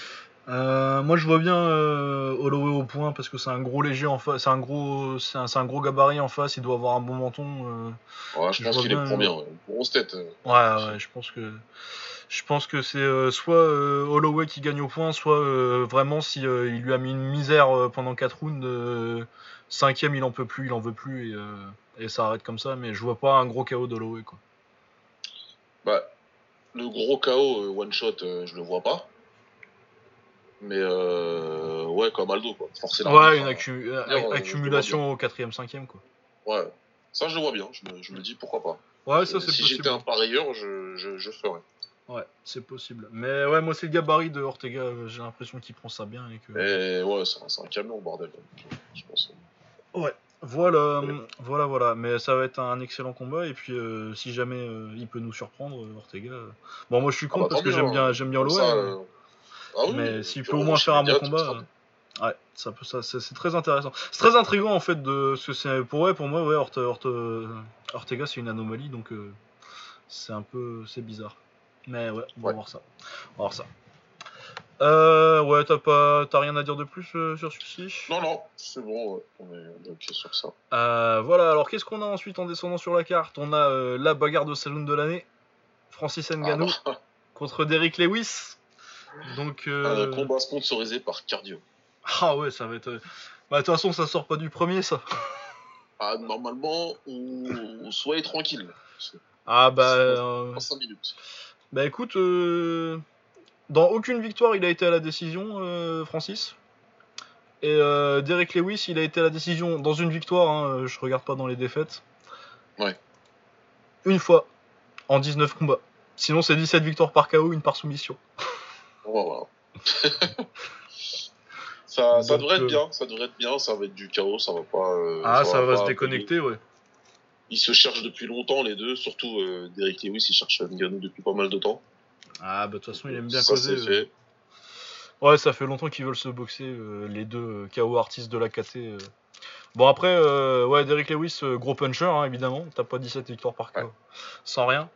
Speaker 1: Euh, moi je vois bien euh, Holloway au point parce que c'est un gros léger en face, c'est un gros, c'est un, c'est un gros gabarit en face, il doit avoir un bon menton. Euh,
Speaker 2: ouais je pense qu'il
Speaker 1: bien,
Speaker 2: est pour bien. Ouais. Une grosse tête. Euh,
Speaker 1: ouais, ouais, je pense que. Je pense que c'est euh, soit euh, Holloway qui gagne au point, soit euh, vraiment si euh, il lui a mis une misère euh, pendant quatre rounds, euh, cinquième il en peut plus, il en veut plus et, euh, et ça arrête comme ça. Mais je vois pas un gros K O d'Holloway quoi.
Speaker 2: Bah, le gros K O euh, one shot, euh, je le vois pas. Mais euh, ouais, comme Aldo quoi. Forcer
Speaker 1: Ouais,
Speaker 2: l'arbitre.
Speaker 1: une
Speaker 2: À...
Speaker 1: accu-
Speaker 2: Dire, euh, je le vois bien.
Speaker 1: accumulation au quatrième, cinquième quoi.
Speaker 2: Ouais, ça je le vois bien. Je me, je me dis pourquoi pas.
Speaker 1: Ouais,
Speaker 2: Je,
Speaker 1: ça c'est
Speaker 2: si
Speaker 1: possible.
Speaker 2: j'étais un parieur, je, je, je ferais.
Speaker 1: Ouais, c'est possible. Mais ouais, moi c'est le gabarit de Ortega, euh, j'ai l'impression qu'il prend ça bien et que.
Speaker 2: Et ouais, c'est un, c'est un camion bordel. Je pense.
Speaker 1: Ouais. Voilà, voilà, voilà. Mais ça va être un excellent combat. Et puis, euh, si jamais euh, il peut nous surprendre, euh, Ortega. euh, Bon, moi je suis
Speaker 2: Ah
Speaker 1: contre
Speaker 2: bah
Speaker 1: parce
Speaker 2: tant
Speaker 1: que
Speaker 2: mieux.
Speaker 1: j'aime
Speaker 2: Hein.
Speaker 1: bien, j'aime bien
Speaker 2: Comme
Speaker 1: Holloway.
Speaker 2: ça.
Speaker 1: Hein.
Speaker 2: Euh... Ah oui,
Speaker 1: Mais
Speaker 2: oui.
Speaker 1: s'il
Speaker 2: Puis
Speaker 1: peut au moins
Speaker 2: revanche
Speaker 1: faire un bon
Speaker 2: immédiate,
Speaker 1: combat,
Speaker 2: ce sera
Speaker 1: euh,
Speaker 2: bien.
Speaker 1: ouais, ça peut, ça, c'est, c'est très intéressant. C'est très intriguant en fait de ce que c'est. Pour ouais, pour moi, ouais, Orte, Orte, Ortega c'est une anomalie, donc euh, c'est un peu, c'est bizarre. Mais ouais, on va
Speaker 2: Ouais.
Speaker 1: voir ça. On va voir ça. Euh, ouais, t'as pas, t'as rien à dire de plus euh, sur celui-ci?
Speaker 2: Non, non, c'est bon, ouais. on, est, on est ok sur ça.
Speaker 1: Euh, voilà, alors qu'est-ce qu'on a ensuite en descendant sur la carte? On a euh, la bagarre de saloon de l'année, Francis Ngannou
Speaker 2: Ah bah.
Speaker 1: contre Derrick Lewis. Donc, euh...
Speaker 2: Un combat sponsorisé par Cardio.
Speaker 1: ah ouais, ça va être. Bah, de toute façon, ça sort pas du premier, ça.
Speaker 2: Ah, normalement, on... soyez tranquille.
Speaker 1: Ah bah.
Speaker 2: C'est dans,
Speaker 1: Euh...
Speaker 2: dans cinq minutes.
Speaker 1: Bah écoute, euh... dans aucune victoire, il a été à la décision, euh, Francis. Et euh, Derrick Lewis, il a été à la décision dans une victoire, hein, je regarde pas dans les défaites.
Speaker 2: Ouais.
Speaker 1: Une fois, en dix-neuf combats. Sinon, c'est dix-sept victoires par K O, une par soumission.
Speaker 2: Voilà. ça, ça
Speaker 1: Donc,
Speaker 2: devrait être
Speaker 1: euh...
Speaker 2: bien, ça devrait être bien, ça va être du chaos, ça va pas. Euh,
Speaker 1: ah, ça, ça va,
Speaker 2: va
Speaker 1: se
Speaker 2: pas
Speaker 1: déconnecter, ouais.
Speaker 2: Ils se cherchent depuis longtemps, les deux, surtout euh, Derrick Lewis, il cherche Ngannou depuis pas mal de temps.
Speaker 1: Ah, bah de toute façon, il aime bien
Speaker 2: ça,
Speaker 1: causer.
Speaker 2: C'est fait.
Speaker 1: Euh... Ouais, ça fait longtemps qu'ils veulent se boxer, euh, les deux euh, K O artistes de la K T. Euh... Bon, après, euh, ouais, Derrick Lewis, euh, gros puncher, hein, évidemment. T'as pas dix-sept victoires par K O. Ouais. Sans rien.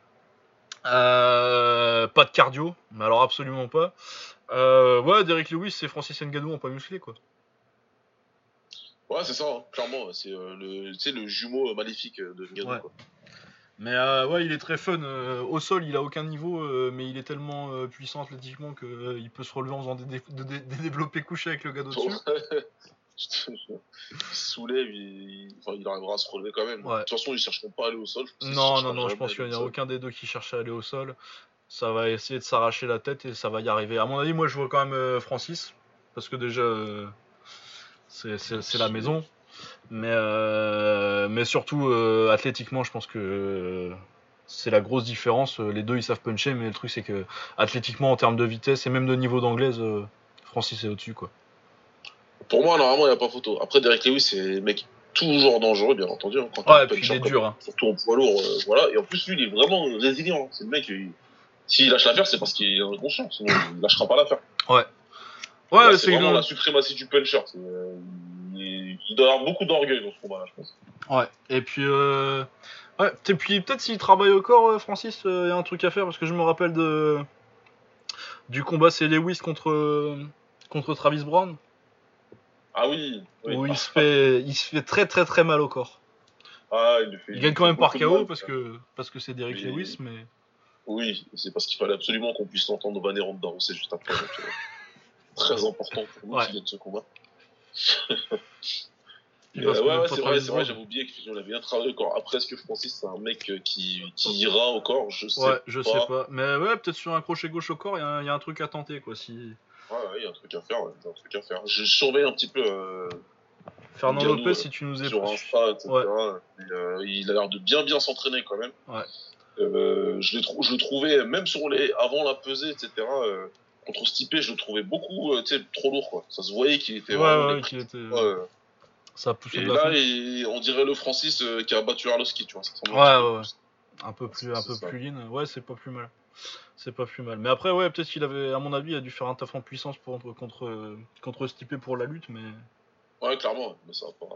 Speaker 1: Euh, pas de cardio, mais alors absolument pas. Euh, ouais, Derrick Lewis et Francis Ngannou ont pas musclé, quoi.
Speaker 2: Ouais, c'est ça, hein, clairement. C'est euh, le, le jumeau maléfique de Ngannou, ouais. Quoi.
Speaker 1: Mais euh, ouais, il est très fun. Euh, au sol, il a aucun niveau, euh, mais il est tellement euh, puissant athlétiquement qu'il euh, peut se relever en faisant des, dé- des, dé- des développés couchés avec le gars d'au-dessus.
Speaker 2: Il se soulève, il... Enfin, il arrivera à se relever quand même. Ouais. De toute façon, ils chercheront pas à aller au sol.
Speaker 1: Non, non, non, je pense qu'il n'y a aucun des deux qui cherche à aller au sol. Ça va essayer de s'arracher la tête et ça va y arriver. À mon avis, moi, je vois quand même euh, Francis, parce que déjà, euh, c'est, c'est, c'est la maison. Mais, euh, mais surtout, euh, athlétiquement, je pense que euh, c'est la grosse différence. Les deux, ils savent puncher, mais le truc, c'est que athlétiquement, en termes de vitesse et même de niveau d'anglaise, euh, Francis est au-dessus, quoi.
Speaker 2: Pour moi, normalement, il n'y a pas photo. Après, Derrick Lewis, c'est le mec toujours dangereux, bien entendu. Hein,
Speaker 1: quand ouais, et puis il est dur. Hein.
Speaker 2: Surtout en poids lourd. Euh, voilà. Et en plus, lui, il est vraiment résilient. C'est le mec, il... s'il lâche l'affaire, c'est parce qu'il est inconscient. Sinon, il lâchera pas l'affaire.
Speaker 1: Ouais.
Speaker 2: Ouais, là, c'est, c'est vraiment le... la suprématie du puncher. C'est, euh, il... il doit avoir beaucoup d'orgueil dans ce combat-là, je pense.
Speaker 1: Ouais. Et puis, euh... ouais. Et puis peut-être s'il travaille au corps, Francis, il euh, y a un truc à faire parce que je me rappelle de du combat, c'est Lewis contre contre Travis Brown.
Speaker 2: Ah oui. oui.
Speaker 1: Où il se fait, il se fait très très très mal au corps.
Speaker 2: Ah, il, fait,
Speaker 1: il, il gagne quand même par K O parce que parce que c'est Derrick
Speaker 2: mais...
Speaker 1: Lewis, mais.
Speaker 2: Oui, c'est parce qu'il fallait absolument qu'on puisse l'entendre Van Ronda Rousset juste après. Donc, euh, très important pour nous ouais. qui gagne ce combat. Mais, euh, ouais, ouais, c'est vrai, c'est vrai, j'avais oublié qu'il avait bien travaillé au corps. Après, est-ce que Francis, c'est un mec qui, qui ira au corps? Je sais
Speaker 1: ouais,
Speaker 2: pas.
Speaker 1: je sais pas. Mais ouais, peut-être sur un crochet gauche au corps, il y, y a un truc à tenter, quoi. Si...
Speaker 2: Ouais, il y a un truc à faire, ouais, y a un truc à faire. Je surveille un petit peu. Euh,
Speaker 1: Fernand Ngannou, Lopez, si tu nous es
Speaker 2: sur Insta, et cetera. Ouais. Et, euh, il a l'air de bien bien s'entraîner quand même.
Speaker 1: Ouais.
Speaker 2: Euh, je, trou- je le trouvais, même sur les avant la pesée, et cetera. Euh, contre Stipe, je le trouvais beaucoup, euh, tu sais, trop lourd, quoi. Ça se voyait qu'il était
Speaker 1: ouais,
Speaker 2: vraiment.
Speaker 1: Ouais, qu'il était. Euh... Ça a poussé
Speaker 2: et
Speaker 1: de la
Speaker 2: là, il, on dirait le Francis euh, qui a battu Arlovski, tu vois. Ça
Speaker 1: ouais, ouais, ouais. Un peu plus, un peu plus lean. Ouais, c'est pas plus mal. C'est pas plus mal. Mais après, ouais, peut-être qu'il avait, à mon avis, il a dû faire un taf en puissance pour, contre, contre Stipe pour la lutte, mais.
Speaker 2: Ouais, clairement, mais ça a pas.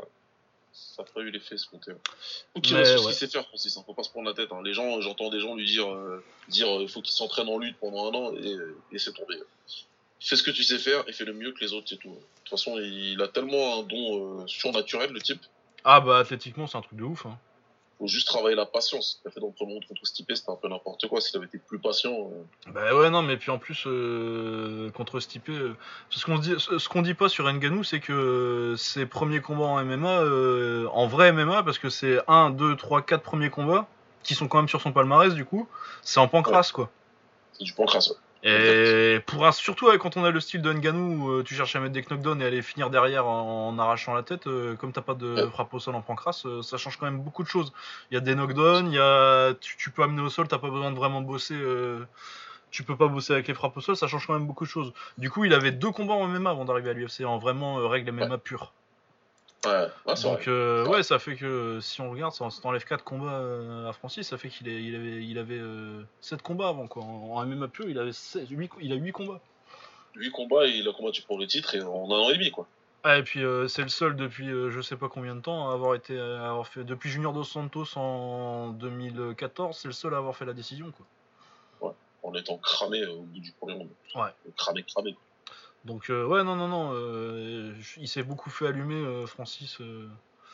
Speaker 2: Ça a pas eu l'effet escompté. Faut qu'il reste ouais. ce qu'il sait faire, Francis. Hein. Faut pas se prendre la tête. Hein. Les gens, j'entends des gens lui dire, euh, dire, euh, faut qu'il s'entraîne en lutte pendant un an et, et c'est tombé. Fais ce que tu sais faire et fais le mieux que les autres, c'est tout. De toute façon, il a tellement un don euh, surnaturel, le type.
Speaker 1: Ah bah athlétiquement, c'est un truc de ouf. Hein.
Speaker 2: Faut juste travailler la patience. Ce qu'il a fait dans le premier round contre Stipe, c'était un peu n'importe quoi. S'il avait été plus patient. Euh...
Speaker 1: Bah ouais, non, mais puis en plus, euh, contre Stipe, euh, ce qu'on dit, ce qu'on dit pas sur Ngannou, c'est que ses premiers combats en M M A, euh, en vrai M M A, parce que c'est un, deux, trois, quatre premiers combats, qui sont quand même sur son palmarès, du coup, c'est en pancrace, ouais. quoi.
Speaker 2: C'est du pancrace, ouais.
Speaker 1: Et pour un, surtout ouais, quand on a le style de Ngannou où euh, tu cherches à mettre des knockdowns et aller finir derrière en, en arrachant la tête, euh, comme t'as pas de ouais. frappe au sol en pancrace, euh, ça change quand même beaucoup de choses. Il y a des knockdowns, il y a, tu, tu peux amener au sol, t'as pas besoin de vraiment bosser, euh, tu peux pas bosser avec les frappes au sol, ça change quand même beaucoup de choses. Du coup, il avait deux combats en M M A avant d'arriver à l'U F C, en vraiment euh, règle M M A
Speaker 2: ouais.
Speaker 1: pure.
Speaker 2: Ouais, ouais, c'est
Speaker 1: Donc
Speaker 2: vrai.
Speaker 1: euh, ouais, ça fait que si on regarde, ça t'enlève quatre combats euh, à Francis, ça fait qu'il est, il avait, il avait euh, sept combats avant quoi. En, en M M A pur, il avait sept, huit, il a huit combats.
Speaker 2: huit combats et il a combattu pour le titre et en un an et demi quoi.
Speaker 1: Ah, et puis euh, c'est le seul depuis euh, je sais pas combien de temps à avoir été, à avoir fait depuis Junior Dos Santos en deux mille quatorze, c'est le seul à avoir fait la décision quoi.
Speaker 2: Ouais, en étant cramé euh, au bout du premier round.
Speaker 1: Ouais.
Speaker 2: Cramé, cramé.
Speaker 1: Donc euh, ouais non non non, euh, il s'est beaucoup fait allumer euh, Francis. Euh,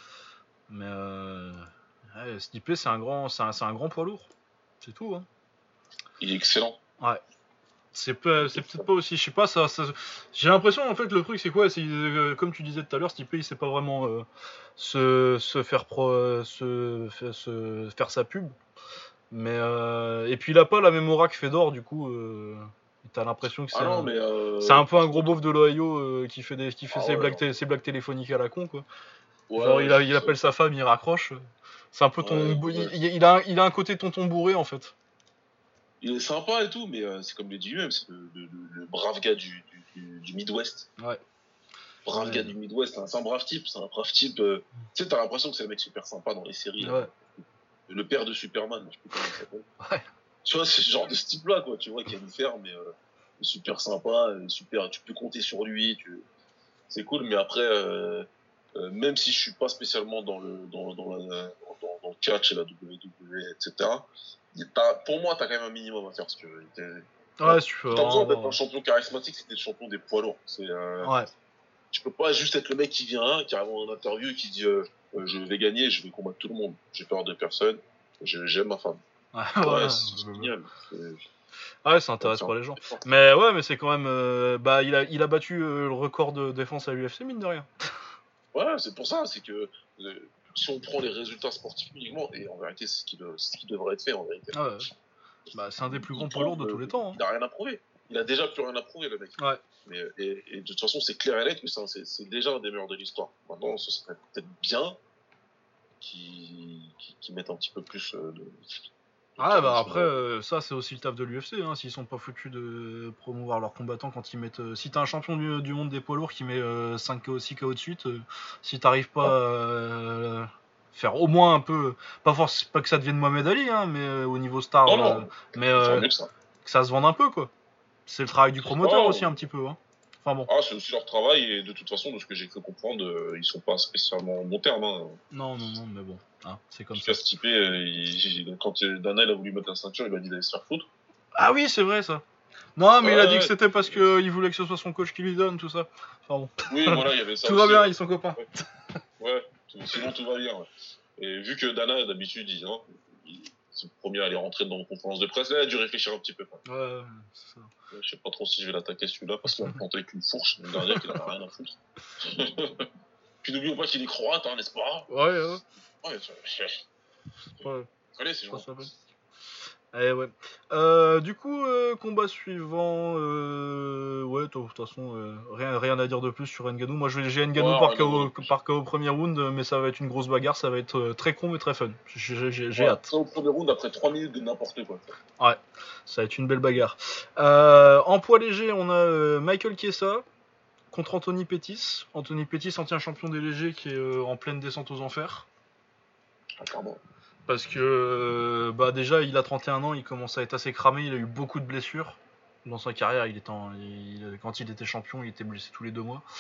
Speaker 1: Mais euh, ouais, Stipe, c'est un grand, c'est un, c'est un grand poids lourd, c'est tout. Hein.
Speaker 2: Il est excellent.
Speaker 1: Ouais. C'est, pas, c'est peut-être pas aussi, je sais pas, ça, ça j'ai l'impression en fait le truc c'est quoi, c'est euh, comme tu disais tout à l'heure, Stipe il sait pas vraiment euh, se, se faire pro, se, se faire sa pub, mais euh, et puis il a pas la même aura que Fedor du coup. Euh, T'as l'impression que c'est,
Speaker 2: ah non,
Speaker 1: un,
Speaker 2: mais euh,
Speaker 1: c'est un peu un gros beauf de l'Ohio euh, qui fait, des, qui fait
Speaker 2: ah
Speaker 1: ses,
Speaker 2: ouais,
Speaker 1: blagues té- ses blagues téléphoniques à la con quoi.
Speaker 2: Ouais,
Speaker 1: Genre
Speaker 2: ouais,
Speaker 1: il, a, il appelle sa femme, il raccroche. C'est un peu ton,
Speaker 2: ouais,
Speaker 1: ouais,
Speaker 2: ouais.
Speaker 1: Il, il, a, il a un côté tonton bourré en fait.
Speaker 2: Il est sympa et tout, mais euh, c'est comme le dit lui-même, c'est le, le, le, le brave gars du, du, du Midwest.
Speaker 1: Ouais.
Speaker 2: Brave
Speaker 1: ouais.
Speaker 2: gars du Midwest, hein, c'est un brave type, c'est un brave type. Euh, tu sais, t'as l'impression que c'est le mec super sympa dans les séries.
Speaker 1: Ouais.
Speaker 2: Là. Le père de Superman, je sais plus comment il s'appelle.
Speaker 1: Ouais.
Speaker 2: Tu vois, c'est ce genre de ce type-là, quoi. Tu vois, qui a une ferme, mais euh, super sympa, super. Tu peux compter sur lui, tu... c'est cool, mais après, euh, euh, même si je suis pas spécialement dans le, dans, dans, la, dans, dans le catch et la W W E, et cetera, pour moi, tu as quand même un minimum à faire. Si tu veux.
Speaker 1: Ouais, tu
Speaker 2: peux. Tu as besoin d'être un champion charismatique, c'était le champion des poids lourds. C'est, euh,
Speaker 1: ouais.
Speaker 2: Tu peux pas juste être le mec qui vient, qui arrive en interview et qui dit euh, euh, je vais gagner, je vais combattre tout le monde. J'ai peur de personne, j'aime ma femme.
Speaker 1: Ouais,
Speaker 2: ouais,
Speaker 1: voilà.
Speaker 2: c'est génial.
Speaker 1: Ah ouais, ça intéresse pas les gens. Mais ouais, mais c'est quand même. Euh, bah, il a, il a battu euh, le record de défense à l'U F C, mine de rien.
Speaker 2: Ouais, c'est pour ça, c'est que euh, si on prend les résultats sportifs uniquement, et en vérité, c'est ce qui, le, ce qui devrait être fait en vérité.
Speaker 1: Ah ouais. Bah, c'est un des plus grands poids lourds de tous les temps. Hein.
Speaker 2: Il a rien à prouver. Il a déjà plus rien à prouver, le mec.
Speaker 1: Ouais.
Speaker 2: Mais, et, et de toute façon, c'est clair et net que ça, c'est, c'est déjà un des meilleurs de l'histoire. Maintenant, ce serait peut-être bien qu'ils, qu'ils, qu'ils mettent un petit peu plus euh, de.
Speaker 1: Ah bah après euh, ça c'est aussi le taf de l'U F C hein, s'ils sont pas foutus de promouvoir leurs combattants quand ils mettent euh, si t'as un champion du, du monde des poids lourds qui met euh, cinq K O six K O de suite euh, si t'arrives pas à euh, faire au moins un peu pas forcément pas que ça devienne Mohamed Ali hein, mais euh, au niveau star
Speaker 2: non, non,
Speaker 1: euh, mais euh, que, ça. que ça se vende un peu quoi. C'est le travail du promoteur oh, aussi un petit peu hein. Enfin bon.
Speaker 2: Ah, c'est aussi leur travail et de toute façon de ce que j'ai cru comprendre euh, ils sont pas spécialement bon terme hein.
Speaker 1: Non non non mais bon. Ah, c'est comme
Speaker 2: ça.
Speaker 1: ça.
Speaker 2: Typé, euh, il, quand Dana il a voulu mettre la ceinture, il m'a dit d'aller se faire foutre.
Speaker 1: Ah oui, c'est vrai ça. Non, mais ouais, il a dit que c'était parce qu'il euh, voulait que ce soit son coach qui lui donne, tout ça. Enfin bon.
Speaker 2: Oui, voilà, il y avait ça.
Speaker 1: Tout
Speaker 2: aussi,
Speaker 1: va bien,
Speaker 2: ouais.
Speaker 1: ils sont copains.
Speaker 2: Ouais, ouais sinon tout va bien. Ouais. Et vu que Dana, d'habitude, il, hein, il, c'est le premier à aller rentrer dans une conférence de presse, là, il a dû réfléchir un petit peu. Quoi.
Speaker 1: Ouais, c'est ça.
Speaker 2: Je sais pas trop si je vais l'attaquer celui-là, parce qu'il a planté avec une fourche, le dernier qui n'en a rien à foutre. Puis n'oublions pas qu'il est croate, hein, n'est-ce pas?
Speaker 1: Ouais, ouais.
Speaker 2: Ouais, c'est...
Speaker 1: Ouais.
Speaker 2: Allez, c'est genre.
Speaker 1: Eh ouais. Euh, du coup, euh, combat suivant. Euh, ouais, de toute façon, euh, rien, rien à dire de plus sur Ngannou. Moi, j'ai Ngannou ouais, par, K O, par K O au premier round, mais ça va être une grosse bagarre. Ça va être euh, très con, mais très fun. J'ai, j'ai, j'ai
Speaker 2: ouais,
Speaker 1: hâte.
Speaker 2: Ça au premier round, après trois minutes de n'importe quoi.
Speaker 1: Ouais, ça va être une belle bagarre. Euh, en poids léger, on a euh, Michael Chiesa contre Anthony Pettis. Anthony Pettis, ancien champion des légers, qui est euh, en pleine descente aux enfers.
Speaker 2: Ah, pardon.
Speaker 1: Parce que bah déjà il a trente et un ans, il commence à être assez cramé, il a eu beaucoup de blessures dans sa carrière, il était en, il, quand il était champion il était blessé tous les deux mois.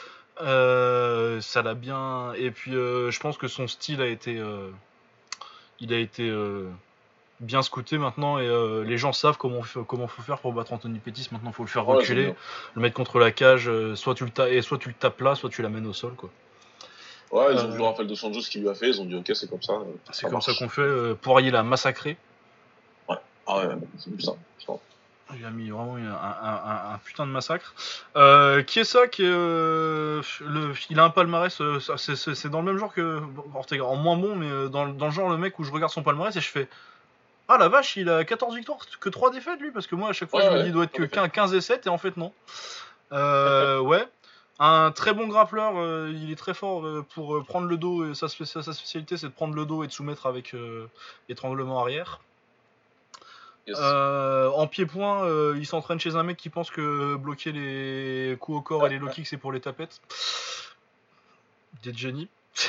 Speaker 1: Euh, ça l'a bien... Et puis euh, je pense que son style a été... Euh, il a été euh, bien scouté maintenant et euh, les gens savent comment comment faut faire pour battre Anthony Pettis. Maintenant il faut le faire reculer, ouais, le mettre contre la cage, soit tu le ta- et soit tu le tapes là, soit tu l'amènes au sol quoi.
Speaker 2: Ouais, ils ont euh, vu Rafael dos Anjos qui lui a fait, ils ont dit ok, c'est comme ça.
Speaker 1: C'est ça comme marche. Ça qu'on fait. Euh, Poirier l'a massacré.
Speaker 2: Ouais, ah ouais, c'est plus ça.
Speaker 1: Il a mis vraiment un, un, un, un putain de massacre. Euh, qui est ça qui est, euh, le, il a un palmarès, euh, c'est, c'est, c'est dans le même genre que Ortega, en moins bon, mais dans, dans le genre le mec où je regarde son palmarès et je fais ah la vache, il a quatorze victoires, que trois défaites lui, parce que moi à chaque fois ouais, je me dis il doit être que quinze et sept et en fait non. Euh, ouais. Un très bon grappleur, euh, il est très fort euh, pour euh, prendre le dos, et sa, sa, sa spécialité c'est de prendre le dos et de soumettre avec euh, étranglement arrière. Yes. Euh, en pied-point, euh, il s'entraîne chez un mec qui pense que bloquer les coups au corps ah, et les low kicks c'est pour les tapettes. Des génies.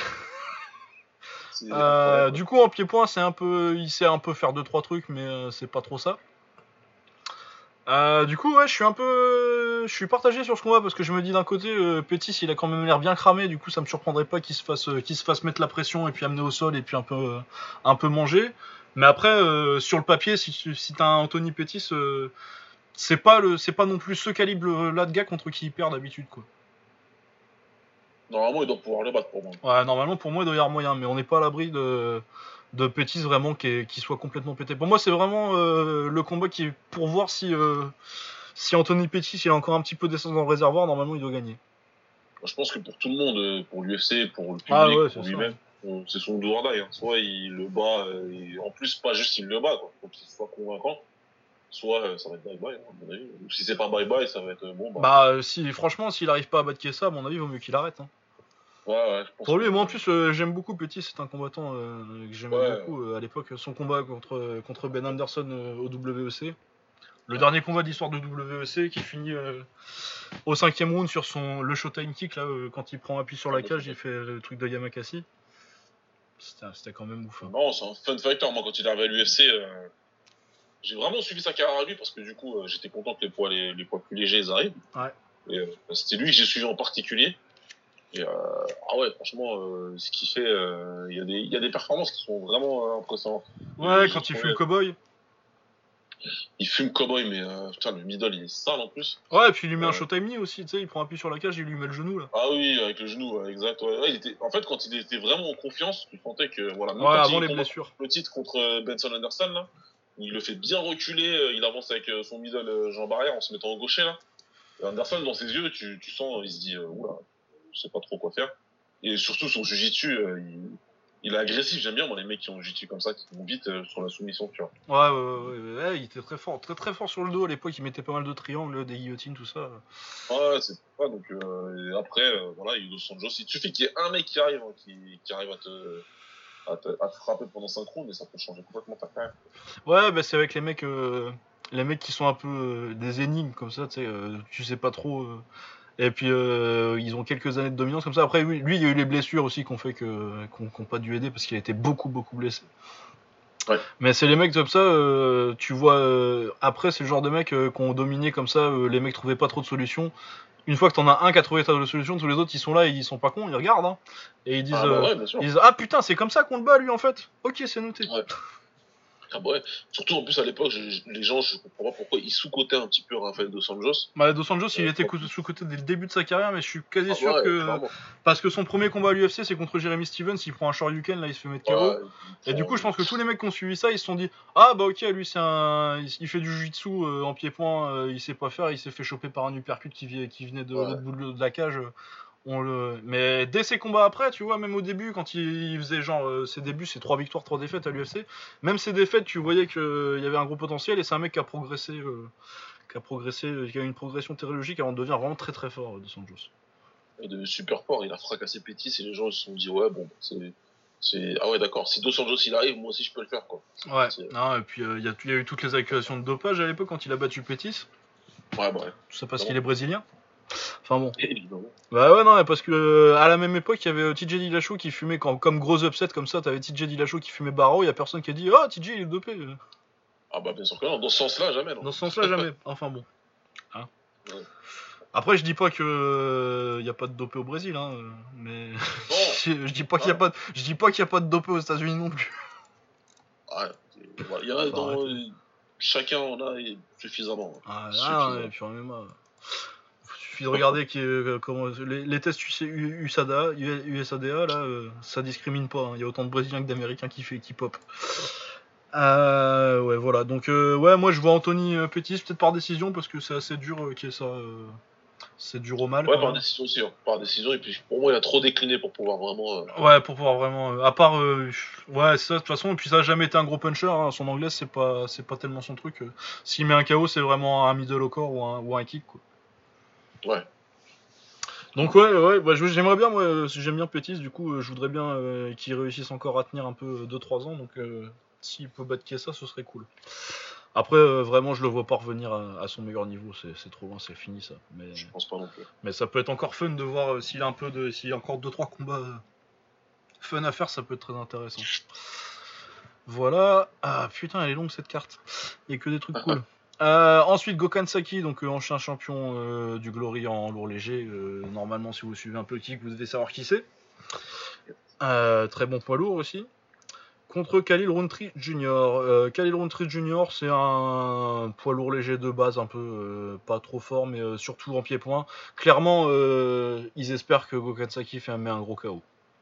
Speaker 1: euh, du coup en pied-point c'est un peu, il sait un peu faire deux trois trucs mais euh, c'est pas trop ça. Euh, du coup, ouais, je suis un peu, je suis partagé sur ce combat parce que je me dis d'un côté, euh, Pettis, il a quand même l'air bien cramé. Du coup, ça me surprendrait pas qu'il se fasse, euh, qu'il se fasse mettre la pression et puis amener au sol et puis un peu, euh, un peu manger. Mais après, euh, sur le papier, si, si t'as un Anthony Pettis, euh, c'est pas le, c'est pas non plus ce calibre-là de gars contre qui il perd d'habitude, quoi.
Speaker 2: Normalement, il doit pouvoir le battre pour moi.
Speaker 1: Ouais, normalement, pour moi, il doit y avoir moyen, mais on n'est pas à l'abri de. de Pettis vraiment qui, est, qui soit complètement pété. Pour moi, c'est vraiment euh, le combat qui est pour voir si, euh, si Anthony Pettis il a encore un petit peu d'essence dans le réservoir, normalement il doit gagner.
Speaker 2: Je pense que pour tout le monde, pour l'U F C, pour le public,
Speaker 1: ah ouais,
Speaker 2: pour lui-même, ça. c'est son do or die. Hein. Soit il le bat, et en plus pas juste il le bat, quoi. Faut qu'il soit convaincant. Soit ça va être bye-bye, hein, à mon avis. Ou si c'est pas bye-bye, ça va être bon. Bah,
Speaker 1: bah si, franchement, s'il arrive pas à battre Chiesa, à mon avis, il vaut mieux qu'il arrête. Hein.
Speaker 2: Ouais, ouais, je pense
Speaker 1: pour lui, moi en plus, euh, j'aime beaucoup Pettis, c'est un combattant euh, que j'aimais
Speaker 2: ouais,
Speaker 1: beaucoup
Speaker 2: ouais.
Speaker 1: Euh, à l'époque. Son combat contre, contre Ben Anderson euh, au W E C. Le ouais. dernier combat d'histoire de W E C qui finit euh, au cinquième round sur son, le Showtime kick, là, euh, quand il prend appui sur la cage, il fait le truc de Yamakasi. C'était, c'était quand même ouf. Hein.
Speaker 2: Non, c'est un fun fighter. Moi, quand il est arrivé à l'U F C, euh, j'ai vraiment suivi sa carrière à lui parce que du coup, euh, j'étais content que les poids, les, les poids plus légers ils arrivent.
Speaker 1: Ouais.
Speaker 2: Et, euh, c'était lui que j'ai suivi en particulier. Et euh, ah ouais, franchement, euh, ce qu'il fait, il euh, y, y a des performances qui sont vraiment euh, impressionnantes.
Speaker 1: Ouais, quand il fume Cowboy.
Speaker 2: Il fume Cowboy, mais euh, putain, le middle il est sale en plus.
Speaker 1: Ouais, et puis il lui met euh... un Showtime knee aussi, tu sais, il prend appui sur la cage et il lui met le genou là.
Speaker 2: Ah oui, avec le genou, ouais, exact. Ouais. Ouais, il était... En fait, quand il était vraiment en confiance, tu sentais que voilà, même
Speaker 1: ouais,
Speaker 2: quand
Speaker 1: avant
Speaker 2: il
Speaker 1: les blessures.
Speaker 2: Le titre contre Benson Anderson là, il le fait bien reculer, il avance avec son middle Jean Barrière en se mettant au gaucher là. Et Anderson dans ses yeux, tu, tu sens, il se dit euh, oula, je sais pas trop quoi faire. Et surtout son jiu-jitsu, euh, il, il est agressif. J'aime bien moi les mecs qui ont jiu-jitsu comme ça, qui vont vite euh, sur la soumission, tu vois.
Speaker 1: Ouais, ouais, ouais, ouais, il était très fort, très très fort sur le dos à l'époque. Il mettait pas mal de triangles, des guillotines, tout ça.
Speaker 2: Ouais, c'est pas donc euh, et après euh, voilà, il y a Dos Anjos. Il suffit qu'il y ait un mec qui arrive, hein, qui, qui arrive à te À te, à te frapper pendant cinq rounds et ça peut changer complètement ta carrière.
Speaker 1: Ouais, bah c'est avec les mecs, euh, les mecs qui sont un peu euh, des énigmes comme ça, tu sais, euh, tu sais pas trop. Euh, et puis euh, ils ont quelques années de dominance comme ça. Après, lui, lui il y a eu les blessures aussi qu'on fait que qu'on qu'on pas dû aider parce qu'il a été beaucoup beaucoup blessé.
Speaker 2: Ouais.
Speaker 1: Mais c'est les mecs comme ça, euh, tu vois. Euh, après, c'est le genre de mecs euh, qui ont dominé comme ça. Euh, les mecs trouvaient pas trop de solutions. Une fois que t'en as un qui a trouvé ta solution, tous les autres ils sont là et ils sont pas cons, ils regardent hein, et ils disent,
Speaker 2: ah, bah ouais, bien sûr.
Speaker 1: euh, ils disent ah putain c'est comme ça qu'on le bat lui en fait. Ok c'est noté.
Speaker 2: Ouais. Ah bah ouais. Surtout en plus à l'époque, je, les gens, je comprends pas pourquoi ils sous-cotaient un petit peu Rafael Dos Anjos.
Speaker 1: Bah Dos Anjos, il euh, était sous-coté dès le début de sa carrière, mais je suis quasi ah sûr
Speaker 2: bah ouais,
Speaker 1: que
Speaker 2: clairement.
Speaker 1: Parce que son premier combat à l'U F C, c'est contre Jeremy Stevens, il prend un Shoryuken, là il se fait mettre K O. Ouais, et du coup, je pense que tous les mecs qui ont suivi ça, ils se sont dit ah bah ok, lui c'est un, il fait du jiu-jitsu euh, en pied-point, euh, il sait pas faire, il s'est fait choper par un uppercut qui, qui venait de ouais. l'autre bout de la cage. On le... Mais dès ses combats après, tu vois, même au début, quand il faisait genre euh, ses débuts, ses trois victoires, trois défaites à l'U F C, même ses défaites, tu voyais qu'il euh, y avait un gros potentiel et c'est un mec qui a progressé, euh, qui a progressé, euh, qui a une progression théologique avant de devenir vraiment très très fort, Dos Anjos.
Speaker 2: Il est super fort, il a fracassé Pettis et les gens se sont dit ouais bon, c'est, c'est... ah ouais d'accord, si Dos Anjos il arrive, moi aussi je peux le faire quoi.
Speaker 1: Ouais. C'est... Non et puis il euh, y, y a eu toutes les accusations de dopage à l'époque quand il a battu Pettis.
Speaker 2: Ouais bah ouais.
Speaker 1: Tout ça parce non. qu'il est brésilien. Enfin bon.
Speaker 2: Évidemment.
Speaker 1: Bah ouais non parce que euh, à la même époque il y avait T J Dillashaw qui fumait quand, comme gros upset comme ça, t'avais T J Dillashaw qui fumait Barreau, il y a personne qui a dit ah T J il est dopé.
Speaker 2: Ah bah bien sûr que non, dans ce sens-là jamais non.
Speaker 1: Dans ce sens-là jamais. Enfin bon. Hein ouais. Après je dis pas que il euh, y a pas de dopé au Brésil hein, mais je dis pas qu'il y a pas de... je dis pas qu'il y a pas de dopé aux États-Unis non plus.
Speaker 2: Ouais, il y en a dans arrêter. Chacun en a suffisamment.
Speaker 1: Ah, suffisamment. Ah, et puis en même temps, il suffit de regarder qui, euh, comment, les, les tests U S A D A, U S A D A là, euh, ça discrimine pas. Il hein. Y a autant de Brésiliens que d'Américains qui, fait, qui pop. Euh, ouais, voilà. Donc, euh, ouais, moi je vois Anthony Pettis peut-être par décision parce que c'est assez dur euh, qu'il y ait ça. Euh, c'est dur au mal.
Speaker 2: Ouais, par même. décision aussi. Hein. Par décision, et puis pour moi, il a trop décliné pour pouvoir vraiment. Euh...
Speaker 1: Ouais, pour pouvoir vraiment. Euh, à part. Euh, ouais, ça, de toute façon, et puis ça a jamais été un gros puncher. Hein. Son anglais, c'est pas, c'est pas tellement son truc. Euh. S'il met un K O, c'est vraiment un middle au corps ou un, ou un kick, quoi.
Speaker 2: Ouais.
Speaker 1: Donc ouais, ouais, bah, j'aimerais bien, moi, j'aime bien Pettis, du coup, je voudrais bien euh, qu'il réussisse encore à tenir un peu deux trois ans, donc euh, s'il peut battre ça, ce serait cool. Après, euh, vraiment, je le vois pas revenir à, à son meilleur niveau, c'est, c'est trop loin, c'est fini ça. Mais,
Speaker 2: je pense pas non plus.
Speaker 1: Mais ça peut être encore fun de voir euh, s'il a un peu de, s'il y a encore deux trois combats euh, fun à faire, ça peut être très intéressant. Voilà. Ah putain, elle est longue cette carte. Il y a que des trucs cool. Euh, ensuite, Gokhan Saki, donc euh, ancien champion euh, du Glory en lourd léger. Euh, normalement, si vous suivez un peu le kick, vous devez savoir qui c'est. Euh, très bon poids lourd aussi. Contre Khalil Rountree Junior Euh, Khalil Rountree Junior, c'est un poids lourd léger de base, un peu euh, pas trop fort, mais euh, surtout en pied-point. Clairement, euh, ils espèrent que Gokhan Saki fait un, un gros K O.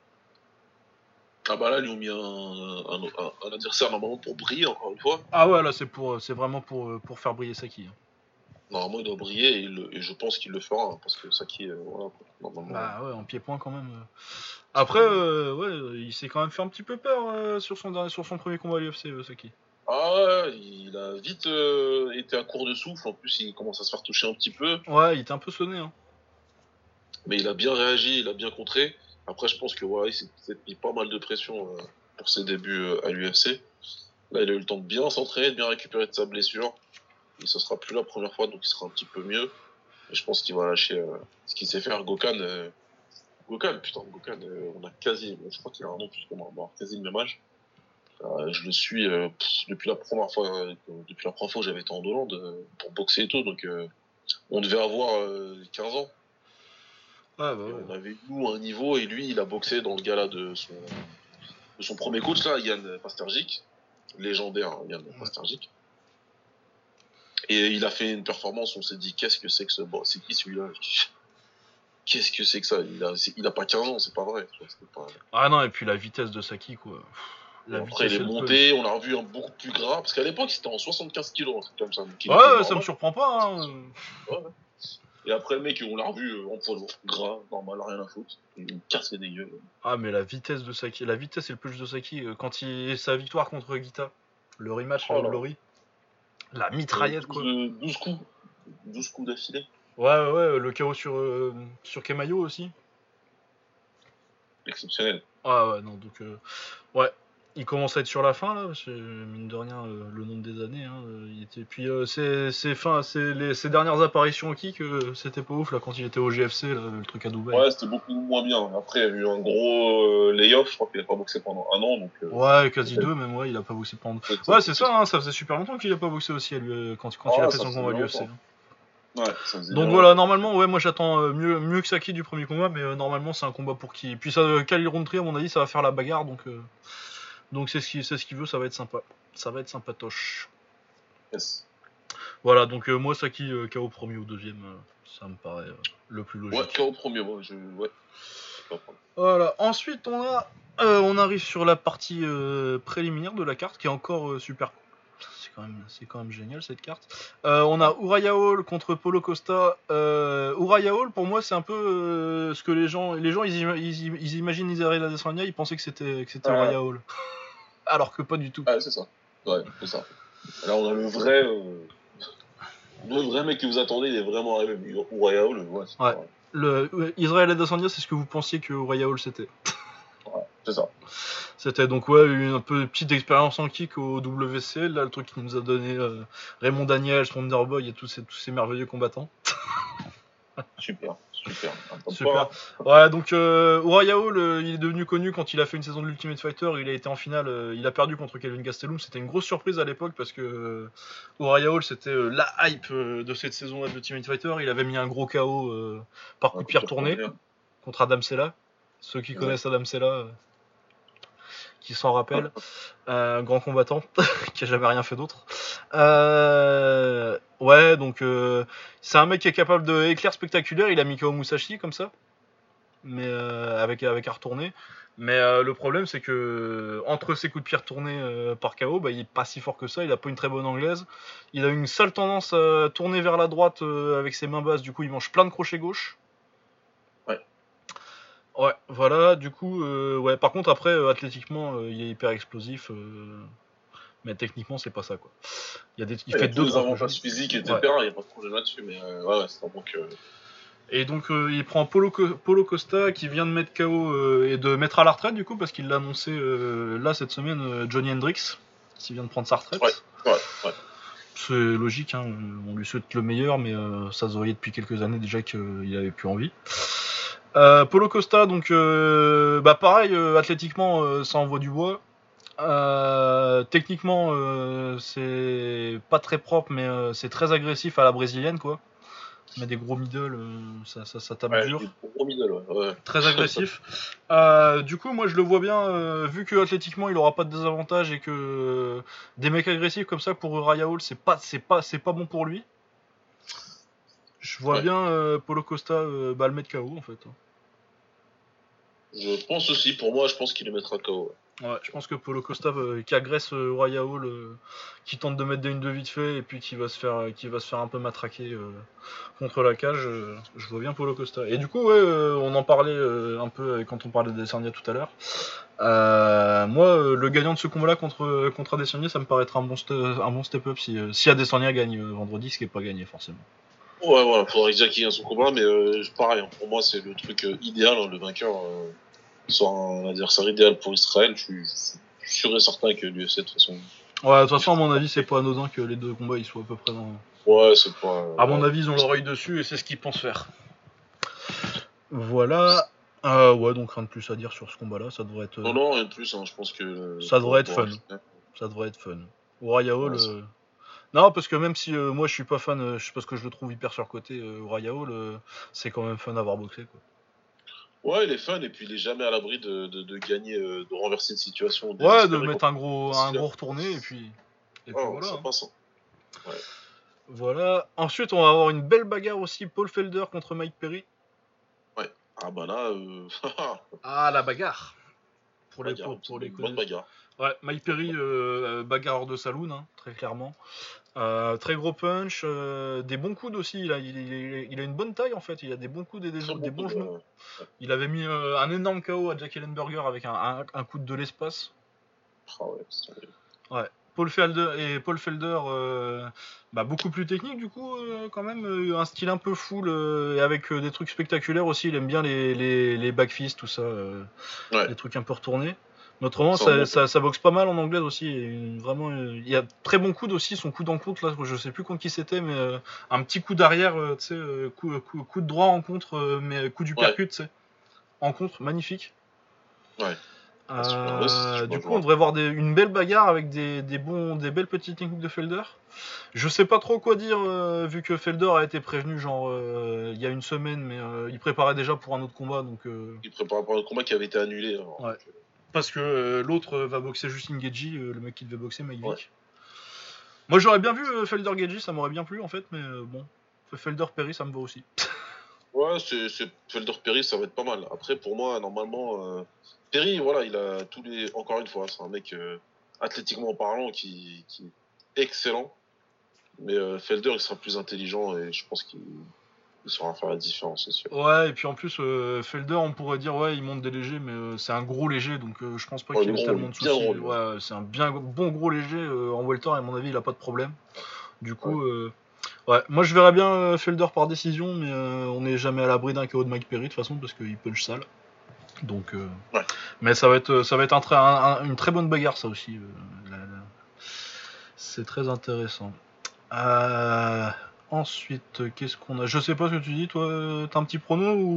Speaker 2: Ah bah là, ils ont mis un, un, un, un adversaire normalement pour briller, encore une fois.
Speaker 1: Ah ouais, là, c'est, pour, c'est vraiment pour, pour faire briller Saki. Hein.
Speaker 2: Normalement, il doit briller et, il, et je pense qu'il le fera, hein, parce que Saki, euh, voilà,
Speaker 1: normalement... Bah ouais, en pied-point quand même. Après, euh, ouais, il s'est quand même fait un petit peu peur euh, sur, son dernier, sur son premier combat à l'U F C, euh, Saki.
Speaker 2: Ah ouais, il a vite euh, été à court de souffle, en plus il commence à se faire toucher un petit peu.
Speaker 1: Ouais, il était un peu sonné. Hein.
Speaker 2: Mais il a bien réagi, il a bien contré. Après, je pense que voilà, il s'est peut-être mis pas mal de pression euh, pour ses débuts euh, à l'U F C. Là, il a eu le temps de bien s'entraîner, de bien récupérer de sa blessure. Et ce sera plus la première fois, donc il sera un petit peu mieux. Et je pense qu'il va lâcher euh, ce qu'il sait faire. Gokhan, euh... Gokhan, putain, Gokhan, euh, on a quasi, je crois qu'il a un an plus que moi, bon, quasi le même âge. Euh, je le suis euh, pff, depuis la première fois, euh, depuis la première fois que j'avais été en Hollande euh, pour boxer et tout, donc euh, on devait avoir euh, quinze ans.
Speaker 1: Ah, bah
Speaker 2: Et
Speaker 1: ouais.
Speaker 2: on avait, nous, un niveau, et lui, il a boxé dans le gala de son, de son premier coach, là, Yann Pastergic. Légendaire, hein, Yann
Speaker 1: Ouais.
Speaker 2: Pastergic. Et il a fait une performance, on s'est dit, qu'est-ce que c'est que ce. Bon, c'est qui celui-là? Qu'est-ce que c'est que ça? Il a, il a pas quinze ans, c'est pas vrai. Pas...
Speaker 1: Ah non, et puis la vitesse de Saki, quoi.
Speaker 2: La après, il est monté, on l'a revu un beaucoup plus gras, parce qu'à l'époque, c'était en soixante-quinze kilos, un truc comme ça. Donc il
Speaker 1: ouais, ça me surprend pas. Hein.
Speaker 2: Ouais. Et après, le mec, on l'a revu en poids lourd, gras, normal, rien à foutre. Il casse les gueules.
Speaker 1: Ah, mais la vitesse de Saki, la vitesse et le push de Saki, quand il sa victoire contre Guita, le rematch oh, Glory, la mitraillette, quoi.
Speaker 2: douze coups, douze coups d'affilée.
Speaker 1: Ouais, ouais, ouais, le K O sur, euh, sur Kemayo aussi.
Speaker 2: Exceptionnel.
Speaker 1: Ah ouais, non, donc, euh, ouais, il commence à être sur la fin, là, parce que, mine de rien, euh, le nombre des années, hein, il était... Puis, euh, c'est, c'est fin, c'est les, ses dernières apparitions au kick, euh, c'était pas ouf, là, quand il était au G F C, là, le truc à Dubaï.
Speaker 2: Ouais, c'était beaucoup moins bien. Après, il y a eu un gros euh, layoff, je crois qu'il a pas boxé pendant un an, donc... Euh,
Speaker 1: ouais, quasi deux, même, ouais, il a pas boxé pendant... Ouais, c'est ça, hein, ça faisait super longtemps qu'il a pas boxé aussi, lui, quand, quand ah, il a fait son combat à l'U F C. Hein.
Speaker 2: Ouais, ça faisait
Speaker 1: donc voilà, normalement, ouais, moi j'attends euh, mieux, mieux que Saki du premier combat, mais euh, normalement c'est un combat pour qui. Puis ça, euh, Khalil Rountree, à mon avis, ça va faire la bagarre, donc euh, donc c'est ce qu'il c'est ce qu'il veut, ça va être sympa, ça va être sympatoche.
Speaker 2: Yes.
Speaker 1: Voilà, donc euh, moi Saki euh, K O premier ou deuxième, euh, ça me paraît euh, le plus logique.
Speaker 2: Ouais, K O premier, moi, je... ouais.
Speaker 1: Voilà. Ensuite, on a, euh, on arrive sur la partie euh, préliminaire de la carte, qui est encore euh, super cool. C'est quand même, c'est quand même génial cette carte. Euh, on a Uriah Hall contre Paulo Costa. Euh, Uriah Hall, pour moi, c'est un peu euh, ce que les gens, les gens, ils, ils, ils imaginent Israël Adesanya, ils pensaient que c'était, que c'était ah. Uriah Hall, alors que pas du tout.
Speaker 2: Ah, c'est ça. Ouais, c'est ça. Là, on a le vrai, euh... le vrai mec que vous attendez, il est vraiment arrivé. Uriah Hall, ouais. C'est
Speaker 1: ouais. Le Israël Adesanya, c'est ce que vous pensiez que Uriah Hall c'était.
Speaker 2: Ouais, c'est ça.
Speaker 1: C'était donc ouais une un peu petite expérience en kick au W C L, là le truc qui nous a donné euh, Raymond Daniels, Wonderboy et tous ces, tous ces merveilleux combattants.
Speaker 2: Super, super.
Speaker 1: Super. Ouais, donc euh, Uriah Hall, euh, il est devenu connu quand il a fait une saison de l'Ultimate Fighter, il a été en finale, euh, il a perdu contre Kelvin Gastelum, c'était une grosse surprise à l'époque parce que euh, Uriah Hall c'était euh, la hype euh, de cette saison-là de l'Ultimate Fighter, il avait mis un gros K O euh, par coup de pierre tourné contre Adam Sella. Ceux qui ouais. connaissent Adam Sella, euh, qui s'en rappellent, un euh, grand combattant qui a jamais rien fait d'autre. Euh, ouais, donc euh, c'est un mec qui est capable de éclairs spectaculaires. Il a mis K O Musashi comme ça, mais euh, avec avec un retourné. Mais euh, le problème c'est que entre ses coups de pierre tournés euh, par K O, bah, il est pas si fort que ça. Il a pas une très bonne anglaise. Il a une sale tendance à tourner vers la droite euh, avec ses mains basses. Du coup, il mange plein de crochets gauche. Ouais, voilà, du coup, euh, ouais. Par contre, après, euh, athlétiquement, euh, il est hyper explosif, euh, mais techniquement, c'est pas ça, quoi.
Speaker 2: Il, y a des, il, il fait deux avantages physiques, et cetera. Il ouais. n'y a pas de problème là-dessus, mais euh, ouais, ouais, c'est un bon que.
Speaker 1: Et donc, euh, il prend Paulo, Paulo Costa, qui vient de mettre K O euh, et de mettre à la retraite, du coup, parce qu'il l'a annoncé euh, là cette semaine, euh, Johnny Hendricks, qui vient de prendre sa retraite.
Speaker 2: Ouais, ouais, ouais.
Speaker 1: C'est logique, hein, on lui souhaite le meilleur, mais euh, ça se voyait depuis quelques années déjà qu'il avait plus envie. Euh, Paulo Costa, donc euh, bah pareil, euh, athlétiquement, euh, ça envoie du bois. Euh, techniquement, euh, c'est pas très propre, mais euh, c'est très agressif à la brésilienne, quoi. Mais des gros middle, euh, ça, ça, ça tape
Speaker 2: ouais,
Speaker 1: dur.
Speaker 2: Des gros middle, ouais. ouais.
Speaker 1: Très agressif. euh, du coup, moi, je le vois bien, euh, vu que athlétiquement, il aura pas de désavantage et que euh, des mecs agressifs comme ça pour Uriah Hall, c'est pas, c'est pas, c'est pas bon pour lui. Je vois ouais. bien euh, Paulo Costa euh, bah, le mettre K O en fait.
Speaker 2: Je pense aussi, pour moi, je pense qu'il le mettra K O.
Speaker 1: Ouais, ouais je pense que Paulo Costa euh, qui agresse euh, Uriah Hall, euh, qui tente de mettre des une de vite fait et puis qui va se faire, euh, qui va se faire un peu matraquer euh, contre la cage. Euh, je vois bien Paulo Costa. Et du coup, ouais, euh, on en parlait euh, un peu quand on parlait d'Adesanya tout à l'heure. Euh, moi, euh, le gagnant de ce combat-là contre contre Adesanya, ça me paraîtra un bon st- un bon step-up si euh, si Adesanya gagne euh, vendredi, ce qui est pas gagné forcément.
Speaker 2: Ouais, voilà, faudrait déjà qu'il gagne son combat, mais euh, pareil, hein, pour moi, c'est le truc euh, idéal, hein, le vainqueur euh, soit un adversaire idéal pour Israël. Je suis, je suis sûr et certain que l'U F C, de toute façon.
Speaker 1: Ouais, de toute façon, à mon avis, c'est pas anodin que les deux combats ils soient à peu près dans.
Speaker 2: Ouais, c'est pas. Euh,
Speaker 1: à mon avis, ils ont l'oreille dessus et c'est ce qu'ils pensent faire. Voilà. Euh, ouais, donc rien de plus à dire sur ce combat-là, ça devrait être.
Speaker 2: Non, non, rien de plus, hein, je pense que.
Speaker 1: Ça devrait être fun. Ça devrait être fun. Uriah Hall. Ouais, euh... Non, parce que même si euh, moi je suis pas fan, euh, parce que je le trouve hyper surcoté, euh, Uriah Hall, euh, c'est quand même fun à voir boxer, quoi.
Speaker 2: Ouais, il est fun et puis il est jamais à l'abri de, de, de gagner, euh, de renverser une situation
Speaker 1: Ouais, de
Speaker 2: désespérée.
Speaker 1: mettre un gros, un
Speaker 2: Quand...
Speaker 1: gros retourné et puis, et puis
Speaker 2: Oh,
Speaker 1: voilà.
Speaker 2: ça
Speaker 1: Hein.
Speaker 2: passe. Hein. Ouais.
Speaker 1: Voilà. Ensuite, on va avoir une belle bagarre aussi, Paul Felder contre Mike Perry.
Speaker 2: Ouais. Ah bah là. Euh...
Speaker 1: ah, la bagarre. Pour les,
Speaker 2: bagarre,
Speaker 1: pour, pour les
Speaker 2: bonne, bonne bagarre.
Speaker 1: Ouais, Mike Perry, euh, bagarreur de saloon, hein, très clairement. Euh, très gros punch, euh, des bons coudes aussi. Il a, il, il, il a une bonne taille en fait. Il a des bons coudes et des, des bons genoux. Ouais. Ouais. Il avait mis euh, un énorme K O à Jack Ellenberger avec un, un, un coude de l'espace.
Speaker 2: Ah ouais, c'est...
Speaker 1: ouais. Paul Felder et Paul Felder, euh, bah, beaucoup plus technique du coup, euh, quand même, euh, un style un peu full euh, et avec euh, des trucs spectaculaires aussi. Il aime bien les, les, les backfists, tout ça, euh, ouais. Les trucs un peu retournés. Mais autrement, ça, ça, ça, ça boxe pas mal en anglais aussi. Et vraiment, euh, il y a très bon coude aussi. Son coup d'encontre, là, je sais plus contre qui c'était, mais euh, un petit coup d'arrière, euh, tu sais, euh, coup, coup, coup de droit en contre, euh, mais coup du percute, tu sais. En contre, magnifique.
Speaker 2: Ouais.
Speaker 1: Euh, du coup, on devrait voir des, une belle bagarre avec des, des, bons, des belles petites techniques de Felder. Je sais pas trop quoi dire, euh, vu que Felder a été prévenu genre euh, il y a une semaine, mais euh, il préparait déjà pour un autre combat. Donc, euh...
Speaker 2: il préparait pour un autre combat qui avait été annulé. Alors,
Speaker 1: ouais. donc, parce que euh, l'autre va boxer Justin Gaethje, euh, le mec qui devait boxer Mike Vick. Ouais. Moi j'aurais bien vu euh, Felder Gaethje, ça m'aurait bien plu en fait, mais euh, bon, Felder Perry ça me va aussi.
Speaker 2: ouais, c'est, c'est Felder Perry ça va être pas mal. Après pour moi normalement, euh, Perry voilà il a tous les, encore une fois c'est un mec euh, athlétiquement parlant qui, qui est excellent, mais euh, Felder il sera plus intelligent et je pense qu'il il saura faire la différence, c'est sûr.
Speaker 1: Ouais, et puis en plus, euh, Felder, on pourrait dire, ouais, il monte des légers, mais euh, c'est un gros léger, donc euh, je pense pas ouais, qu'il ait gros, tellement de soucis. Gros, ouais, c'est un bien bien gros léger. Euh, en welter, à mon avis, il a pas de problème. Du coup, ouais, euh, ouais. Moi je verrais bien euh, Felder par décision, mais euh, on n'est jamais à l'abri d'un K O de Mike Perry, de toute façon, parce qu'il punch sale. Donc, euh, ouais. Mais ça va être, ça va être un très, un, un, une très bonne bagarre, ça aussi. Euh, la, la... C'est très intéressant. Euh... Ensuite, qu'est-ce qu'on a ? Je sais pas ce que tu dis, toi, t'as un petit prono ou ?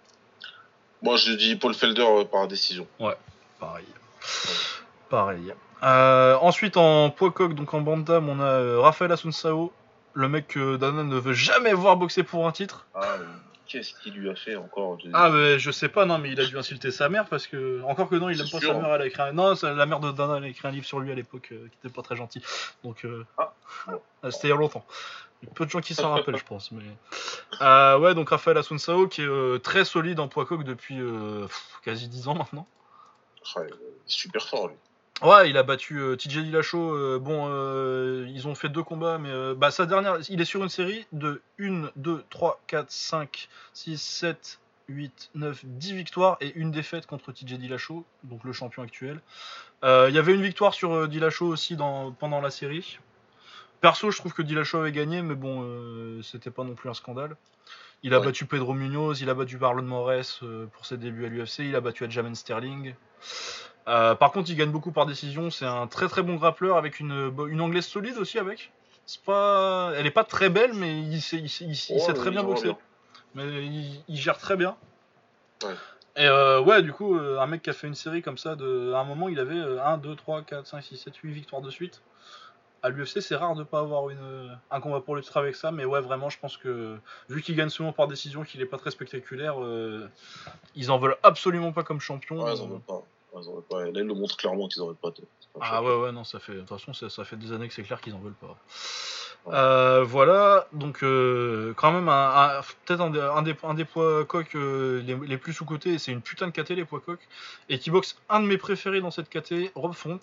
Speaker 2: Moi, je dis Paul Felder par décision.
Speaker 1: Ouais, pareil. Ouais. Pareil. Euh, ensuite, en poids coq, donc en bantam, on a euh, Rafael Assunção, le mec que Dana ne veut jamais voir boxer pour un titre.
Speaker 2: Ah, qu'est-ce qu'il lui a fait encore ?
Speaker 1: Ah, mais je sais pas, non, mais il a dû insulter sa mère parce que. Encore que non, il aime pas sûr, sa mère, elle a écrit un. Non, la mère de Dana, elle a écrit un livre sur lui à l'époque euh, qui était pas très gentil. Donc, euh... ah, bon. C'était il y a longtemps. Il y a peu de gens qui s'en rappellent, je pense. Mais... Euh, ouais, donc Rafael Assunção qui est euh, très solide en poids coq depuis euh, pff, quasi dix ans maintenant.
Speaker 2: Ouais, super fort, lui.
Speaker 1: Ouais, il a battu euh, T J Dillashaw. Euh, bon, euh, ils ont fait deux combats, mais euh, bah, sa dernière, il est sur une série de un, deux, trois, quatre, cinq, six, sept, huit, neuf, dix victoires et une défaite contre T J Dillashaw, donc le champion actuel. Il euh, y avait une victoire sur euh, Dillashaw aussi dans, pendant la série. Perso, je trouve que Dillashaw avait gagné, mais bon, euh, c'était pas non plus un scandale. Il a ouais. battu Pedro Munoz, il a battu Marlon Moraes euh, pour ses débuts à l'U F C, il a battu Aljamain Sterling. Euh, par contre, il gagne beaucoup par décision. C'est un très très bon grappleur avec une, une anglaise solide aussi avec. C'est pas, elle est pas très belle, mais il sait, il sait, il, il ouais, sait très bien boxer. Bien. Mais il, il gère très bien.
Speaker 2: Ouais.
Speaker 1: Et euh, ouais, du coup, euh, un mec qui a fait une série comme ça, de, à un moment, il avait un, deux, trois, quatre, cinq, six, sept, huit victoires de suite. À l'U F C, c'est rare de pas avoir une, un combat pour le titre avec ça, mais ouais, vraiment, je pense que vu qu'il gagne souvent par décision, qu'il est pas très spectaculaire, euh, ils en veulent absolument pas comme champion.
Speaker 2: Ouais, ils en veulent pas. Ouais, pas. Là, ils le montrent clairement qu'ils en veulent pas. pas
Speaker 1: ah ouais, ouais, non, ça fait. De toute façon, ça, ça fait des années que c'est clair qu'ils en veulent pas. Ouais. Euh, voilà, donc euh, quand même, un, un, peut-être un des, un, des, un des poids coqs euh, les, les plus sous-cotés, et c'est une putain de K T, les poids coqs, et qui boxe un de mes préférés dans cette K T, Rob Font.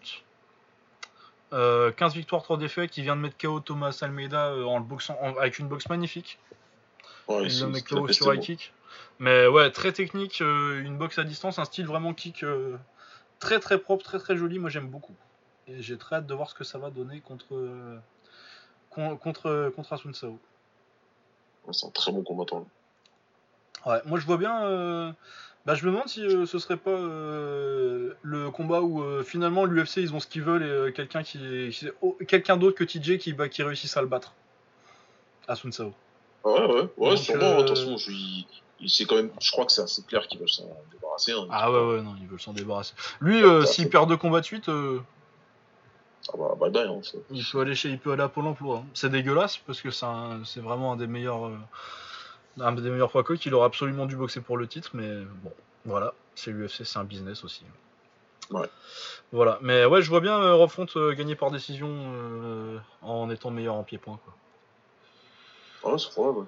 Speaker 1: Euh, quinze victoires, trois défaites, qui vient de mettre K O Thomas Almeida euh, en le boxant, en, avec une boxe magnifique.
Speaker 2: Ouais,
Speaker 1: il le met K O sur high kick. Mais ouais, très technique, euh, une boxe à distance, un style vraiment kick euh, très très propre, très très joli. Moi j'aime beaucoup. Et j'ai très hâte de voir ce que ça va donner contre euh, contre contre Assunção.
Speaker 2: Ouais, c'est un très bon combattant.
Speaker 1: Ouais, moi je vois bien. Euh, bah, je me demande si euh, ce serait pas euh, le combat où euh, finalement l'U F C ils ont ce qu'ils veulent et euh, quelqu'un qui, qui oh, quelqu'un d'autre que T J qui bah, qui réussisse à le battre. Assunção.
Speaker 2: Ouais ouais ouais, Donc, sûrement. De toute façon, je il, il c'est quand même. Je crois que c'est assez clair qu'ils veulent s'en débarrasser. Hein,
Speaker 1: ah ouais pas... ouais non, ils veulent s'en débarrasser. Lui, ouais, euh, s'il perd deux combats de suite. Euh...
Speaker 2: Ah bah bye bye. Hein,
Speaker 1: il peut aller chez, il peut aller à Pôle Emploi. Hein. C'est dégueulasse parce que c'est, un, c'est vraiment un des meilleurs. Euh... un des meilleurs poids coqs, il aurait absolument dû boxer pour le titre, mais bon, voilà, c'est l'U F C, c'est un business aussi.
Speaker 2: Ouais.
Speaker 1: Voilà, mais ouais, je vois bien euh, Refront euh, gagner par décision euh, en étant meilleur en pied-point, quoi.
Speaker 2: Ouais, c'est probable.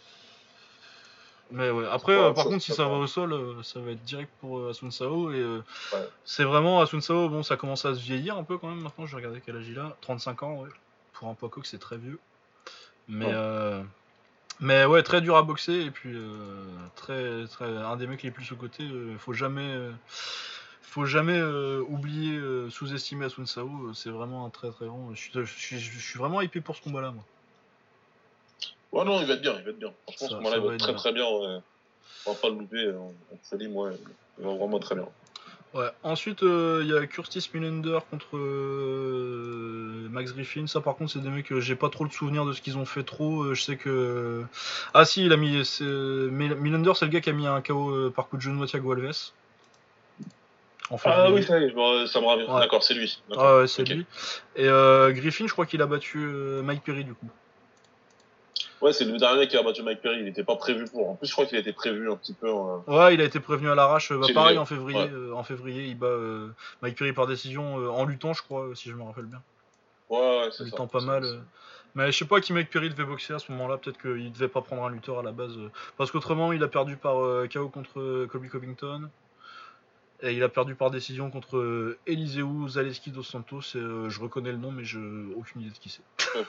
Speaker 1: Mais ouais, après, euh, par contre, si ça va au sol, euh, ça va être direct pour euh, Asun Sao. Et euh,
Speaker 2: ouais.
Speaker 1: c'est vraiment Asun Sao, bon, ça commence à se vieillir un peu quand même maintenant. Je vais regarder quel âge il a. trente-cinq ans, ouais. Pour un poids coq, c'est très vieux. Mais, ouais. Euh, mais ouais, très dur à boxer. Et puis, euh, très, très, un des mecs les plus sous-cotés. Euh, faut jamais. Euh, faut jamais euh, oublier, euh, sous-estimer Asun Sao. C'est vraiment un très très bon. Je suis, je, suis, je suis vraiment hypé pour ce combat-là, moi.
Speaker 2: Ouais, non, il va être bien, il va être bien. Franchement, ce combat-là, il va être très bien. très bien. Ouais. On va pas le louper. On se dit, moi, il va vraiment très bien.
Speaker 1: Ouais. Ensuite, il euh, y a Curtis Millender contre euh, Max Griffin. Ça, par contre, c'est des mecs que j'ai pas trop le souvenir de ce qu'ils ont fait trop. Je sais que. Ah, si, il a mis. Millender, c'est le gars qui a mis un K O par coup de genou à Thiago Alves.
Speaker 2: En ah oui, ça y est, ça me revient. Ouais. D'accord, c'est lui.
Speaker 1: Ah ouais, c'est okay. lui. Et euh, Griffin, je crois qu'il a battu euh, Mike Perry, du coup.
Speaker 2: Ouais, c'est le dernier qui a battu Mike Perry. Il n'était pas prévu pour. En plus, je crois qu'il a été prévu un petit peu. Euh...
Speaker 1: Ouais, il a été prévenu à l'arrache. Bah, pareil, en février, ouais. euh, en février, il bat euh, Mike Perry par décision euh, en luttant, je crois, si je me rappelle bien.
Speaker 2: Ouais, ouais, c'est
Speaker 1: luttant
Speaker 2: ça.
Speaker 1: pas
Speaker 2: c'est
Speaker 1: mal.
Speaker 2: ça.
Speaker 1: Euh... Mais je sais pas qui Mike Perry devait boxer à ce moment-là. Peut-être qu'il devait pas prendre un lutteur à la base. Euh... Parce qu'autrement, il a perdu par euh, K O contre euh, Colby Covington. Et il a perdu par décision contre euh, Eliseu Zaleski dos Santos. Et, euh, je reconnais le nom, mais je aucune idée de qui c'est.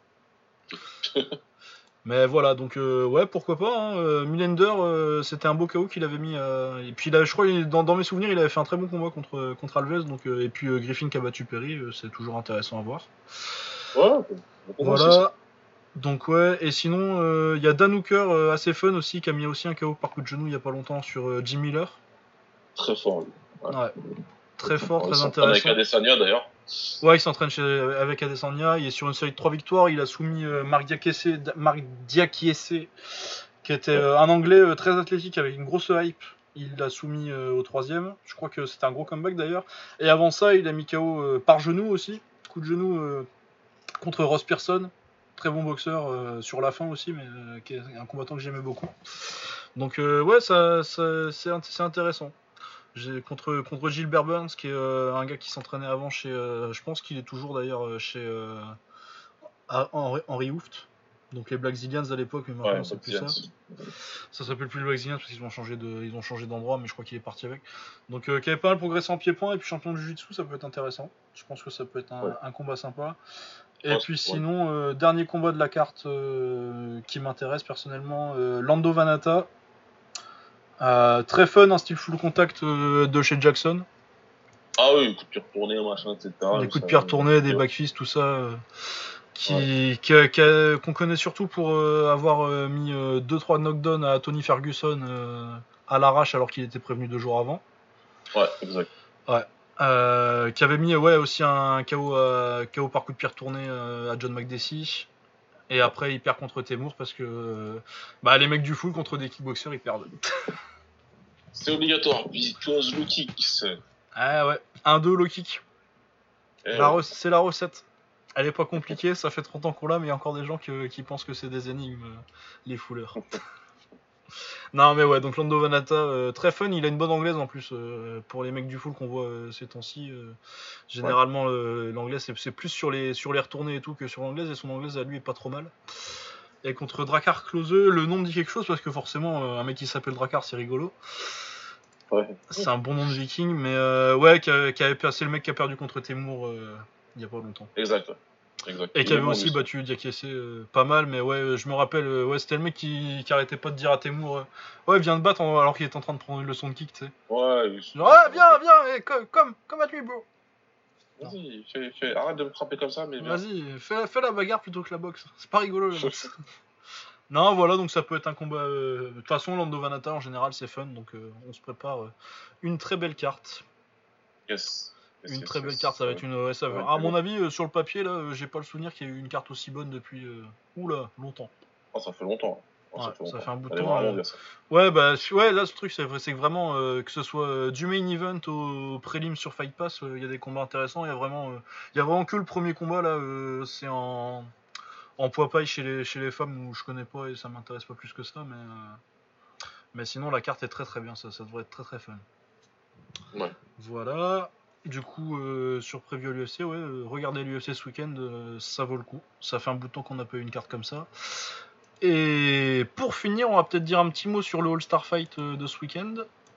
Speaker 1: Mais voilà, donc euh, ouais, pourquoi pas. Hein. Euh, Millender, euh, c'était un beau K O qu'il avait mis. Euh, et puis là, je crois, dans, dans mes souvenirs, il avait fait un très bon combat contre, contre Alves. Donc, euh, et puis euh, Griffin qui a battu Perry, euh, c'est toujours intéressant à voir.
Speaker 2: Ouais,
Speaker 1: voilà. Donc ouais, et sinon, il euh, y a Dan Hooker, euh, assez fun aussi, qui a mis aussi un K O par coup de genou il y a pas longtemps sur euh, Jim Miller.
Speaker 2: Très fort.
Speaker 1: Ouais. ouais. Très fort,
Speaker 2: ouais,
Speaker 1: très intéressant.
Speaker 2: Avec Adesanya d'ailleurs.
Speaker 1: Ouais, il s'entraîne chez, avec Adesanya. Il est sur une série de trois victoires. Il a soumis euh, Marc Diakiese, qui était euh, un Anglais euh, très athlétique avec une grosse hype. Il l'a soumis euh, au troisième. Je crois que c'était un gros comeback d'ailleurs. Et avant ça, il a mis K O euh, par genou aussi. Coup de genou euh, contre Ross Pearson. Très bon boxeur euh, sur la fin aussi, mais euh, qui est un combattant que j'aimais beaucoup. Donc euh, ouais, ça, ça c'est, c'est intéressant. J'ai contre contre Gilbert Burns, qui est euh, un gars qui s'entraînait avant chez, euh, je pense qu'il est toujours d'ailleurs chez euh, Henri, Henri Hooft. Donc les Black Zillions à l'époque, mais maintenant ouais, c'est plus ça. Ça s'appelle plus les Black Zillions parce qu'ils ont changé de, ils ont changé d'endroit, mais je crois qu'il est parti avec. Donc euh, qui avait pas mal progressé en pied-point et puis champion de Jiu-Jitsu, ça peut être intéressant. Je pense que ça peut être un, ouais. un combat sympa. Et ouais, puis sinon, ouais. euh, dernier combat de la carte euh, qui m'intéresse personnellement, euh, Lando Vannata. Euh, très fun, un style full contact euh, de chez Jackson.
Speaker 2: Ah oui, coups de pied retournés, machin, et cetera.
Speaker 1: Des coups de pied retournés, des backfists, tout ça. Euh, qui, ouais. qui, qui a, qu'on connaît surtout pour euh, avoir euh, mis deux trois knockdowns à Tony Ferguson euh, à l'arrache alors qu'il était prévenu deux jours avant.
Speaker 2: Ouais, exact.
Speaker 1: Ouais. Euh, qui avait mis ouais, aussi un K O, à, K O par coup de pied retourné euh, à John McDessie. Et après, il perd contre Temur parce que euh, bah, les mecs du full contre des kickboxers, ils perdent.
Speaker 2: C'est obligatoire, because low kicks.
Speaker 1: Ah ouais, un deux low kick. La ouais. C'est la recette. Elle est pas compliquée, ça fait trente ans qu'on l'a, mais il y a encore des gens que, qui pensent que c'est des énigmes, les fouleurs. Non mais ouais, donc Lando Vannata, euh, très fun, il a une bonne anglaise en plus, euh, pour les mecs du full qu'on voit euh, ces temps-ci. Euh, généralement, ouais. euh, l'anglaise, c'est, c'est plus sur les, sur les retournées et tout que sur l'anglaise, et son anglaise à lui est pas trop mal. Et contre Drakkar Klose, le nom me dit quelque chose, parce que forcément, euh, un mec qui s'appelle Drakkar, c'est rigolo.
Speaker 2: Ouais.
Speaker 1: C'est un bon nom de viking, mais euh, ouais, qui, a, qui avait passé le mec qui a perdu contre Temur euh, il y a pas longtemps.
Speaker 2: Exact, ouais. Exact.
Speaker 1: Et qui avait bon, aussi battu Diakiese euh, pas mal, mais ouais, je me rappelle, euh, ouais, c'était le mec qui, qui arrêtait pas de dire à Temur, euh, ouais, viens te battre en, alors qu'il était en train de prendre une leçon de kick, tu sais.
Speaker 2: Ouais, oui.
Speaker 1: Genre, ouais, viens, viens, et, comme, comme, comme à lui, bro.
Speaker 2: Vas-y, fais, fais, arrête de me frapper comme ça, mais viens.
Speaker 1: Vas-y, fais, fais la bagarre plutôt que la boxe. C'est pas rigolo, la boxe. Non, voilà, donc ça peut être un combat. Euh... De toute façon, Lando Vannata en général c'est fun, donc euh, on se prépare euh, une très belle carte.
Speaker 2: Yes. yes
Speaker 1: une
Speaker 2: yes,
Speaker 1: très
Speaker 2: yes,
Speaker 1: belle carte, ça va être une. Ouais, ça va... À mon avis, euh, sur le papier, là, euh, j'ai pas le souvenir qu'il y ait eu une carte aussi bonne depuis. Euh... Oula, longtemps.
Speaker 2: Oh, ça fait longtemps. Oh,
Speaker 1: ouais,
Speaker 2: ça, fait longtemps.
Speaker 1: ça fait un bout de
Speaker 2: Elle
Speaker 1: temps.
Speaker 2: Est
Speaker 1: euh...
Speaker 2: bien, ça.
Speaker 1: Ouais, bah, ouais, là, ce truc, c'est, c'est que vraiment, euh, que ce soit euh, du main event au, au prélim sur Fight Pass, il euh, y a des combats intéressants. Il y a vraiment, il euh, y a vraiment que le premier combat là, euh, c'est en. En poids paille chez les, chez les femmes où je connais pas et ça m'intéresse pas plus que ça, mais, euh, mais sinon la carte est très très bien, ça, ça devrait être très très fun.
Speaker 2: Ouais.
Speaker 1: Voilà. Du coup, euh, sur Preview à l'U F C, ouais, euh, regardez l'U F C ce week-end, euh, ça vaut le coup. Ça fait un bout de temps qu'on n'a pas eu une carte comme ça. Et pour finir, on va peut-être dire un petit mot sur le All-Star Fight euh, de ce week-end.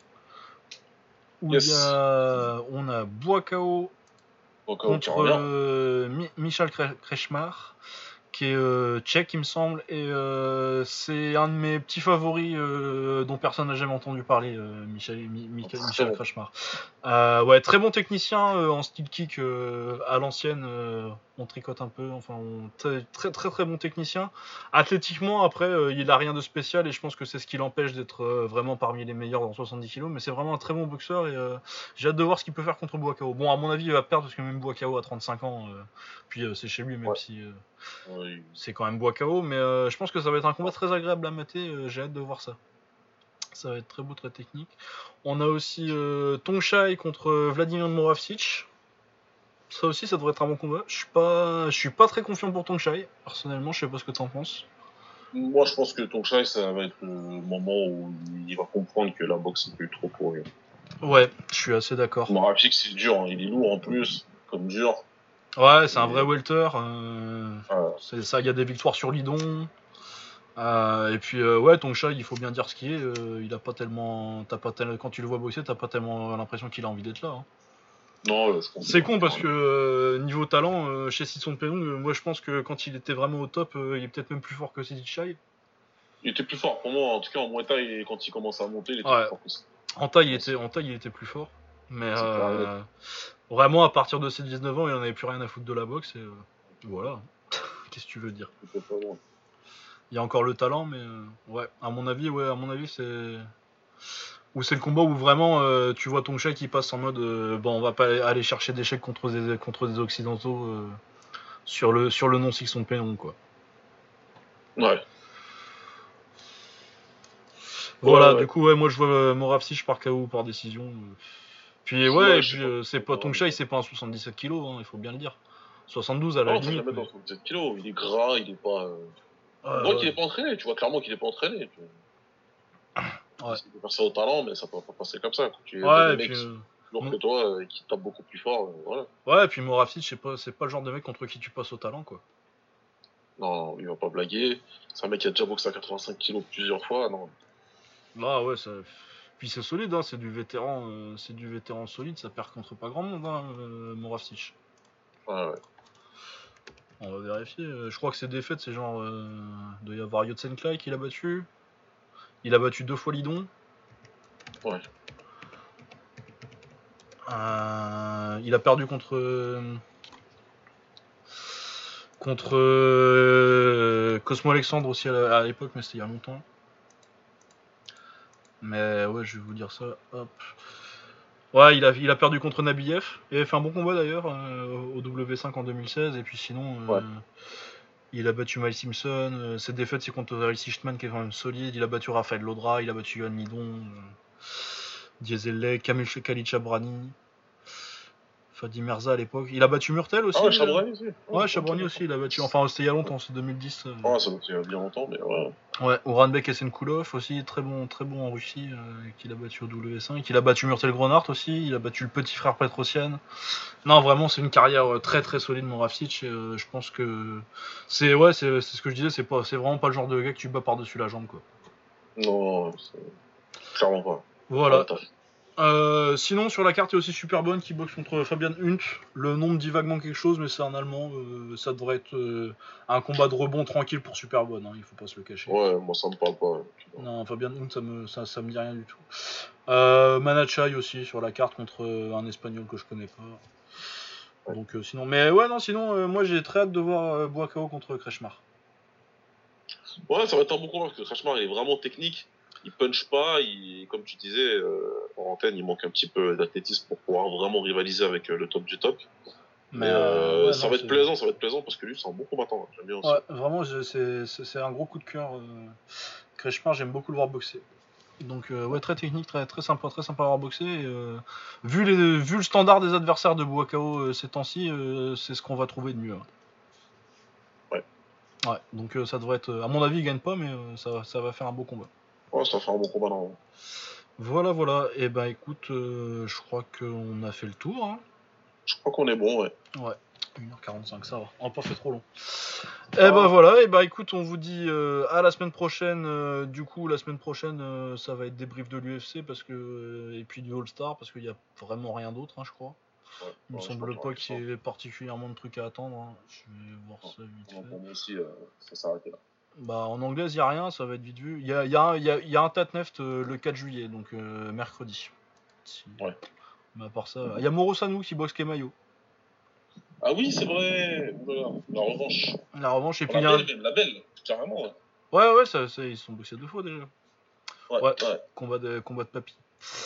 Speaker 1: Où
Speaker 2: Yes.
Speaker 1: y a, on a Buakao contre euh, Mi- Michal Kreshmar, qui est euh, tchèque, il me semble, et euh, c'est un de mes petits favoris euh, dont personne n'a jamais entendu parler, euh, Michel, Mi- Mi- Michal
Speaker 2: bon.
Speaker 1: Kreshmar. Euh, ouais, très bon technicien euh, en style kick euh, à l'ancienne, euh, on tricote un peu, enfin, on, très, très très très bon technicien. Athlétiquement, après, euh, il a rien de spécial et je pense que c'est ce qui l'empêche d'être euh, vraiment parmi les meilleurs dans soixante-dix kilos, mais c'est vraiment un très bon boxeur et euh, j'ai hâte de voir ce qu'il peut faire contre Buakao. Bon, à mon avis, il va perdre parce que même Buakao a trente-cinq ans, euh, puis euh, c'est chez lui, même
Speaker 2: ouais.
Speaker 1: si euh,
Speaker 2: oui.
Speaker 1: c'est quand même Buakao, mais euh, je pense que ça va être un combat très agréable à mater, euh, j'ai hâte de voir ça. Ça va être très beau, très technique. On a aussi euh, Tongchai contre Vladimir Moravcic. Ça aussi, ça devrait être un bon combat. Je suis pas, je suis pas très confiant pour Tongchai. Personnellement, je sais pas ce que t'en penses.
Speaker 2: Moi, je pense que Tongchai, ça va être le moment où il va comprendre que la boxe c'est plus trop pour lui.
Speaker 1: Ouais, je suis assez d'accord.
Speaker 2: Moravcic, c'est dur, hein. Il est lourd en plus, comme dur.
Speaker 1: Ouais, c'est et... un vrai welter. Euh...
Speaker 2: Ah.
Speaker 1: C'est ça, il y a des victoires sur Lidon. Euh, et puis euh, ouais, Tongchai, il faut bien dire ce qu'il est. Euh, il a pas tellement, t'as pas tel... quand tu le vois boxer, t'as pas tellement l'impression qu'il a envie d'être là. Hein.
Speaker 2: Non, je comprends.
Speaker 1: C'est con parce que euh, niveau talent, euh, chez Sisson Pelong, euh, moi je pense que quand il était vraiment au top, euh, il est peut-être même plus fort que Sidichai.
Speaker 2: Il était plus fort pour moi, en tout cas en Muay Thai, quand il commence à monter, il était
Speaker 1: ouais.
Speaker 2: plus fort que ça.
Speaker 1: En taille, il était, en taille, il était plus fort. Mais euh, vraiment, à partir de ses dix-neuf ans, il n'en avait plus rien à foutre de la boxe. Et euh, voilà. Qu'est-ce que tu veux dire ? Il y a encore le talent, mais euh, ouais, à mon avis, ouais, à mon avis, c'est où c'est le combat où vraiment euh, tu vois Tongchai qui passe en mode euh, bon, on va pas aller chercher des chèques contre des contre des occidentaux euh, sur le sur le non Sisson Pelong quoi.
Speaker 2: Ouais.
Speaker 1: Voilà,
Speaker 2: ouais, ouais.
Speaker 1: du coup, ouais, moi je vois euh, Moravcic par K O par décision. Euh. Puis ouais, ouais et puis euh, c'est pas Tongchai, c'est pas un soixante-dix-sept kilos, hein, il faut bien le dire. soixante-douze à la
Speaker 2: non,
Speaker 1: limite.
Speaker 2: Non, ça jamais dans soixante-dix-sept kilos, il est gras, il est pas. Euh...
Speaker 1: Ouais,
Speaker 2: on voit
Speaker 1: ouais.
Speaker 2: qu'il est pas entraîné, tu vois clairement qu'il est pas entraîné. Tu...
Speaker 1: Ouais.
Speaker 2: Il peut passer au talent, mais ça peut pas passer comme ça. Quand tu
Speaker 1: ouais,
Speaker 2: des mecs
Speaker 1: puis, euh,
Speaker 2: lourds mon... que toi et qui tapent beaucoup plus fort, euh, voilà.
Speaker 1: Ouais, et puis Moravcic, c'est pas, c'est pas le genre de mec contre qui tu passes au talent, quoi.
Speaker 2: Non, il va pas blaguer. C'est un mec qui a déjà boxé à quatre-vingt-cinq kilos plusieurs fois, non.
Speaker 1: Ah ouais, ça. Puis c'est solide, hein, c'est du vétéran, euh, c'est du vétéran solide, ça perd contre pas grand monde, hein, euh, Moravcic.
Speaker 2: Ouais, ouais.
Speaker 1: On va vérifier. Je crois que ses défaites, c'est genre. Euh, il doit y avoir Yotsenklai qui l'a battu. Il a battu deux fois Lidon.
Speaker 2: Ouais.
Speaker 1: Euh, il a perdu contre. Euh, contre euh, Cosmo Alexandre aussi à l'époque, mais c'était il y a longtemps. Mais ouais, je vais vous dire ça. Hop. Ouais, il a, il a perdu contre Nabiev. Il avait fait un bon combat d'ailleurs euh, au W cinq en deux mille seize. Et puis sinon, euh,
Speaker 2: ouais.
Speaker 1: il a battu Miles Simpson. Euh, ses défaites, c'est contre Riel Sichtman qui est quand même solide. Il a battu Raphaël Lodra. Il a battu Yohan Lidon. Euh, Diesel Kamil Khalid Chabrani. Fadi Merza à l'époque. Il a battu Murtel aussi.
Speaker 2: Ah ouais, Chabrani aussi.
Speaker 1: Ouais, ouais Chabrani aussi, il a battu. Enfin, c'était il y a longtemps, c'est deux mille dix. Euh...
Speaker 2: Ah, ça fait bien longtemps, mais ouais.
Speaker 1: Ouais, Oranbek Esenkulov aussi, très bon, très bon en Russie, euh, qu'il a battu au W cinq. Il a battu Murtel Gronhardt aussi, il a battu le petit frère Petrosian. Non, vraiment, c'est une carrière très très solide, Moravcic. Et, euh, je pense que c'est ouais, c'est, c'est ce que je disais, c'est pas, c'est vraiment pas le genre de gars que tu bats par-dessus la jambe, quoi.
Speaker 2: Non, c'est... clairement pas.
Speaker 1: Voilà. Euh, sinon, sur la carte, il y a aussi Superbonne qui boxe contre Fabian Hunt. Le nom me dit vaguement quelque chose, mais c'est un Allemand. Euh, ça devrait être euh, un combat de rebond tranquille pour Superbonne, hein, il faut pas se le cacher.
Speaker 2: Ouais, moi ça me parle pas.
Speaker 1: Non, Fabian Hunt, ça me, ça, ça me dit rien du tout. Euh, Manachai aussi sur la carte contre un Espagnol que je connais pas. Ouais. Donc euh, sinon, mais ouais, non, sinon, euh, moi j'ai très hâte de voir euh, Buakao contre Kreshmar.
Speaker 2: Ouais, ça va être un bon combat parce que Kreshmar est vraiment technique. Il punch pas, il, comme tu disais, euh, en antenne, il manque un petit peu d'athlétisme pour pouvoir vraiment rivaliser avec euh, le top du top. Mais, Mais euh, ouais, ça non, va être c'est... plaisant, ça va être plaisant parce que lui, c'est un bon combattant. J'aime bien aussi.
Speaker 1: Ouais, vraiment, je, c'est, c'est, c'est un gros coup de cœur. Euh... Kreshmar, j'aime beaucoup le voir boxer. Donc euh, ouais, très technique, très très sympa, très sympa à voir boxer. Et, euh, vu les, vu le standard des adversaires de Buakao euh, ces temps-ci, euh, c'est ce qu'on va trouver de mieux. Hein.
Speaker 2: Ouais.
Speaker 1: Ouais, donc euh, ça devrait être. À mon avis, il gagne pas, mais euh, ça, ça va faire un beau combat.
Speaker 2: Ouais, ça va faire un bon combat là.
Speaker 1: Voilà, voilà. Et ben écoute, euh, je crois qu'on a fait le tour. Hein.
Speaker 2: Je crois qu'on est bon, ouais.
Speaker 1: Ouais, une heure quarante-cinq, ça va. On n'a pas fait trop long. Et ben voilà, et ben écoute, on vous dit euh, à la semaine prochaine. Euh, du coup, la semaine prochaine, euh, ça va être débrief de l'U F C parce que euh, et puis du All Star parce qu'il y a vraiment rien d'autre, hein, je crois.
Speaker 2: Ouais,
Speaker 1: Il me
Speaker 2: ouais,
Speaker 1: semble pas qu'il y ait particulièrement de trucs à attendre. Hein. Je vais voir
Speaker 2: ouais.
Speaker 1: ça vite
Speaker 2: Ouais,
Speaker 1: fait.
Speaker 2: pour moi aussi, euh, ça s'arrête là.
Speaker 1: Bah en anglaise, il y a rien, ça va être vite vu. Il y a, y, a, y, a, y a un Tatneft euh, le quatre juillet, donc euh, mercredi. Si...
Speaker 2: Ouais.
Speaker 1: Mais à part ça, il y a Moro Sanou qui boxe Kemayo.
Speaker 2: Ah oui, c'est vrai. Oulala, la revanche.
Speaker 1: La revanche, et puis
Speaker 2: la
Speaker 1: il y a
Speaker 2: belle,
Speaker 1: un...
Speaker 2: même, la belle, carrément. Ouais,
Speaker 1: ouais, ouais, ça, ça, ils se sont boxés deux fois déjà.
Speaker 2: Ouais,
Speaker 1: ouais,
Speaker 2: ouais.
Speaker 1: Combat, de, combat de papy.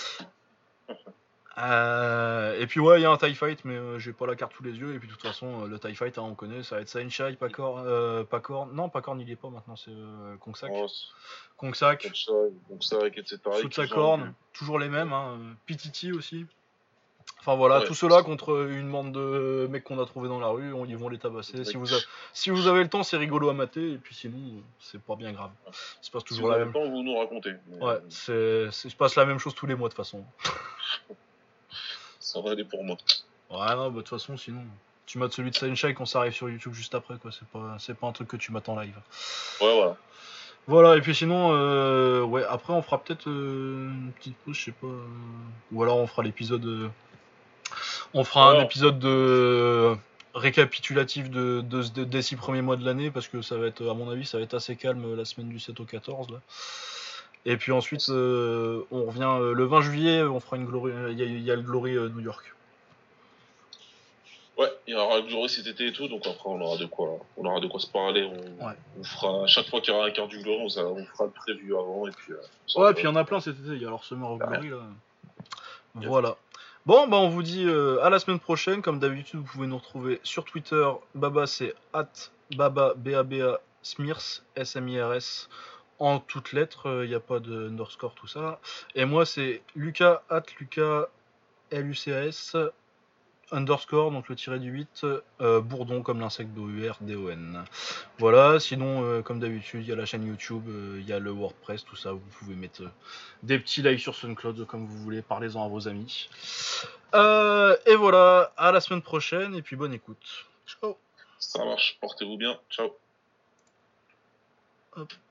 Speaker 1: Euh, et puis ouais, il y a un TIE Fight, mais euh, j'ai pas la carte sous les yeux. Et puis de toute façon, euh, le TIE Fight, hein, on connaît, ça va être Sainchai, Pacor, euh, Pacor, non, Pacor il y est pas maintenant, c'est euh, Kongsak.
Speaker 2: Oh,
Speaker 1: Kongsak,
Speaker 2: Kongsak, et cetera.
Speaker 1: Soutsakorn, toujours les mêmes, hein, Pititi aussi. Enfin voilà, ouais, tous ceux-là contre une bande de mecs qu'on a trouvés dans la rue, on, ils vont les tabasser. Si vous, a, si vous avez le temps, c'est rigolo à mater, et puis sinon, c'est pas bien grave. Il se passe toujours
Speaker 2: si
Speaker 1: la
Speaker 2: vous
Speaker 1: même.
Speaker 2: Avez le temps, vous nous racontez.
Speaker 1: Mais... Ouais, c'est, c'est, il se passe la même chose tous les mois de toute façon.
Speaker 2: Ça va aller pour moi.
Speaker 1: Ouais, non, bah de toute façon, sinon, tu mates celui de Sunshine quand ça arrive sur YouTube juste après, quoi. C'est pas, c'est pas un truc que tu mates en live.
Speaker 2: Ouais, voilà.
Speaker 1: Voilà, et puis sinon, euh, ouais, après on fera peut-être euh, une petite pause, je sais pas. Euh, ou alors on fera l'épisode. Euh, on fera ouais. un épisode de récapitulatif de, de, de, des six premiers mois de l'année, parce que ça va être, à mon avis, ça va être assez calme la semaine du sept au quatorze, là. Et puis ensuite, euh, on revient euh, le vingt juillet, on fera une Glory. Il y, y, a le Glory euh, New York.
Speaker 2: Ouais, il y aura le Glory cet été et tout, donc après on aura de quoi, on aura de quoi se parler. On,
Speaker 1: ouais.
Speaker 2: on fera, chaque fois qu'il y aura un quart du Glory, on, on fera le preview avant et puis. Euh,
Speaker 1: ouais, puis il y en a plein cet été. Il y a alors Summer of Glory, là.
Speaker 2: Yes.
Speaker 1: Voilà. Bon, bah on vous dit euh, à la semaine prochaine. Comme d'habitude, vous pouvez nous retrouver sur Twitter. Baba, c'est at Baba, B A B A, Smirs, S M I R S, en toutes lettres. Il n'y a pas de underscore, tout ça. Et moi, c'est Lucas, at Lucas, L U C A S, underscore, donc le tiré du huit, euh, Bourdon, comme l'insecte, B O U R D O N. Voilà, sinon, euh, comme d'habitude, il y a la chaîne YouTube, il euh, y a le WordPress, tout ça. Vous pouvez mettre euh, des petits likes sur SoundCloud comme vous voulez, parlez-en à vos amis. Euh, et voilà, à la semaine prochaine, et puis bonne écoute. Ciao.
Speaker 2: Ça marche, portez-vous bien, ciao.
Speaker 1: Hop.